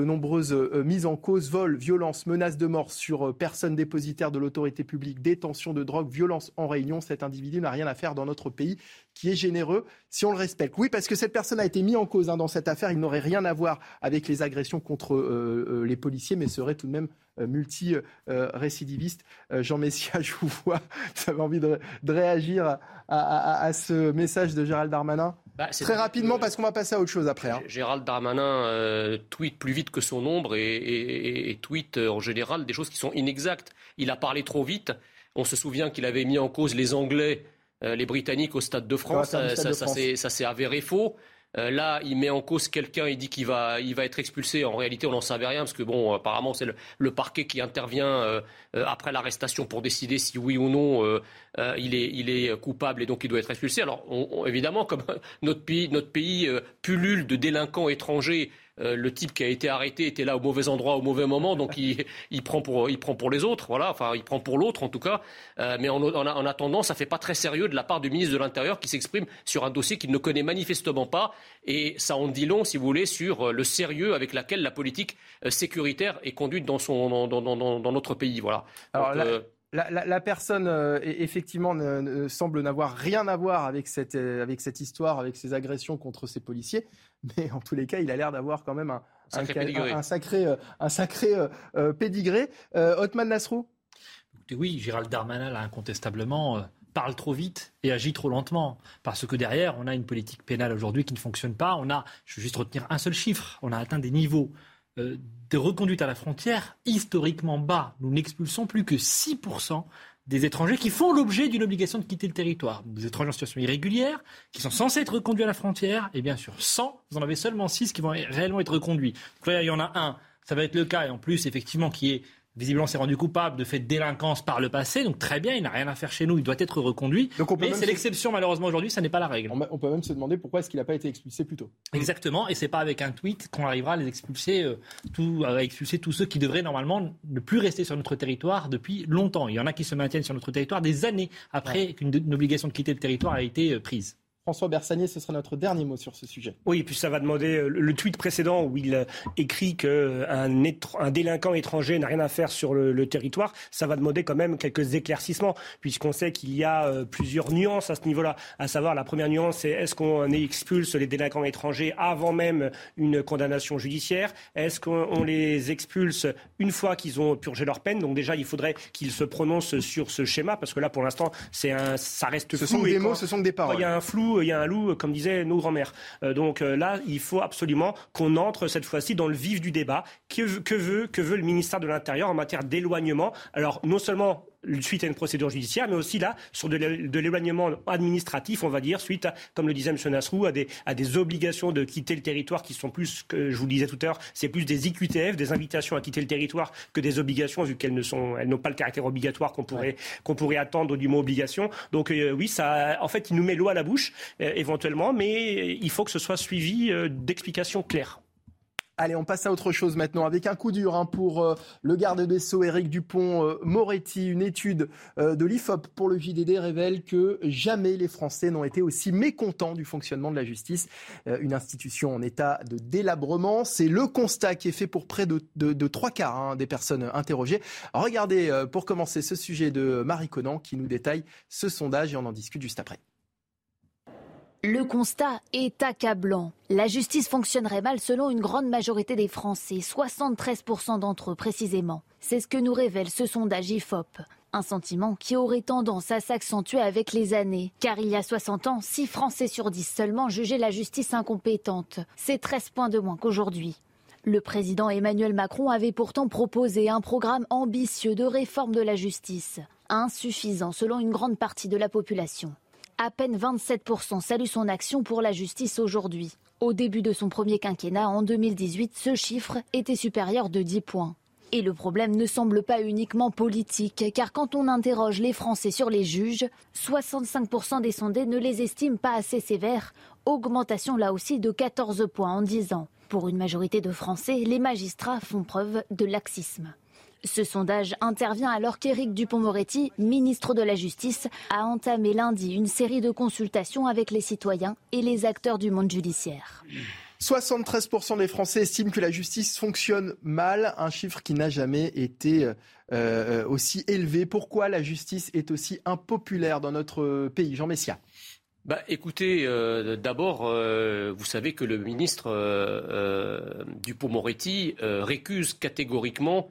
Speaker 2: mises en cause, vols, violences, menaces de mort sur personnes dépositaires de l'autorité publique, détention de drogue, violence en réunion. Cet individu n'a rien à faire dans notre pays qui est généreux si on le respecte. Oui, parce que cette personne a été mise en cause dans cette affaire. Il n'aurait rien à voir avec les agressions contre les policiers, mais serait tout de même multi-récidiviste. Jean Messia, je vous vois, vous avez envie de réagir à ce message de Gérald Darmanin très rapidement, parce qu'on va passer à autre chose après.
Speaker 7: Gérald Darmanin tweet plus vite que son ombre et tweet en général des choses qui sont inexactes. Il a parlé trop vite. On se souvient qu'il avait mis en cause les Anglais, les Britanniques au Stade de France. Ça s'est avéré faux. Là, il met en cause quelqu'un, il dit qu'il va être expulsé. En réalité, on n'en savait rien parce que apparemment, c'est le parquet qui intervient après l'arrestation pour décider si oui ou non il est coupable et donc il doit être expulsé. Alors, évidemment, comme notre pays pullule de délinquants étrangers. Le type qui a été arrêté était là au mauvais endroit au mauvais moment, donc il prend pour les autres, voilà. Enfin, il prend pour l'autre en tout cas. Mais en attendant, ça fait pas très sérieux de la part du ministre de l'Intérieur qui s'exprime sur un dossier qu'il ne connaît manifestement pas. Et ça en dit long, si vous voulez, sur le sérieux avec laquelle la politique sécuritaire est conduite dans notre pays, voilà.
Speaker 2: Alors, donc, la personne, effectivement, semble n'avoir rien à voir avec cette histoire, avec ces agressions contre ces policiers. Mais en tous les cas, il a l'air d'avoir quand même un sacré pédigré. Othman Nasrou.
Speaker 5: Écoutez, oui, Gérald Darmanin, là, incontestablement, parle trop vite et agit trop lentement. Parce que derrière, on a une politique pénale aujourd'hui qui ne fonctionne pas. Je veux juste retenir un seul chiffre, on a atteint des niveaux de reconduite à la frontière historiquement bas. Nous n'expulsons plus que 6% des étrangers qui font l'objet d'une obligation de quitter le territoire. Des étrangers en situation irrégulière, qui sont censés être reconduits à la frontière, et bien sûr 100, vous en avez seulement 6 qui vont réellement être reconduits. Donc là, il y en a un, ça va être le cas, et en plus, effectivement, qui est visiblement s'est rendu coupable de faits de délinquance par le passé, donc très bien, il n'a rien à faire chez nous, il doit être reconduit. Mais c'est l'exception malheureusement aujourd'hui, ça n'est pas la règle.
Speaker 2: On peut même se demander pourquoi est-ce qu'il n'a pas été expulsé plus tôt.
Speaker 5: Exactement, et c'est pas avec un tweet qu'on arrivera à les expulser, expulser tous ceux qui devraient normalement ne plus rester sur notre territoire depuis longtemps. Il y en a qui se maintiennent sur notre territoire des années après qu'une obligation de quitter le territoire a été prise.
Speaker 2: François Bersanier, ce sera notre dernier mot sur ce sujet.
Speaker 11: Oui, puis ça va demander le tweet précédent où il écrit qu'un délinquant étranger n'a rien à faire sur le territoire. Ça va demander quand même quelques éclaircissements, puisqu'on sait qu'il y a plusieurs nuances à ce niveau-là. À savoir, la première nuance, c'est est-ce qu'on expulse les délinquants étrangers avant même une condamnation judiciaire ? Est-ce qu'on les expulse une fois qu'ils ont purgé leur peine ? Donc déjà, il faudrait qu'ils se prononcent sur ce schéma, parce que là, pour l'instant, ça reste flou.
Speaker 2: Ce sont des mots, ce sont des paroles.
Speaker 11: Il y a un flou, il y a un loup, comme disaient nos grands-mères. Donc là, il faut absolument qu'on entre cette fois-ci dans le vif du débat. Que veut le ministère de l'Intérieur en matière d'éloignement ? Alors, non seulement suite à une procédure judiciaire, mais aussi là, sur de l'éloignement administratif, on va dire, suite à, comme le disait M. Nasrou, à des obligations de quitter le territoire qui sont plus, que je vous le disais tout à l'heure, c'est plus des IQTF, des invitations à quitter le territoire, que des obligations, vu qu'elles n'ont pas le caractère obligatoire qu'on pourrait attendre du mot obligation. Donc oui, ça, en fait, il nous met l'eau à la bouche, éventuellement, mais il faut que ce soit suivi d'explications claires.
Speaker 2: Allez, on passe à autre chose maintenant, avec un coup dur pour le garde des Sceaux, Éric Dupond-Moretti. Une étude de l'IFOP pour le JDD révèle que jamais les Français n'ont été aussi mécontents du fonctionnement de la justice. Une institution en état de délabrement. C'est le constat qui est fait pour près de 3 quarts des personnes interrogées. Alors, regardez, pour commencer, ce sujet de Marie Conan qui nous détaille ce sondage et on en discute juste après.
Speaker 4: Le constat est accablant. La justice fonctionnerait mal selon une grande majorité des Français, 73% d'entre eux précisément. C'est ce que nous révèle ce sondage IFOP. Un sentiment qui aurait tendance à s'accentuer avec les années. Car il y a 60 ans, 6 Français sur 10 seulement jugeaient la justice incompétente. C'est 13 points de moins qu'aujourd'hui. Le président Emmanuel Macron avait pourtant proposé un programme ambitieux de réforme de la justice. Insuffisant selon une grande partie de la population. À peine 27% saluent son action pour la justice aujourd'hui. Au début de son premier quinquennat, en 2018, ce chiffre était supérieur de 10 points. Et le problème ne semble pas uniquement politique, car quand on interroge les Français sur les juges, 65% des sondés ne les estiment pas assez sévères, augmentation là aussi de 14 points en 10 ans. Pour une majorité de Français, les magistrats font preuve de laxisme. Ce sondage intervient alors qu'Éric Dupond-Moretti, ministre de la Justice, a entamé lundi une série de consultations avec les citoyens et les acteurs du monde judiciaire.
Speaker 2: 73% des Français estiment que la justice fonctionne mal, un chiffre qui n'a jamais été aussi élevé. Pourquoi la justice est aussi impopulaire dans notre pays ? Jean Messia.
Speaker 7: Écoutez, d'abord, vous savez que le ministre Dupond-Moretti récuse catégoriquement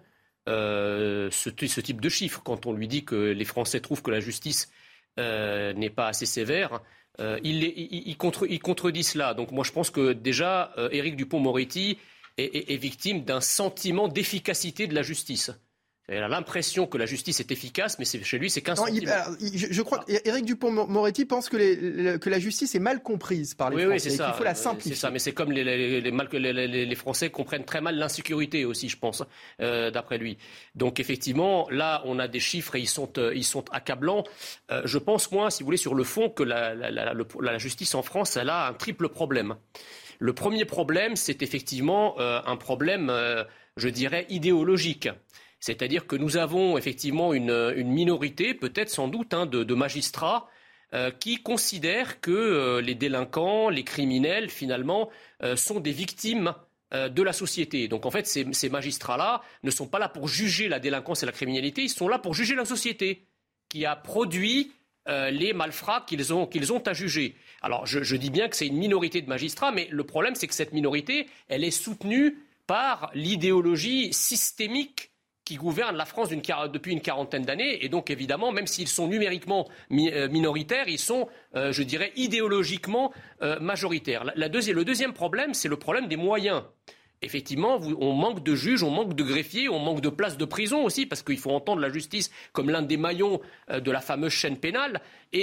Speaker 7: ce type de chiffres. Quand on lui dit que les Français trouvent que la justice n'est pas assez sévère, il contredit cela. Donc moi je pense que déjà Éric Dupond-Moretti est victime d'un sentiment d'efficacité de la justice. Il a l'impression que la justice est efficace, mais chez lui, c'est qu'un sentiment.
Speaker 2: Je crois qu'Éric Dupond-Moretti pense que la justice est mal comprise par les Français,
Speaker 7: c'est ça,
Speaker 2: qu'il faut la simplifier.
Speaker 7: C'est ça, mais c'est comme les Français comprennent très mal l'insécurité aussi, je pense, d'après lui. Donc effectivement, là, on a des chiffres et ils sont accablants. Je pense, moi, si vous voulez, sur le fond, que la justice en France, elle a un triple problème. Le premier problème, c'est effectivement un problème, je dirais, idéologique. C'est-à-dire que nous avons effectivement une minorité, peut-être sans doute, de magistrats qui considèrent que les délinquants, les criminels, finalement, sont des victimes de la société. Donc en fait, ces magistrats-là ne sont pas là pour juger la délinquance et la criminalité, ils sont là pour juger la société qui a produit les malfrats qu'ils ont à juger. Alors je dis bien que c'est une minorité de magistrats, mais le problème c'est que cette minorité, elle est soutenue par l'idéologie systémique qui gouvernent la France depuis une quarantaine d'années. Et donc, évidemment, même s'ils sont numériquement minoritaires, ils sont, je dirais, idéologiquement majoritaires. Le deuxième problème, c'est le problème des moyens. Effectivement, on manque de juges, on manque de greffiers, on manque de places de prison aussi, parce qu'il faut entendre la justice comme l'un des maillons de la fameuse chaîne pénale. Et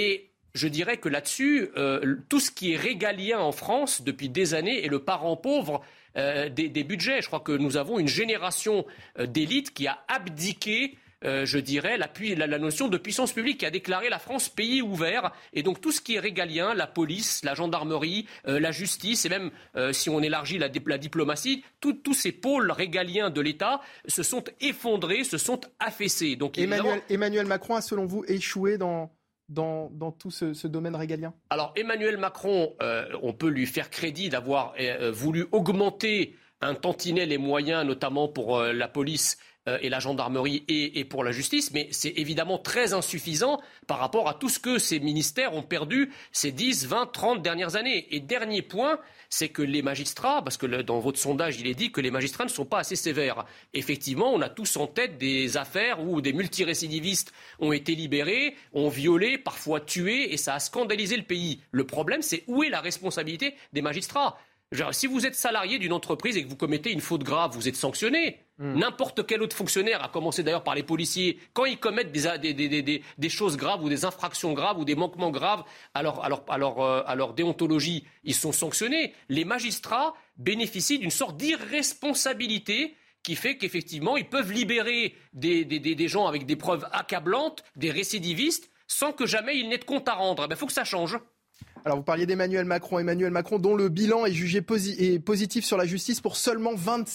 Speaker 7: je dirais que là-dessus, tout ce qui est régalien en France depuis des années est le parent pauvre des budgets. Je crois que nous avons une génération d'élite qui a abdiqué, je dirais, la notion de puissance publique, qui a déclaré la France pays ouvert. Et donc tout ce qui est régalien, la police, la gendarmerie, la justice, et même si on élargit la diplomatie, tous ces pôles régaliens de l'État se sont effondrés, se sont affaissés. Donc,
Speaker 2: Emmanuel Macron a, selon vous, échoué dans tout ce domaine régalien? Alors
Speaker 7: Emmanuel Macron, on peut lui faire crédit d'avoir voulu augmenter un tantinet les moyens, notamment pour la police et la gendarmerie et pour la justice, mais c'est évidemment très insuffisant par rapport à tout ce que ces ministères ont perdu ces 10, 20, 30 dernières années. Et dernier point, c'est que les magistrats, parce que dans votre sondage, il est dit que les magistrats ne sont pas assez sévères. Effectivement, on a tous en tête des affaires où des multirécidivistes ont été libérés, ont violé, parfois tué, et ça a scandalisé le pays. Le problème, c'est où est la responsabilité des magistrats ? Genre, si vous êtes salarié d'une entreprise et que vous commettez une faute grave, vous êtes sanctionné. N'importe quel autre fonctionnaire, à commencer d'ailleurs par les policiers, quand ils commettent des choses graves ou des infractions graves ou des manquements graves à leur déontologie, ils sont sanctionnés. Les magistrats bénéficient d'une sorte d'irresponsabilité qui fait qu'effectivement, ils peuvent libérer des gens avec des preuves accablantes, des récidivistes, sans que jamais ils n'aient de compte à rendre. Il faut que ça change.
Speaker 2: Alors vous parliez d'Emmanuel Macron dont le bilan est jugé positif sur la justice pour seulement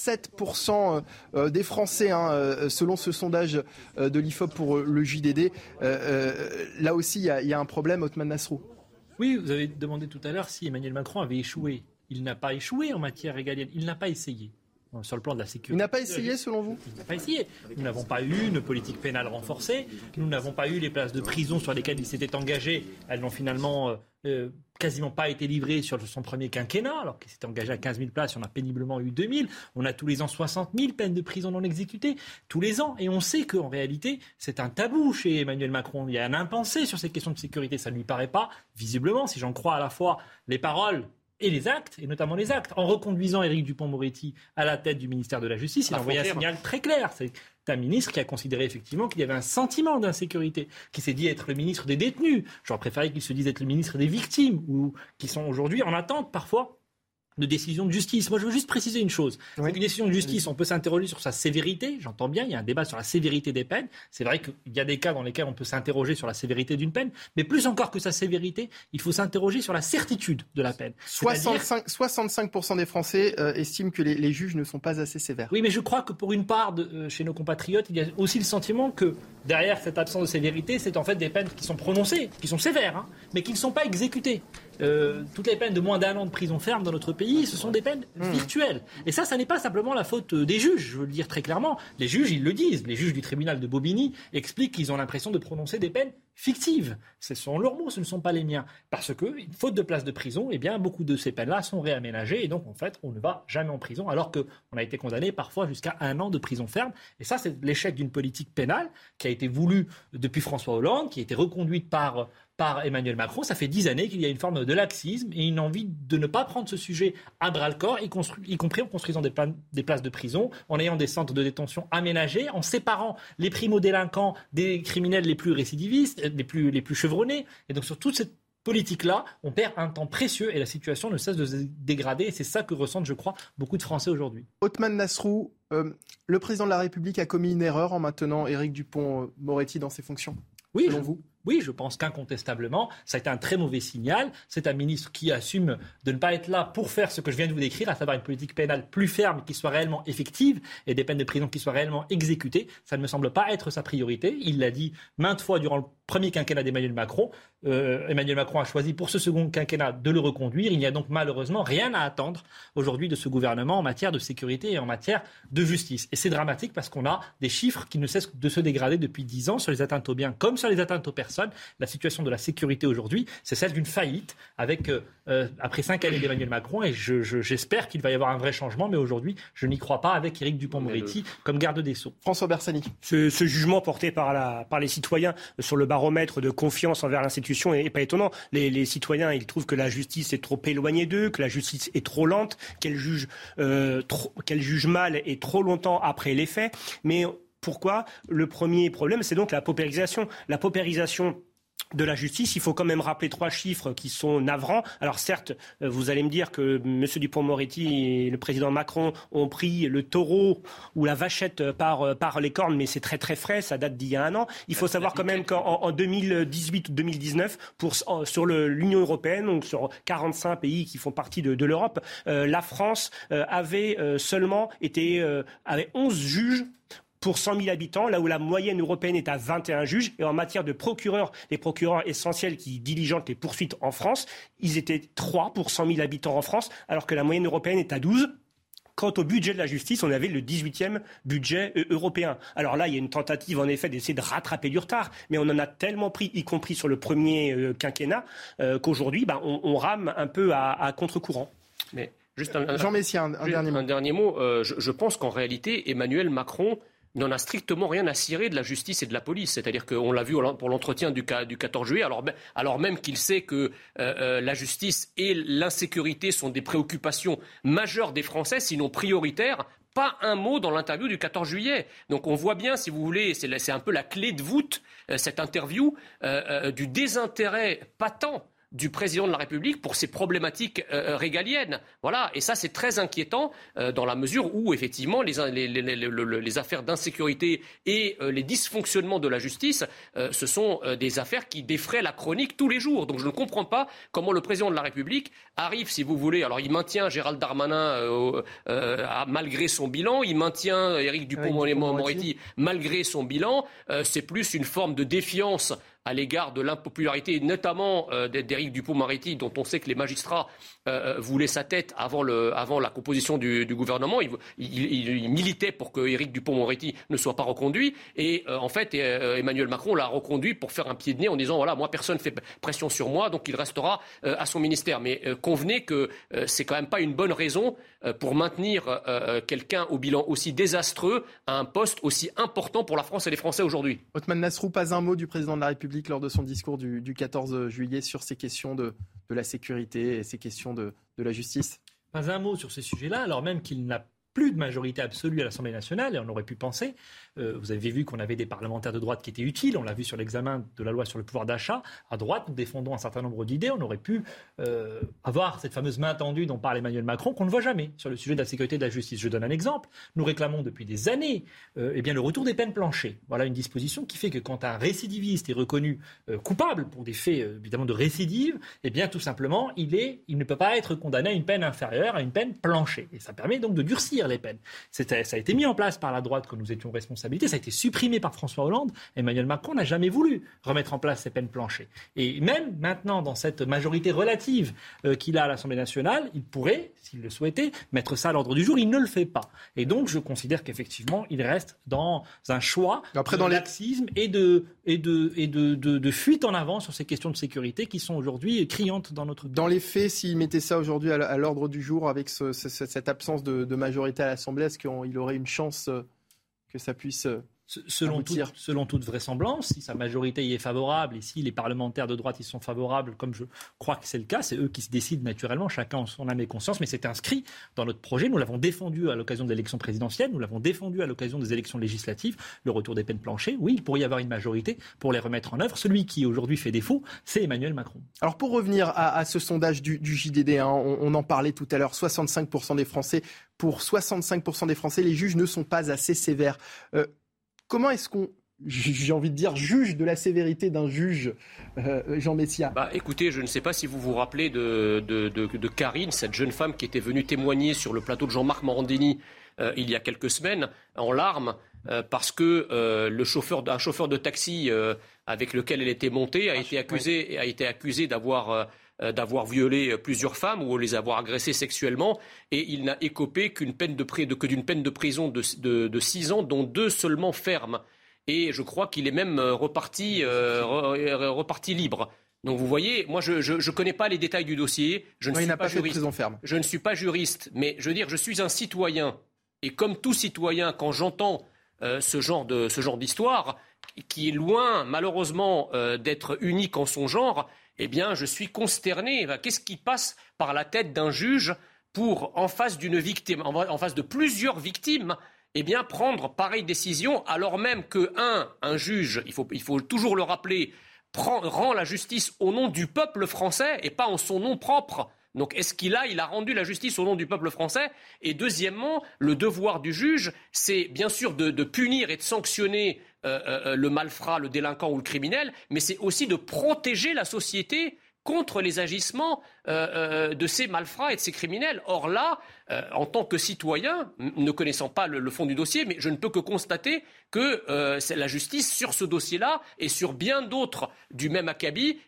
Speaker 2: 27% des Français, selon ce sondage de l'IFOP pour le JDD. Là aussi, il y a un problème, Othman Nasrou.
Speaker 5: Oui, vous avez demandé tout à l'heure si Emmanuel Macron avait échoué. Il n'a pas échoué en matière régalienne, il n'a pas essayé. Sur le plan de la sécurité.
Speaker 2: Il n'a pas essayé, selon vous ?
Speaker 5: Il n'a pas essayé. Nous n'avons pas eu une politique pénale renforcée. Nous n'avons pas eu les places de prison sur lesquelles il s'était engagé. Elles n'ont finalement quasiment pas été livrées sur son premier quinquennat, alors qu'il s'était engagé à 15 000 places. On a péniblement eu 2 000. On a tous les ans 60 000 peines de prison non exécutées. Tous les ans. Et on sait qu'en réalité, c'est un tabou chez Emmanuel Macron. Il y a un impensé sur ces questions de sécurité. Ça ne lui paraît pas, visiblement, si j'en crois à la fois les paroles et les actes, et notamment les actes. En reconduisant Éric Dupond-Moretti à la tête du ministère de la Justice, il a envoyé un signal très clair. C'est un ministre qui a considéré effectivement qu'il y avait un sentiment d'insécurité, qui s'est dit être le ministre des détenus. J'aurais préféré qu'il se dise être le ministre des victimes, ou qui sont aujourd'hui en attente parfois de décision de justice. Moi, je veux juste préciser une chose. Oui. Une décision de justice, on peut s'interroger sur sa sévérité. J'entends bien, il y a un débat sur la sévérité des peines. C'est vrai qu'il y a des cas dans lesquels on peut s'interroger sur la sévérité d'une peine. Mais plus encore que sa sévérité, il faut s'interroger sur la certitude de la peine.
Speaker 2: 65% des Français estiment que les juges ne sont pas assez sévères.
Speaker 5: Oui, mais je crois que pour une part chez nos compatriotes, il y a aussi le sentiment que derrière cette absence de sévérité, c'est en fait des peines qui sont prononcées, qui sont sévères, mais qui ne sont pas exécutées. Toutes les peines de moins d'1 an de prison ferme dans notre pays, ce sont des peines virtuelles. Et ça n'est pas simplement la faute des juges, je veux le dire très clairement. Les juges, ils le disent. Les juges du tribunal de Bobigny expliquent qu'ils ont l'impression de prononcer des peines fictives. Ce sont leurs mots, ce ne sont pas les miens. Parce que, faute de place de prison, eh bien, beaucoup de ces peines-là sont réaménagées. Et donc, en fait, on ne va jamais en prison, alors qu'on a été condamné parfois jusqu'à 1 an de prison ferme. Et ça, c'est l'échec d'une politique pénale qui a été voulue depuis François Hollande, qui a été reconduite par Emmanuel Macron. Ça fait 10 années qu'il y a une forme de laxisme et une envie de ne pas prendre ce sujet à bras-le-corps, y compris en construisant des places de prison, en ayant des centres de détention aménagés, en séparant les primo-délinquants des criminels les plus récidivistes, les plus chevronnés. Et donc sur toute cette politique-là, on perd un temps précieux et la situation ne cesse de se dégrader. Et c'est ça que ressentent, je crois, beaucoup de Français aujourd'hui.
Speaker 2: Othman Nasrou, le président de la République a commis une erreur en maintenant Éric Dupond-Moretti dans ses fonctions, selon vous ?
Speaker 5: Oui, je pense qu'incontestablement, ça a été un très mauvais signal. C'est un ministre qui assume de ne pas être là pour faire ce que je viens de vous décrire, à savoir une politique pénale plus ferme, qui soit réellement effective, et des peines de prison qui soient réellement exécutées. Ça ne me semble pas être sa priorité. Il l'a dit maintes fois durant le premier quinquennat d'Emmanuel Macron. Emmanuel Macron a choisi pour ce second quinquennat de le reconduire. Il n'y a donc malheureusement rien à attendre aujourd'hui de ce gouvernement en matière de sécurité et en matière de justice. Et c'est dramatique parce qu'on a des chiffres qui ne cessent de se dégrader depuis 10 ans sur les atteintes aux biens comme sur les atteintes aux personnes. La situation de la sécurité aujourd'hui, c'est celle d'une faillite avec, après 5 années d'Emmanuel Macron, et j'espère qu'il va y avoir un vrai changement, mais aujourd'hui, je n'y crois pas avec Éric Dupond-Moretti comme garde des Sceaux.
Speaker 2: François Bersani.
Speaker 11: Ce jugement porté par les citoyens sur le baromètre de confiance envers l'institution n'est pas étonnant. Les citoyens, ils trouvent que la justice est trop éloignée d'eux, que la justice est trop lente, qu'elle juge mal et trop longtemps après les faits. Mais pourquoi ? Le premier problème, c'est donc la paupérisation. La paupérisation de la justice, il faut quand même rappeler 3 chiffres qui sont navrants. Alors certes, vous allez me dire que M. Dupond-Moretti et le président Macron ont pris le taureau ou la vachette par les cornes, mais c'est très très frais, ça date d'il y a un an. Il faut savoir quand même qu'en 2018 ou 2019, sur l'Union européenne, donc sur 45 pays qui font partie de l'Europe, la France avait seulement avait 11 juges pour 100 000 habitants, là où la moyenne européenne est à 21 juges. Et en matière de procureurs, les procureurs essentiels qui diligentent les poursuites en France, ils étaient 3 pour 100 000 habitants en France, alors que la moyenne européenne est à 12. Quant au budget de la justice, on avait le 18e budget européen. Alors là, il y a une tentative, en effet, d'essayer de rattraper du retard, mais on en a tellement pris, y compris sur le premier quinquennat, qu'aujourd'hui, on rame un peu à contre-courant.
Speaker 7: Mais juste
Speaker 2: Jean Messia, un
Speaker 7: dernier mot. Je pense qu'en réalité, Emmanuel Macron n'en a strictement rien à cirer de la justice et de la police. C'est-à-dire qu'on l'a vu pour l'entretien du 14 juillet, alors même qu'il sait que la justice et l'insécurité sont des préoccupations majeures des Français, sinon prioritaires. Pas un mot dans l'interview du 14 juillet. Donc on voit bien, si vous voulez, c'est un peu la clé de voûte, cette interview, du désintérêt patent du président de la République pour ces problématiques régaliennes. Voilà, et ça c'est très inquiétant dans la mesure où effectivement les affaires d'insécurité et les dysfonctionnements de la justice, ce sont des affaires qui défraient la chronique tous les jours. Donc je ne comprends pas comment le président de la République arrive, si vous voulez, alors il maintient Gérald Darmanin malgré son bilan, il maintient Éric Dupond-Moretti malgré son bilan, c'est plus une forme de défiance à l'égard de l'impopularité, notamment d'Éric Dupond-Moretti, dont on sait que les magistrats voulaient sa tête avant la composition du gouvernement. Il militait pour que Éric Dupond-Moretti ne soit pas reconduit. Et en fait, Emmanuel Macron l'a reconduit pour faire un pied de nez en disant, voilà, moi, personne ne fait pression sur moi, donc il restera à son ministère. Mais convenez que c'est quand même pas une bonne raison pour maintenir quelqu'un au bilan aussi désastreux à un poste aussi important pour la France et les Français aujourd'hui.
Speaker 2: Othmane Nasrou, pas un mot du président de la République lors de son discours du 14 juillet sur ces questions de la sécurité et ces questions de la justice.
Speaker 5: Pas un mot sur ces sujets-là, alors même qu'il n'a plus de majorité absolue à l'Assemblée nationale, et on aurait pu penser, vous avez vu qu'on avait des parlementaires de droite qui étaient utiles, on l'a vu sur l'examen de la loi sur le pouvoir d'achat, à droite nous défendons un certain nombre d'idées, on aurait pu avoir cette fameuse main tendue dont parle Emmanuel Macron qu'on ne voit jamais sur le sujet de la sécurité et de la justice. Je donne un exemple, nous réclamons depuis des années le retour des peines planchées. Voilà une disposition qui fait que quand un récidiviste est reconnu coupable pour des faits évidemment de récidive, tout simplement il ne peut pas être condamné à une peine inférieure à une peine planchée. Et ça permet donc de durcir les peines. Ça a été mis en place par la droite quand nous étions responsabilités, ça a été supprimé par François Hollande. Emmanuel Macron n'a jamais voulu remettre en place ces peines planchées. Et même maintenant, dans cette majorité relative qu'il a à l'Assemblée nationale, il pourrait, s'il le souhaitait, mettre ça à l'ordre du jour. Il ne le fait pas. Et donc, je considère qu'effectivement, il reste dans un choix de laxisme et de fuite en avant sur ces questions de sécurité qui sont aujourd'hui criantes dans notre pays.
Speaker 2: Dans les faits, s'il mettait ça aujourd'hui à l'ordre du jour avec cette absence de majorité à l'Assemblée, est-ce qu'il aurait une chance que ça puisse
Speaker 5: selon toute vraisemblance, si sa majorité y est favorable et si les parlementaires de droite y sont favorables, comme je crois que c'est le cas, c'est eux qui se décident naturellement, chacun en son âme et conscience, mais c'est inscrit dans notre projet. Nous l'avons défendu à l'occasion de l'élection présidentielle, nous l'avons défendu à l'occasion des élections législatives, le retour des peines planchées. Oui, il pourrait y avoir une majorité pour les remettre en œuvre. Celui qui aujourd'hui fait défaut, c'est Emmanuel Macron.
Speaker 2: Alors pour revenir à ce sondage du JDD, on en parlait tout à l'heure, 65% des Français, pour 65% des Français, les juges ne sont pas assez sévères. Comment est-ce qu'on, j'ai envie de dire, juge de la sévérité d'un juge, Jean Messia?
Speaker 7: Écoutez, je ne sais pas si vous vous rappelez de Karine, cette jeune femme qui était venue témoigner sur le plateau de Jean-Marc Morandini il y a quelques semaines, en larmes, parce que un chauffeur de taxi avec lequel elle était montée a été accusé d'avoir violé plusieurs femmes ou les avoir agressées sexuellement, et il n'a écopé que d'une peine de prison de 6 ans, dont 2 seulement fermes. Et je crois qu'il est même reparti libre. Donc vous voyez, moi je ne connais pas les détails du dossier, je ne suis pas juriste. Je ne suis pas juriste, mais je veux dire, je suis un citoyen. Et comme tout citoyen, quand j'entends ce genre d'histoire, qui est loin malheureusement d'être unique en son genre, eh bien, je suis consterné. Qu'est-ce qui passe par la tête d'un juge pour, en face d'une victime, en face de plusieurs victimes, eh bien, prendre pareille décision, alors même que, un juge, il faut toujours le rappeler, rend la justice au nom du peuple français et pas en son nom propre. Donc est-ce qu'il a rendu la justice au nom du peuple français? Et deuxièmement, le devoir du juge, c'est bien sûr de punir et de sanctionner le malfrat, le délinquant ou le criminel, mais c'est aussi de protéger la société contre les agissements de ces malfrats et de ces criminels. Or là, en tant que citoyen, ne connaissant pas le fond du dossier, mais je ne peux que constater que la justice, sur ce dossier-là et sur bien d'autres du même acabit,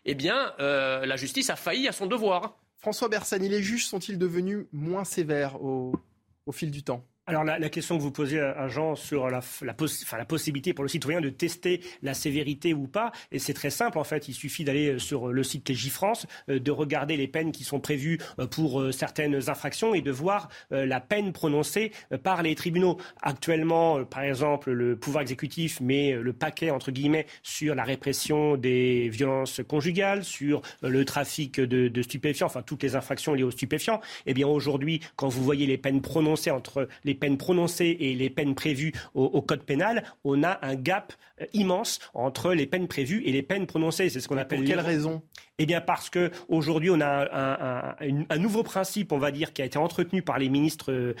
Speaker 7: la justice a failli à son devoir.
Speaker 2: François Bersani, les juges sont-ils devenus moins sévères au fil du temps ?
Speaker 11: Alors la question que vous posez à Jean sur la possibilité pour le citoyen de tester la sévérité ou pas, et c'est très simple en fait, il suffit d'aller sur le site Légifrance, de regarder les peines qui sont prévues pour certaines infractions et de voir la peine prononcée par les tribunaux. Actuellement, par exemple, le pouvoir exécutif met le paquet entre guillemets sur la répression des violences conjugales, sur le trafic de stupéfiants, enfin toutes les infractions liées aux stupéfiants. Eh bien aujourd'hui, quand vous voyez les peines prononcées entre les peines prononcées et les peines prévues au code pénal, on a un gap immense entre les peines prévues et les peines prononcées. C'est ce qu'on appelle.
Speaker 2: Pour quelle raison ?
Speaker 11: Eh bien parce que aujourd'hui on a un nouveau principe, on va dire, qui a été entretenu par les ministres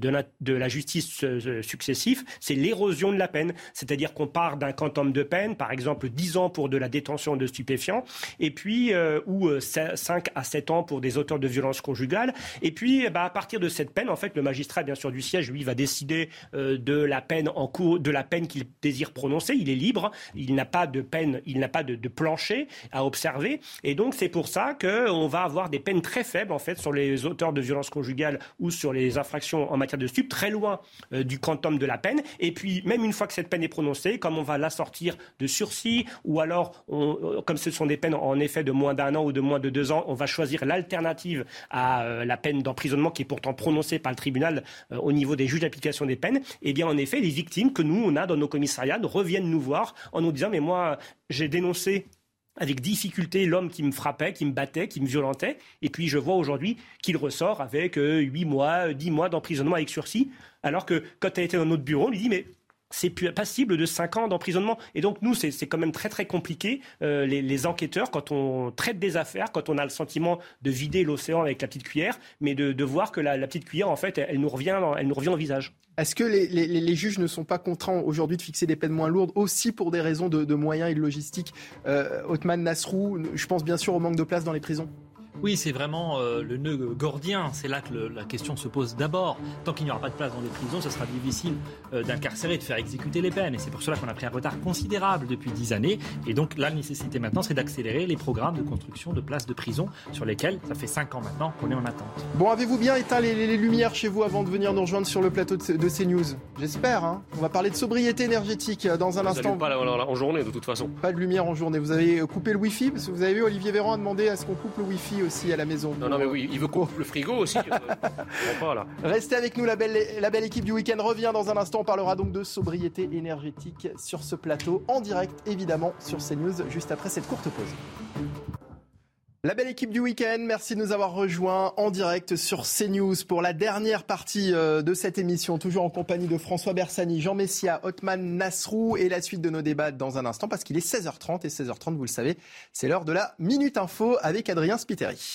Speaker 11: de la justice successifs, c'est l'érosion de la peine. C'est-à-dire qu'on part d'un quantum de peine, par exemple 10 ans pour de la détention de stupéfiants, et puis ou 5 à 7 ans pour des auteurs de violences conjugales. Et puis à partir de cette peine, en fait, le magistrat bien sûr du siège, lui, va décider de la peine en cours, de la peine qu'il désire prononcer. Il est libre, il n'a pas de peine, il n'a pas de plancher à observer. Et donc, c'est pour ça qu'on va avoir des peines très faibles, en fait, sur les auteurs de violences conjugales ou sur les infractions en matière de stup, très loin du quantum de la peine. Et puis, même une fois que cette peine est prononcée, comme on va l'assortir de sursis, ou alors, comme ce sont des peines, en effet, de moins d'1 an ou de moins de 2 ans, on va choisir l'alternative à la peine d'emprisonnement qui est pourtant prononcée par le tribunal au niveau des juges d'application des peines. Et bien, en effet, les victimes que nous, on a dans nos commissariats, reviennent nous voir en nous disant « mais moi, j'ai dénoncé avec difficulté l'homme qui me frappait, qui me battait, qui me violentait, et puis je vois aujourd'hui qu'il ressort avec 8 mois, 10 mois d'emprisonnement avec sursis, alors que quand elle était dans notre bureau, on lui dit « mais c'est passible de 5 ans d'emprisonnement ». Et donc nous, c'est quand même très très compliqué, les enquêteurs, quand on traite des affaires, quand on a le sentiment de vider l'océan avec la petite cuillère, mais de voir que la petite cuillère, en fait, elle nous revient au visage.
Speaker 2: Est-ce que les juges ne sont pas contraints aujourd'hui de fixer des peines moins lourdes, aussi pour des raisons de moyens et de logistique ? Othman Nasrou, je pense bien sûr au manque de place dans les prisons.
Speaker 5: Oui, c'est vraiment le nœud gordien. C'est là que la question se pose d'abord. Tant qu'il n'y aura pas de place dans les prisons, ce sera difficile d'incarcérer, de faire exécuter les peines. Et c'est pour cela qu'on a pris un retard considérable depuis 10 années. Et donc la nécessité maintenant, c'est d'accélérer les programmes de construction de places de prison sur lesquels, ça fait 5 ans maintenant, qu'on est en attente.
Speaker 2: Bon, avez-vous bien éteint les lumières chez vous avant de venir nous rejoindre sur le plateau de CNews ? J'espère, hein. On va parler de sobriété énergétique dans un instant.
Speaker 7: Pas en journée, de toute façon.
Speaker 2: Pas de lumière en journée. Vous avez coupé le Wi-Fi ? Parce que vous avez vu, Olivier Véran a demandé à ce qu'on coupe le Wi-Fi aussi à la maison.
Speaker 7: Non, mais oui, il veut couper le frigo aussi. Pas, là.
Speaker 2: Restez avec nous, la belle équipe du week-end revient dans un instant. On parlera donc de sobriété énergétique sur ce plateau, en direct évidemment sur CNews, juste après cette courte pause. La belle équipe du week-end, merci de nous avoir rejoints en direct sur CNews pour la dernière partie de cette émission, toujours en compagnie de François Bersani, Jean Messia, Othman Nasrou et la suite de nos débats dans un instant parce qu'il est 16h30 et 16h30, vous le savez, c'est l'heure de la Minute Info avec Adrien Spiteri.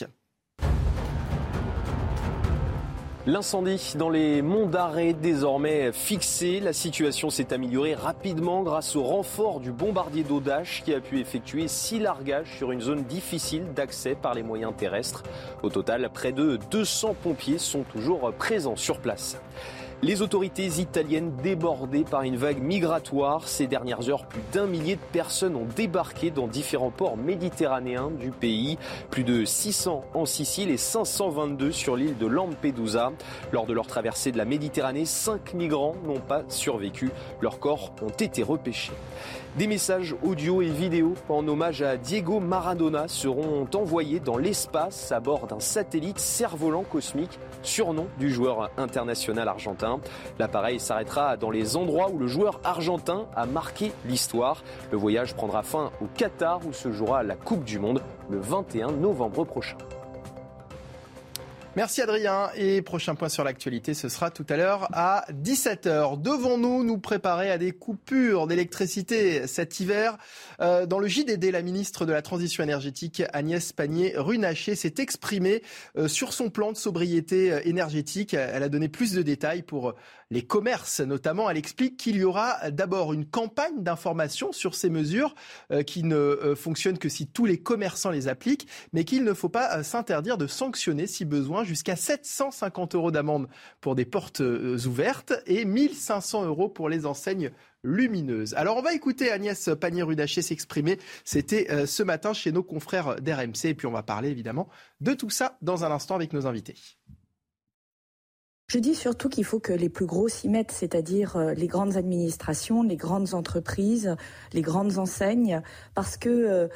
Speaker 18: L'incendie dans les monts d'Arrée, désormais fixé. La situation s'est améliorée rapidement grâce au renfort du bombardier d'Audache qui a pu effectuer 6 largages sur une zone difficile d'accès par les moyens terrestres. Au total, près de 200 pompiers sont toujours présents sur place. Les autorités italiennes débordées par une vague migratoire. Ces dernières heures, plus d'1 millier de personnes ont débarqué dans différents ports méditerranéens du pays. Plus de 600 en Sicile et 522 sur l'île de Lampedusa. Lors de leur traversée de la Méditerranée, 5 migrants n'ont pas survécu. Leurs corps ont été repêchés. Des messages audio et vidéo en hommage à Diego Maradona seront envoyés dans l'espace à bord d'un satellite cerf-volant cosmique, surnom du joueur international argentin. L'appareil s'arrêtera dans les endroits où le joueur argentin a marqué l'histoire. Le voyage prendra fin au Qatar où se jouera la Coupe du Monde le 21 novembre prochain.
Speaker 2: Merci Adrien. Et prochain point sur l'actualité, ce sera tout à l'heure à 17h. Devons-nous nous préparer à des coupures d'électricité cet hiver ? Dans le JDD, la ministre de la Transition énergétique Agnès Pannier-Runacher s'est exprimée sur son plan de sobriété énergétique. Elle a donné plus de détails pour les commerces notamment. Elle explique qu'il y aura d'abord une campagne d'information sur ces mesures qui ne fonctionnent que si tous les commerçants les appliquent, mais qu'il ne faut pas s'interdire de sanctionner si besoin, jusqu'à 750 € d'amende pour des portes ouvertes et 1 500 € pour les enseignes lumineuses. Alors on va écouter Agnès Pannier-Runacher s'exprimer. C'était ce matin chez nos confrères d'RMC. Et puis on va parler évidemment de tout ça dans un instant avec nos invités.
Speaker 19: Je dis surtout qu'il faut que les plus gros s'y mettent, c'est-à-dire les grandes administrations, les grandes entreprises, les grandes enseignes, parce que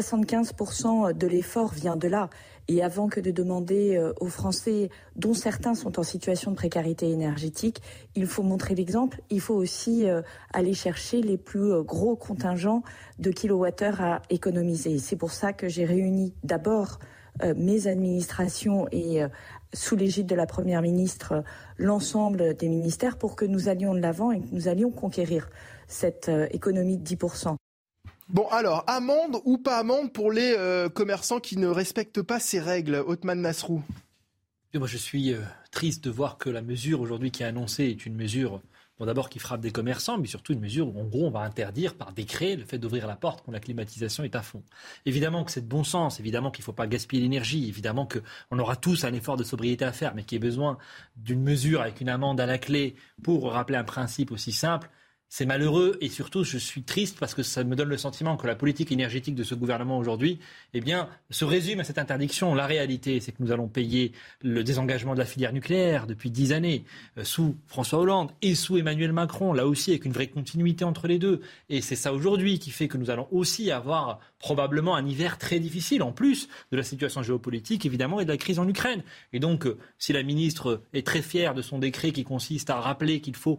Speaker 19: 75% de l'effort vient de là. Et avant que de demander aux Français, dont certains sont en situation de précarité énergétique, il faut montrer l'exemple. Il faut aussi aller chercher les plus gros contingents de kilowattheures à économiser. C'est pour ça que j'ai réuni d'abord mes administrations et sous l'égide de la Première ministre, l'ensemble des ministères pour que nous allions de l'avant et que nous allions conquérir cette économie de 10%.
Speaker 2: Bon alors, amende ou pas amende pour les commerçants qui ne respectent pas ces règles, Othman Nasrou?
Speaker 5: Moi je suis triste de voir que la mesure aujourd'hui qui est annoncée est une mesure... Bon, d'abord qui frappe des commerçants, mais surtout une mesure où en gros on va interdire par décret le fait d'ouvrir la porte quand la climatisation est à fond. Évidemment que c'est de bon sens, évidemment qu'il ne faut pas gaspiller l'énergie, évidemment qu'on aura tous un effort de sobriété à faire, mais qu'il y ait besoin d'une mesure avec une amende à la clé pour rappeler un principe aussi simple. C'est malheureux et surtout je suis triste parce que ça me donne le sentiment que la politique énergétique de ce gouvernement aujourd'hui se résume à cette interdiction. La réalité, c'est que nous allons payer le désengagement de la filière nucléaire depuis 10 années sous François Hollande et sous Emmanuel Macron, là aussi avec une vraie continuité entre les deux. Et c'est ça aujourd'hui qui fait que nous allons aussi avoir probablement un hiver très difficile en plus de la situation géopolitique évidemment et de la crise en Ukraine. Et donc si la ministre est très fière de son décret qui consiste à rappeler qu'il faut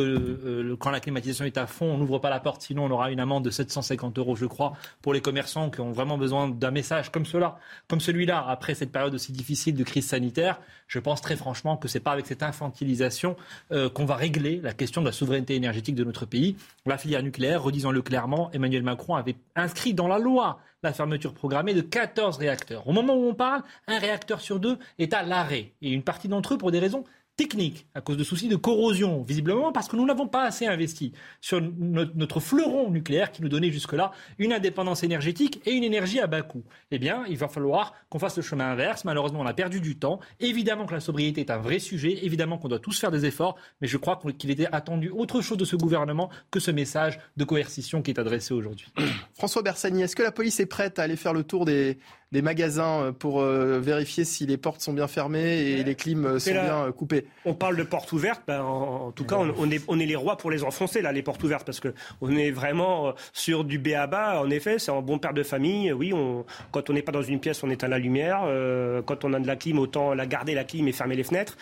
Speaker 5: que quand la climatisation est à fond, on n'ouvre pas la porte, sinon on aura une amende de 750 € je crois pour les commerçants qui ont vraiment besoin d'un message comme celui-là après cette période aussi difficile de crise sanitaire. Je pense très franchement que c'est pas avec cette infantilisation qu'on va régler la question de la souveraineté énergétique de notre pays. La filière nucléaire, redisons-le clairement, Emmanuel Macron avait inscrit dans la loi la fermeture programmée de 14 réacteurs. Au moment où on parle, un réacteur sur 2 est à l'arrêt et une partie d'entre eux pour des raisons technique, à cause de soucis de corrosion, visiblement parce que nous n'avons pas assez investi sur notre fleuron nucléaire qui nous donnait jusque-là une indépendance énergétique et une énergie à bas coût. Eh bien, il va falloir qu'on fasse le chemin inverse. Malheureusement, on a perdu du temps. Évidemment que la sobriété est un vrai sujet. Évidemment qu'on doit tous faire des efforts. Mais je crois qu'il était attendu autre chose de ce gouvernement que ce message de coercition qui est adressé aujourd'hui.
Speaker 2: François Bersani, est-ce que la police est prête à aller faire le tour des magasins pour vérifier si les portes sont bien fermées et les clims sont bien coupées?
Speaker 11: On parle de portes ouvertes, en tout cas on est les rois pour les enfoncer là, les portes ouvertes, parce que on est vraiment sur du b.a.-ba. En effet, c'est un bon père de famille. Oui, quand on n'est pas dans une pièce, on éteint la lumière. Quand on a de la clim, autant garder la clim et fermer les fenêtres.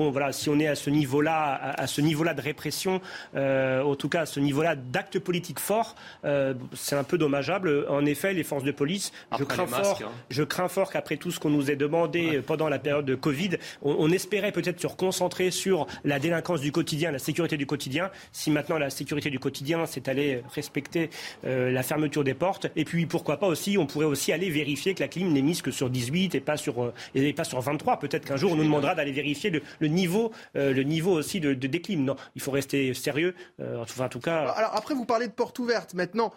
Speaker 11: Si on est à ce niveau-là de répression, en tout cas à ce niveau-là d'actes politiques forts, c'est un peu dommageable. En effet, les forces de police, je crains fort qu'après tout ce qu'on nous ait demandé pendant la période de Covid, on espérait peut-être se reconcentrer sur la délinquance du quotidien, la sécurité du quotidien. Si maintenant la sécurité du quotidien, c'est aller respecter la fermeture des portes. Et puis pourquoi pas aussi, on pourrait aussi aller vérifier que la clim n'est mise que sur 18 et pas sur 23. Peut-être qu'un jour on nous demandera d'aller vérifier le niveau aussi des clims. Non, il faut rester sérieux. En tout cas.
Speaker 2: Alors après, vous parlez de portes ouvertes maintenant.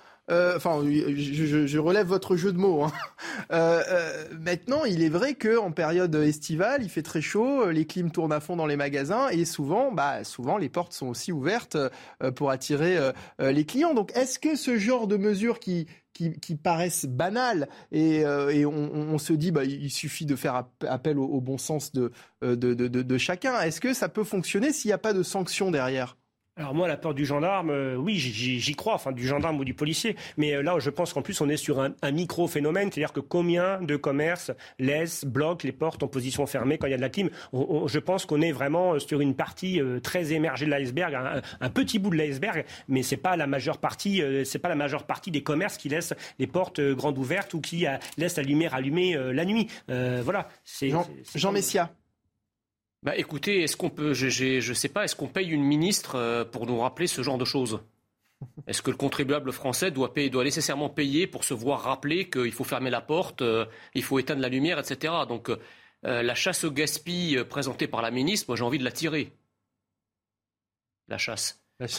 Speaker 2: Je relève votre jeu de mots. Maintenant, il est vrai qu'en période estivale, il fait très chaud, les clims tournent à fond dans les magasins et souvent les portes sont aussi ouvertes pour attirer les clients. Donc, est-ce que ce genre de mesures qui paraissent banales et on se dit il suffit de faire appel au bon sens de chacun, est-ce que ça peut fonctionner s'il n'y a pas de sanctions derrière ?
Speaker 11: Alors moi, la peur du gendarme, oui, j'y crois, du gendarme ou du policier. Mais là, je pense qu'en plus, on est sur un micro-phénomène. C'est-à-dire que combien de commerces bloquent les portes en position fermée quand il y a de la clim. Je pense qu'on est vraiment sur une partie très émergée de l'iceberg, un petit bout de l'iceberg, mais c'est pas la majeure partie des commerces qui laissent les portes grandes ouvertes ou qui laissent la lumière allumée la nuit. Voilà.
Speaker 2: Jean Messia.
Speaker 7: Écoutez, est-ce qu'on peut, je sais pas, est-ce qu'on paye une ministre pour nous rappeler ce genre de choses ? Est-ce que le contribuable français doit nécessairement payer pour se voir rappeler qu'il faut fermer la porte, il faut éteindre la lumière, etc. Donc la chasse au gaspille présentée par la ministre, moi j'ai envie de la tirer. La chasse.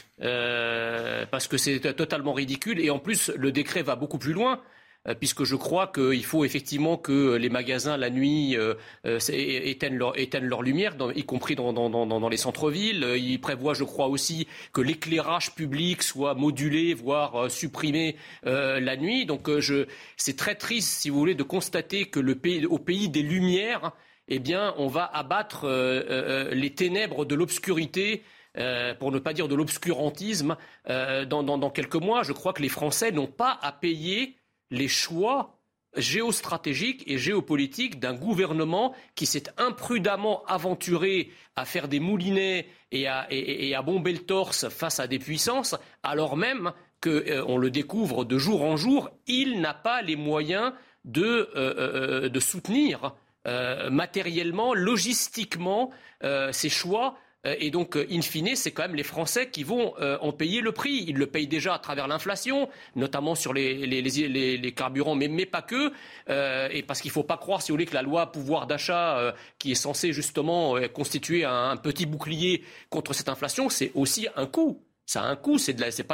Speaker 7: Parce que c'est totalement ridicule et en plus le décret va beaucoup plus loin. Puisque je crois qu'il faut effectivement que les magasins la nuit éteignent leur lumière, y compris dans les centres-villes. Il prévoit, je crois aussi, que l'éclairage public soit modulé, voire supprimé la nuit. Donc c'est très triste, si vous voulez, de constater que au pays des Lumières, eh bien, on va abattre les ténèbres de l'obscurité. Pour ne pas dire de l'obscurantisme, dans quelques mois. Je crois que les Français n'ont pas à payer les choix géostratégiques et géopolitiques d'un gouvernement qui s'est imprudemment aventuré à faire des moulinets et à bomber le torse face à des puissances, alors même qu'on le découvre de jour en jour, il n'a pas les moyens de soutenir matériellement, logistiquement ces choix. Et donc, in fine, c'est quand même les Français qui vont en payer le prix. Ils le payent déjà à travers l'inflation, notamment sur les carburants, mais pas que. Et parce qu'il ne faut pas croire, si vous voulez, que la loi pouvoir d'achat, qui est censée justement constituer un petit bouclier contre cette inflation, c'est aussi un coût. Ça a un coût,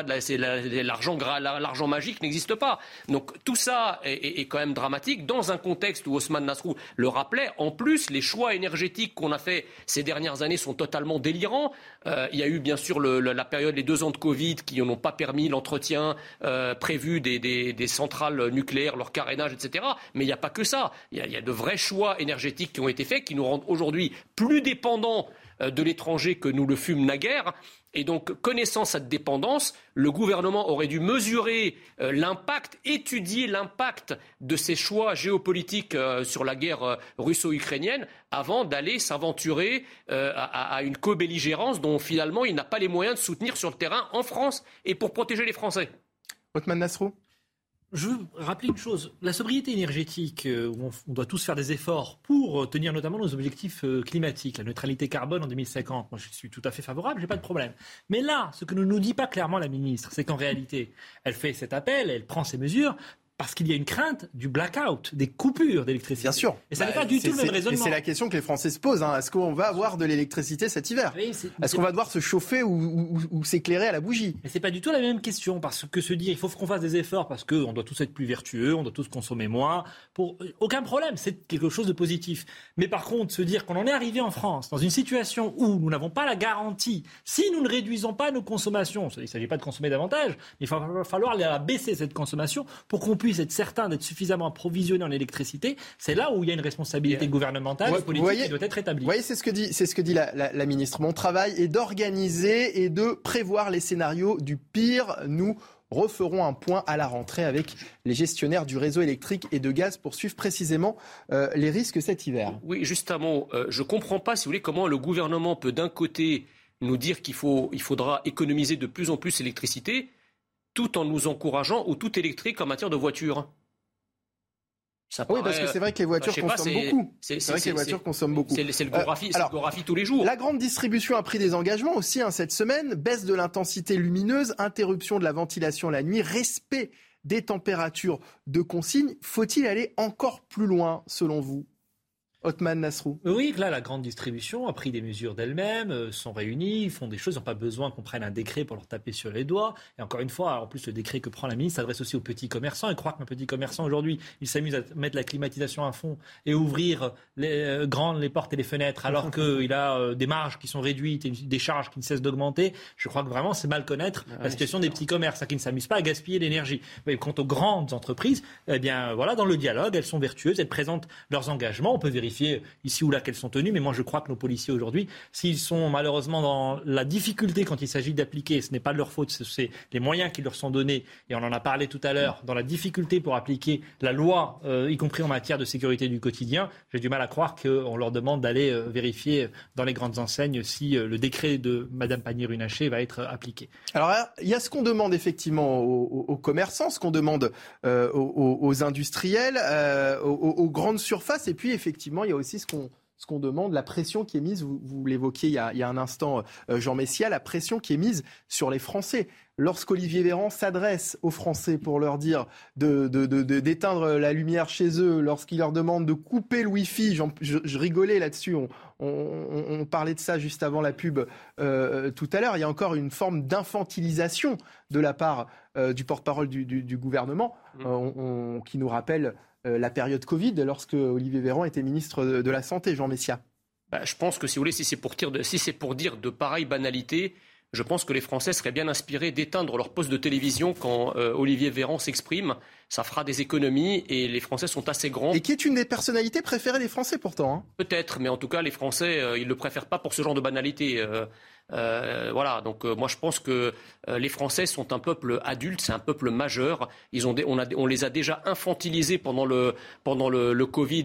Speaker 7: l'argent magique n'existe pas. Donc tout ça est quand même dramatique dans un contexte où Othmane Nasrou le rappelait. En plus, les choix énergétiques qu'on a fait ces dernières années sont totalement délirants. Il y a eu bien sûr la période, les 2 ans de Covid qui n'ont pas permis l'entretien prévu des centrales nucléaires, leur carénage, etc. Mais il n'y a pas que ça. Il y a de vrais choix énergétiques qui ont été faits, qui nous rendent aujourd'hui plus dépendants de l'étranger que nous le fûmes naguère. Et donc, connaissant cette dépendance, le gouvernement aurait dû mesurer l'impact, étudier l'impact de ces choix géopolitiques sur la guerre russo-ukrainienne avant d'aller s'aventurer à une co-belligérance dont finalement il n'a pas les moyens de soutenir sur le terrain en France et pour protéger les Français.
Speaker 2: Othmane Nasrou.
Speaker 5: Je veux rappeler une chose, la sobriété énergétique, où on doit tous faire des efforts pour tenir notamment nos objectifs climatiques, la neutralité carbone en 2050, moi je suis tout à fait favorable, j'ai pas de problème. Mais là, ce que ne nous dit pas clairement la ministre, c'est qu'en réalité, elle fait cet appel, elle prend ces mesures, parce qu'il y a une crainte du blackout, des coupures d'électricité.
Speaker 2: Bien sûr.
Speaker 5: Et ça n'est pas du tout le même raisonnement.
Speaker 2: Et c'est la question que les Français se posent. Est-ce qu'on va avoir de l'électricité cet hiver ? Est-ce qu'on va devoir se chauffer ou s'éclairer à la bougie ?
Speaker 5: Mais c'est pas du tout la même question, parce que se dire il faut qu'on fasse des efforts parce qu'on doit tous être plus vertueux, on doit tous consommer moins, aucun problème, c'est quelque chose de positif. Mais par contre, se dire qu'on en est arrivé en France dans une situation où nous n'avons pas la garantie, si nous ne réduisons pas nos consommations, il ne s'agit pas de consommer davantage, mais il va falloir la baisser cette consommation pour qu'on puisse être certain d'être suffisamment approvisionné en électricité, c'est là où il y a une responsabilité gouvernementale et politique qui doit être établie.
Speaker 2: Vous voyez, c'est ce que dit la ministre. Mon travail est d'organiser et de prévoir les scénarios du pire. Nous referons un point à la rentrée avec les gestionnaires du réseau électrique et de gaz pour suivre précisément les risques cet hiver.
Speaker 7: Oui, juste un mot. Je ne comprends pas, si vous voulez, comment le gouvernement peut d'un côté nous dire qu'il faudra économiser de plus en plus l'électricité, tout en nous encourageant au tout électrique en matière de voitures.
Speaker 2: Oui, parce que c'est vrai que les voitures consomment beaucoup. C'est vrai que les voitures consomment beaucoup.
Speaker 7: C'est le Gorafi tous les jours.
Speaker 2: La grande distribution a pris des engagements aussi cette semaine. Baisse de l'intensité lumineuse, interruption de la ventilation la nuit, respect des températures de consigne. Faut-il aller encore plus loin, selon vous ? Othmane Nasrou.
Speaker 5: Oui, là, la grande distribution a pris des mesures d'elle-même, sont réunis, ils font des choses, ils n'ont pas besoin qu'on prenne un décret pour leur taper sur les doigts. Et encore une fois, en plus, le décret que prend la ministre s'adresse aussi aux petits commerçants. Et croire qu'un petit commerçant, aujourd'hui, il s'amuse à mettre la climatisation à fond et ouvrir les portes et les fenêtres alors qu'il a des marges qui sont réduites et des charges qui ne cessent d'augmenter. Je crois que vraiment, c'est mal connaître la situation des petits commerces, qui ne s'amusent pas à gaspiller l'énergie. Mais quant aux grandes entreprises, eh bien, voilà, dans le dialogue, elles sont vertueuses, elles présentent leurs engagements. On peut vérifier ici ou là qu'elles sont tenues, mais moi je crois que nos policiers aujourd'hui, s'ils sont malheureusement dans la difficulté quand il s'agit d'appliquer, ce n'est pas de leur faute, c'est les moyens qui leur sont donnés, et on en a parlé tout à l'heure, dans la difficulté pour appliquer la loi, y compris en matière de sécurité du quotidien, j'ai du mal à croire qu'on leur demande d'aller vérifier dans les grandes enseignes si le décret de Mme Pannier-Runacher va être appliqué.
Speaker 2: Alors il y a ce qu'on demande effectivement aux commerçants, ce qu'on demande aux industriels, aux grandes surfaces, et puis effectivement il y a aussi ce ce qu'on demande, la pression qui est mise, vous l'évoquiez il y a un instant, Jean Messia, la pression qui est mise sur les Français. Lorsqu'Olivier Véran s'adresse aux Français pour leur dire d'éteindre la lumière chez eux, lorsqu'il leur demande de couper le Wi-Fi, je rigolais là-dessus, on parlait de ça juste avant la pub tout à l'heure, il y a encore une forme d'infantilisation de la part du porte-parole du gouvernement qui nous rappelle la période Covid lorsque Olivier Véran était ministre de la Santé, Jean Messia.
Speaker 7: Je pense que si vous voulez, si c'est pour dire de pareilles banalités, je pense que les Français seraient bien inspirés d'éteindre leur poste de télévision quand Olivier Véran s'exprime. Ça fera des économies et les Français sont assez grands.
Speaker 2: Et qui est une des personnalités préférées des Français pourtant. Hein.
Speaker 7: Peut-être, mais en tout cas, les Français, ils ne le préfèrent pas pour ce genre de banalité. Voilà, donc moi je pense que les Français sont un peuple adulte, c'est un peuple majeur. On les a déjà infantilisés pendant le Covid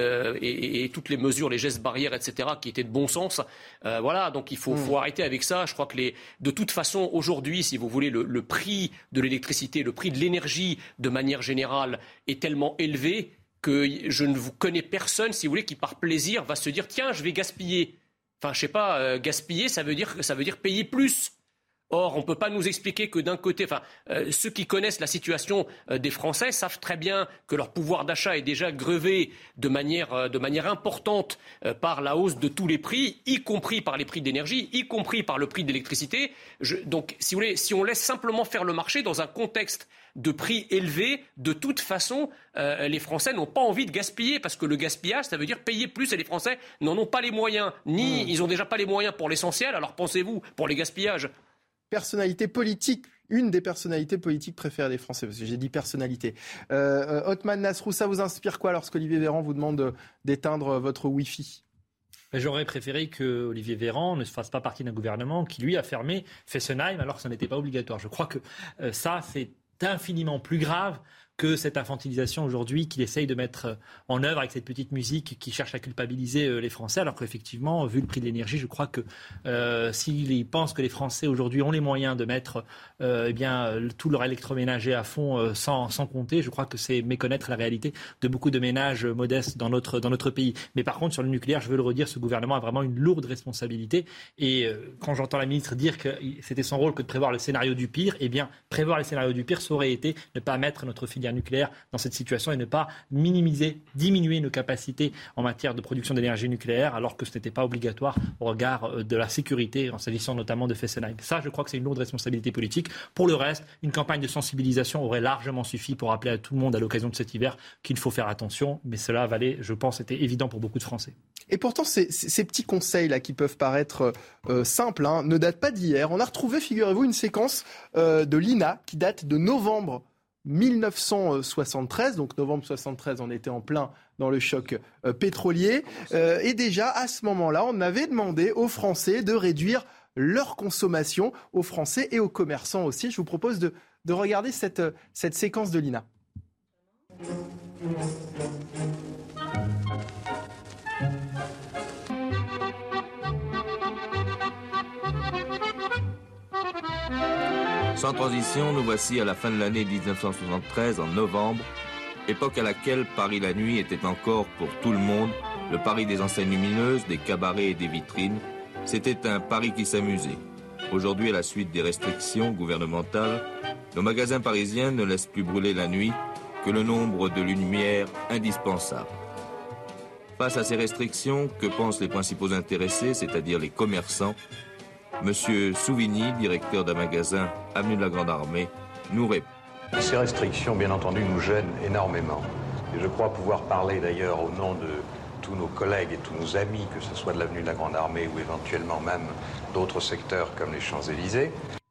Speaker 7: et toutes les mesures, les gestes barrières, etc., qui étaient de bon sens. Voilà, donc il faut arrêter avec ça. Je crois que de toute façon, aujourd'hui, si vous voulez, le prix de l'électricité, le prix de l'énergie, de manière générale, est tellement élevé que je ne vous connais personne, si vous voulez, qui par plaisir va se dire tiens, je vais gaspiller. Enfin, je sais pas, gaspiller, ça veut dire payer plus. Or, on ne peut pas nous expliquer que d'un côté, ceux qui connaissent la situation des Français savent très bien que leur pouvoir d'achat est déjà grevé de manière importante par la hausse de tous les prix, y compris par les prix d'énergie, y compris par le prix d'électricité. Donc, si vous voulez, si on laisse simplement faire le marché dans un contexte de prix élevés, de toute façon, les Français n'ont pas envie de gaspiller parce que le gaspillage, ça veut dire payer plus et les Français n'en ont pas les moyens. Ils n'ont déjà pas les moyens pour l'essentiel, alors pensez-vous pour les gaspillages.
Speaker 2: Personnalité politique, une des personnalités politiques préférées des Français, parce que j'ai dit personnalité. Othman Nasrou, ça vous inspire quoi lorsqu'Olivier Véran vous demande d'éteindre votre Wi-Fi ?
Speaker 5: J'aurais préféré que Olivier Véran ne fasse pas partie d'un gouvernement qui, lui, a fermé Fessenheim alors que ça n'était pas obligatoire. Je crois que ça, c'est infiniment plus grave que cette infantilisation aujourd'hui qu'il essaye de mettre en œuvre avec cette petite musique qui cherche à culpabiliser les Français, alors qu'effectivement, vu le prix de l'énergie, je crois que s'ils pensent que les Français aujourd'hui ont les moyens de mettre tout leur électroménager à fond sans compter, je crois que c'est méconnaître la réalité de beaucoup de ménages modestes dans notre pays. Mais par contre, sur le nucléaire, je veux le redire, ce gouvernement a vraiment une lourde responsabilité. Et quand j'entends la ministre dire que c'était son rôle que de prévoir le scénario du pire, eh bien, prévoir le scénario du pire, ça aurait été ne pas mettre notre filière nucléaire dans cette situation et ne pas diminuer nos capacités en matière de production d'énergie nucléaire alors que ce n'était pas obligatoire au regard de la sécurité en s'agissant notamment de Fessenheim. Ça, je crois que c'est une lourde responsabilité politique. Pour le reste, une campagne de sensibilisation aurait largement suffi pour rappeler à tout le monde à l'occasion de cet hiver qu'il faut faire attention, mais cela valait, je pense, était évident pour beaucoup de Français.
Speaker 2: Et pourtant, ces petits conseils-là qui peuvent paraître simples, ne datent pas d'hier. On a retrouvé, figurez-vous, une séquence de l'INA qui date de novembre 1973, donc novembre 73, on était en plein dans le choc pétrolier. Et déjà, à ce moment-là, on avait demandé aux Français de réduire leur consommation, aux Français et aux commerçants aussi. Je vous propose de regarder cette séquence de l'INA.
Speaker 9: Sans transition, nous voici à la fin de l'année 1973, en novembre, époque à laquelle Paris la nuit était encore pour tout le monde le Paris des enseignes lumineuses, des cabarets et des vitrines. C'était un Paris qui s'amusait. Aujourd'hui, à la suite des restrictions gouvernementales, nos magasins parisiens ne laissent plus brûler la nuit que le nombre de lumières indispensables. Face à ces restrictions, que pensent les principaux intéressés, c'est-à-dire les commerçants ? Monsieur Souvigny, directeur d'un magasin avenue de la Grande Armée, nous répond.
Speaker 20: Ces restrictions, bien entendu, nous gênent énormément. Et je crois pouvoir parler d'ailleurs au nom de tous nos collègues et tous nos amis, que ce soit de l'avenue de la Grande Armée ou éventuellement même d'autres secteurs comme les Champs-Élysées.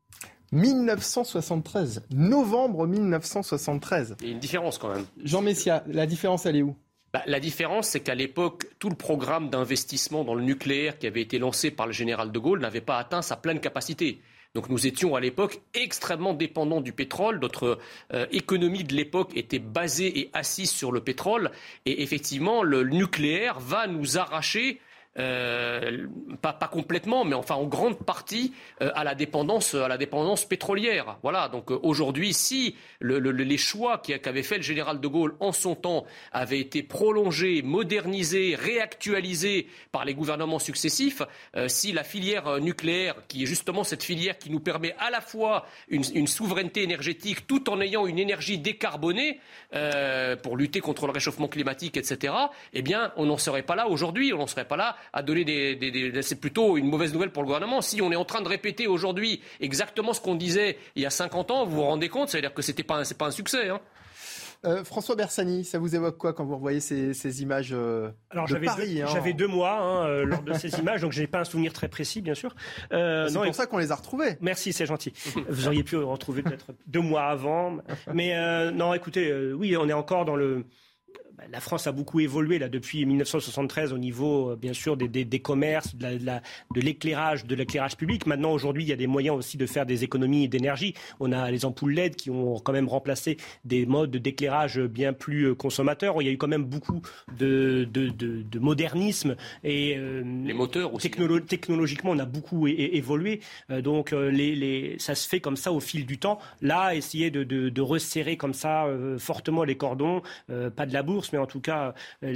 Speaker 2: 1973, novembre 1973.
Speaker 7: Il y a une différence quand même.
Speaker 2: Jean Messia, la différence, elle est où ?
Speaker 7: La différence, c'est qu'à l'époque, tout le programme d'investissement dans le nucléaire qui avait été lancé par le général de Gaulle n'avait pas atteint sa pleine capacité. Donc nous étions à l'époque extrêmement dépendants du pétrole. Notre économie de l'époque était basée et assise sur le pétrole. Et effectivement, le nucléaire va nous arracher pas complètement, mais enfin en grande partie à la dépendance pétrolière. Voilà. Donc aujourd'hui, si les choix qu'avait fait le général de Gaulle en son temps avaient été prolongés, modernisés, réactualisés par les gouvernements successifs, si la filière nucléaire, qui est justement cette filière qui nous permet à la fois une souveraineté énergétique tout en ayant une énergie décarbonée pour lutter contre le réchauffement climatique, etc., eh bien, on n'en serait pas là aujourd'hui. On n'en serait pas là à donner c'est plutôt une mauvaise nouvelle pour le gouvernement. Si on est en train de répéter aujourd'hui exactement ce qu'on disait il y a 50 ans, vous vous rendez compte, ça veut dire que c'est pas un succès. Hein.
Speaker 2: François Bersani, ça vous évoque quoi quand vous revoyez ces images
Speaker 11: Alors,
Speaker 2: de Paris
Speaker 11: j'avais 2 mois lors de ces images, donc je n'ai pas un souvenir très précis, bien sûr.
Speaker 2: C'est pour ça qu'on les a retrouvés.
Speaker 11: Merci, c'est gentil. Vous auriez pu retrouver peut-être 2 mois avant. Mais non, écoutez, oui, on est encore dans le... La France a beaucoup évolué là depuis 1973 au niveau, bien sûr, des commerces, de l'éclairage public. Maintenant, aujourd'hui, il y a des moyens aussi de faire des économies d'énergie. On a les ampoules LED qui ont quand même remplacé des modes d'éclairage bien plus consommateurs. Il y a eu quand même beaucoup de modernisme et
Speaker 7: les moteurs aussi.
Speaker 11: Technologiquement, on a beaucoup évolué. Donc, ça se fait comme ça au fil du temps. Là, essayer de resserrer comme ça fortement les cordons, pas de la bourse, mais en tout cas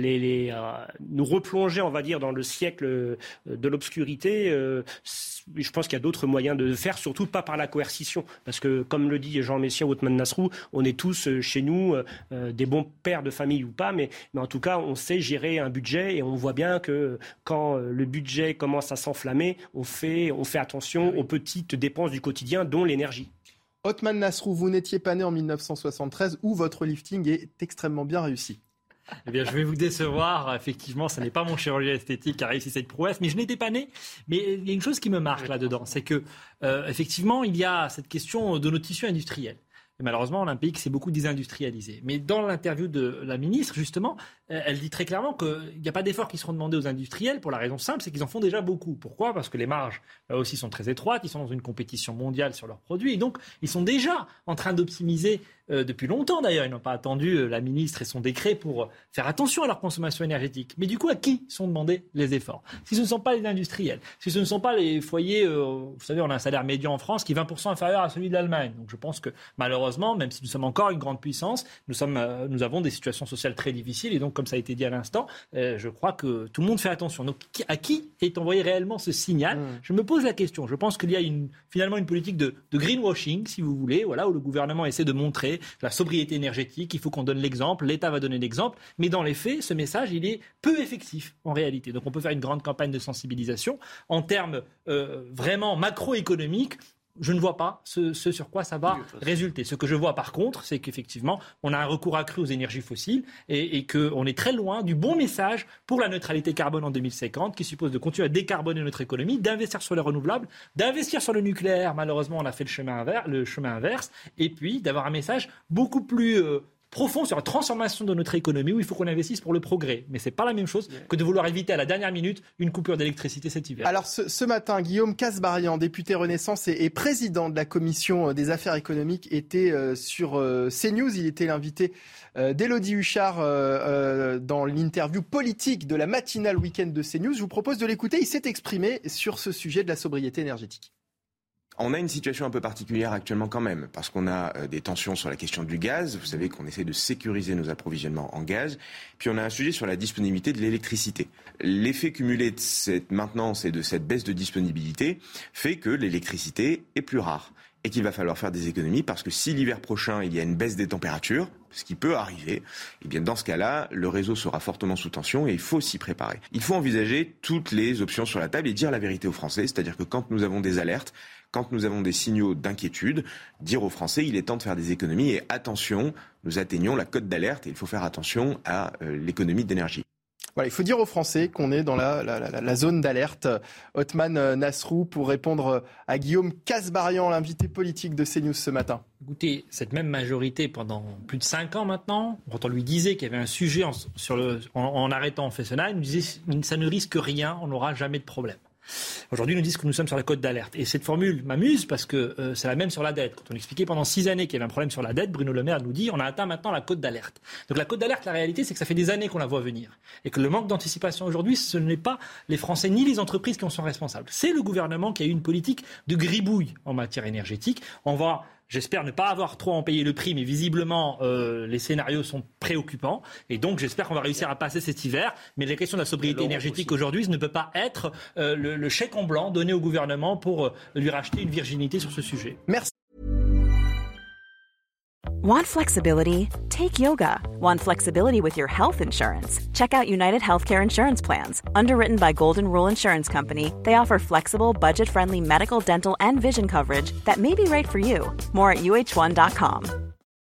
Speaker 11: nous replonger, on va dire, dans le siècle de l'obscurité. Je pense qu'il y a d'autres moyens de le faire, surtout pas par la coercition, parce que comme le dit Jean Messia ou Othman Nasrou, on est tous chez nous des bons pères de famille ou pas, mais en tout cas on sait gérer un budget et on voit bien que quand le budget commence à s'enflammer, on fait attention aux petites dépenses du quotidien, dont l'énergie.
Speaker 2: Othman Nasrou, vous n'étiez pas né en 1973 où votre lifting est extrêmement bien réussi.
Speaker 5: Eh bien, je vais vous décevoir. Effectivement, ce n'est pas mon chirurgien esthétique qui a réussi cette prouesse, mais je n'étais pas né. Mais il y a une chose qui me marque là-dedans, c'est que, effectivement, il y a cette question de nos tissus industriels. Et malheureusement, on a un pays qui s'est beaucoup désindustrialisé. Mais dans l'interview de la ministre, justement, elle dit très clairement qu'il n'y a pas d'efforts qui seront demandés aux industriels pour la raison simple, c'est qu'ils en font déjà beaucoup. Pourquoi ? Parce que les marges, là aussi, sont très étroites. Ils sont dans une compétition mondiale sur leurs produits. Et donc, ils sont déjà en train d'optimiser depuis longtemps, d'ailleurs. Ils n'ont pas attendu la ministre et son décret pour faire attention à leur consommation énergétique. Mais du coup, à qui sont demandés les efforts ? Si ce ne sont pas les industriels, si ce ne sont pas les foyers... vous savez, on a un salaire médian en France qui est 20% inférieur à celui de l'Allemagne. Donc, je pense que, malheureusement, même si nous sommes encore une grande puissance, nous avons des situations sociales très difficiles. Et donc, comme ça a été dit à l'instant, je crois que tout le monde fait attention. Donc, à qui est envoyé réellement ce signal ? Je me pose la question. Je pense qu'il y a finalement une politique de greenwashing, si vous voulez, voilà, où le gouvernement essaie de montrer la sobriété énergétique. Il faut qu'on donne l'exemple. L'État va donner l'exemple. Mais dans les faits, ce message, il est peu effectif en réalité. Donc, on peut faire une grande campagne de sensibilisation. En termes vraiment macroéconomiques, je ne vois pas ce sur quoi ça va résulter. Ce que je vois par contre, c'est qu'effectivement, on a un recours accru aux énergies fossiles et qu'on est très loin du bon message pour la neutralité carbone en 2050, qui suppose de continuer à décarboner notre économie, d'investir sur les renouvelables, d'investir sur le nucléaire. Malheureusement, on a fait le chemin inverse, et puis d'avoir un message beaucoup plus profond sur la transformation de notre économie où il faut qu'on investisse pour le progrès. Mais ce n'est pas la même chose que de vouloir éviter à la dernière minute une coupure d'électricité cet hiver.
Speaker 2: Alors ce matin, Guillaume Kasbarian, député Renaissance et président de la commission des affaires économiques, était sur CNews. Il était l'invité d'Élodie Huchard dans l'interview politique de la matinale week-end de CNews. Je vous propose de l'écouter. Il s'est exprimé sur ce sujet de la sobriété énergétique.
Speaker 3: On a une situation un peu particulière actuellement quand même, parce qu'on a des tensions sur la question du gaz. Vous savez qu'on essaie de sécuriser nos approvisionnements en gaz. Puis on a un sujet sur la disponibilité de l'électricité. L'effet cumulé de cette maintenance et de cette baisse de disponibilité fait que l'électricité est plus rare et qu'il va falloir faire des économies, parce que si l'hiver prochain il y a une baisse des températures, ce qui peut arriver, eh bien dans ce cas-là, le réseau sera fortement sous tension et il faut s'y préparer. Il faut envisager toutes les options sur la table et dire la vérité aux Français, c'est-à-dire que quand nous avons des alertes, quand nous avons des signaux d'inquiétude, dire aux Français, il est temps de faire des économies et attention, nous atteignons la cote d'alerte et il faut faire attention à l'économie d'énergie.
Speaker 2: Voilà, il faut dire aux Français qu'on est dans la zone d'alerte. Othman Nasrou pour répondre à Guillaume Kasbarian, l'invité politique de CNews ce matin.
Speaker 5: Écoutez, cette même majorité pendant plus de 5 ans maintenant, quand on lui disait qu'il y avait un sujet en arrêtant Fessenheim, il nous disait ça ne risque rien, on n'aura jamais de problème. Aujourd'hui, ils nous disent que nous sommes sur la cote d'alerte. Et cette formule m'amuse parce que c'est la même sur la dette. Quand on expliquait pendant 6 années qu'il y avait un problème sur la dette, Bruno Le Maire nous dit on a atteint maintenant la cote d'alerte. Donc la cote d'alerte, la réalité, c'est que ça fait des années qu'on la voit venir. Et que le manque d'anticipation aujourd'hui, ce n'est pas les Français ni les entreprises qui en sont responsables. C'est le gouvernement qui a eu une politique de gribouille en matière énergétique. On va... J'espère ne pas avoir trop à en payer le prix, mais visiblement, les scénarios sont préoccupants. Et donc, j'espère qu'on va réussir à passer cet hiver. Mais la question de la sobriété énergétique aujourd'hui, ce ne peut pas être le chèque en blanc donné au gouvernement pour lui racheter une virginité sur ce sujet.
Speaker 2: Merci.
Speaker 14: Want flexibility? Take yoga. Want flexibility with your health insurance? Check out United Healthcare Insurance Plans. Underwritten by Golden Rule Insurance Company, they offer flexible, budget-friendly medical, dental, and vision coverage that may be right for you. More at uh1.com.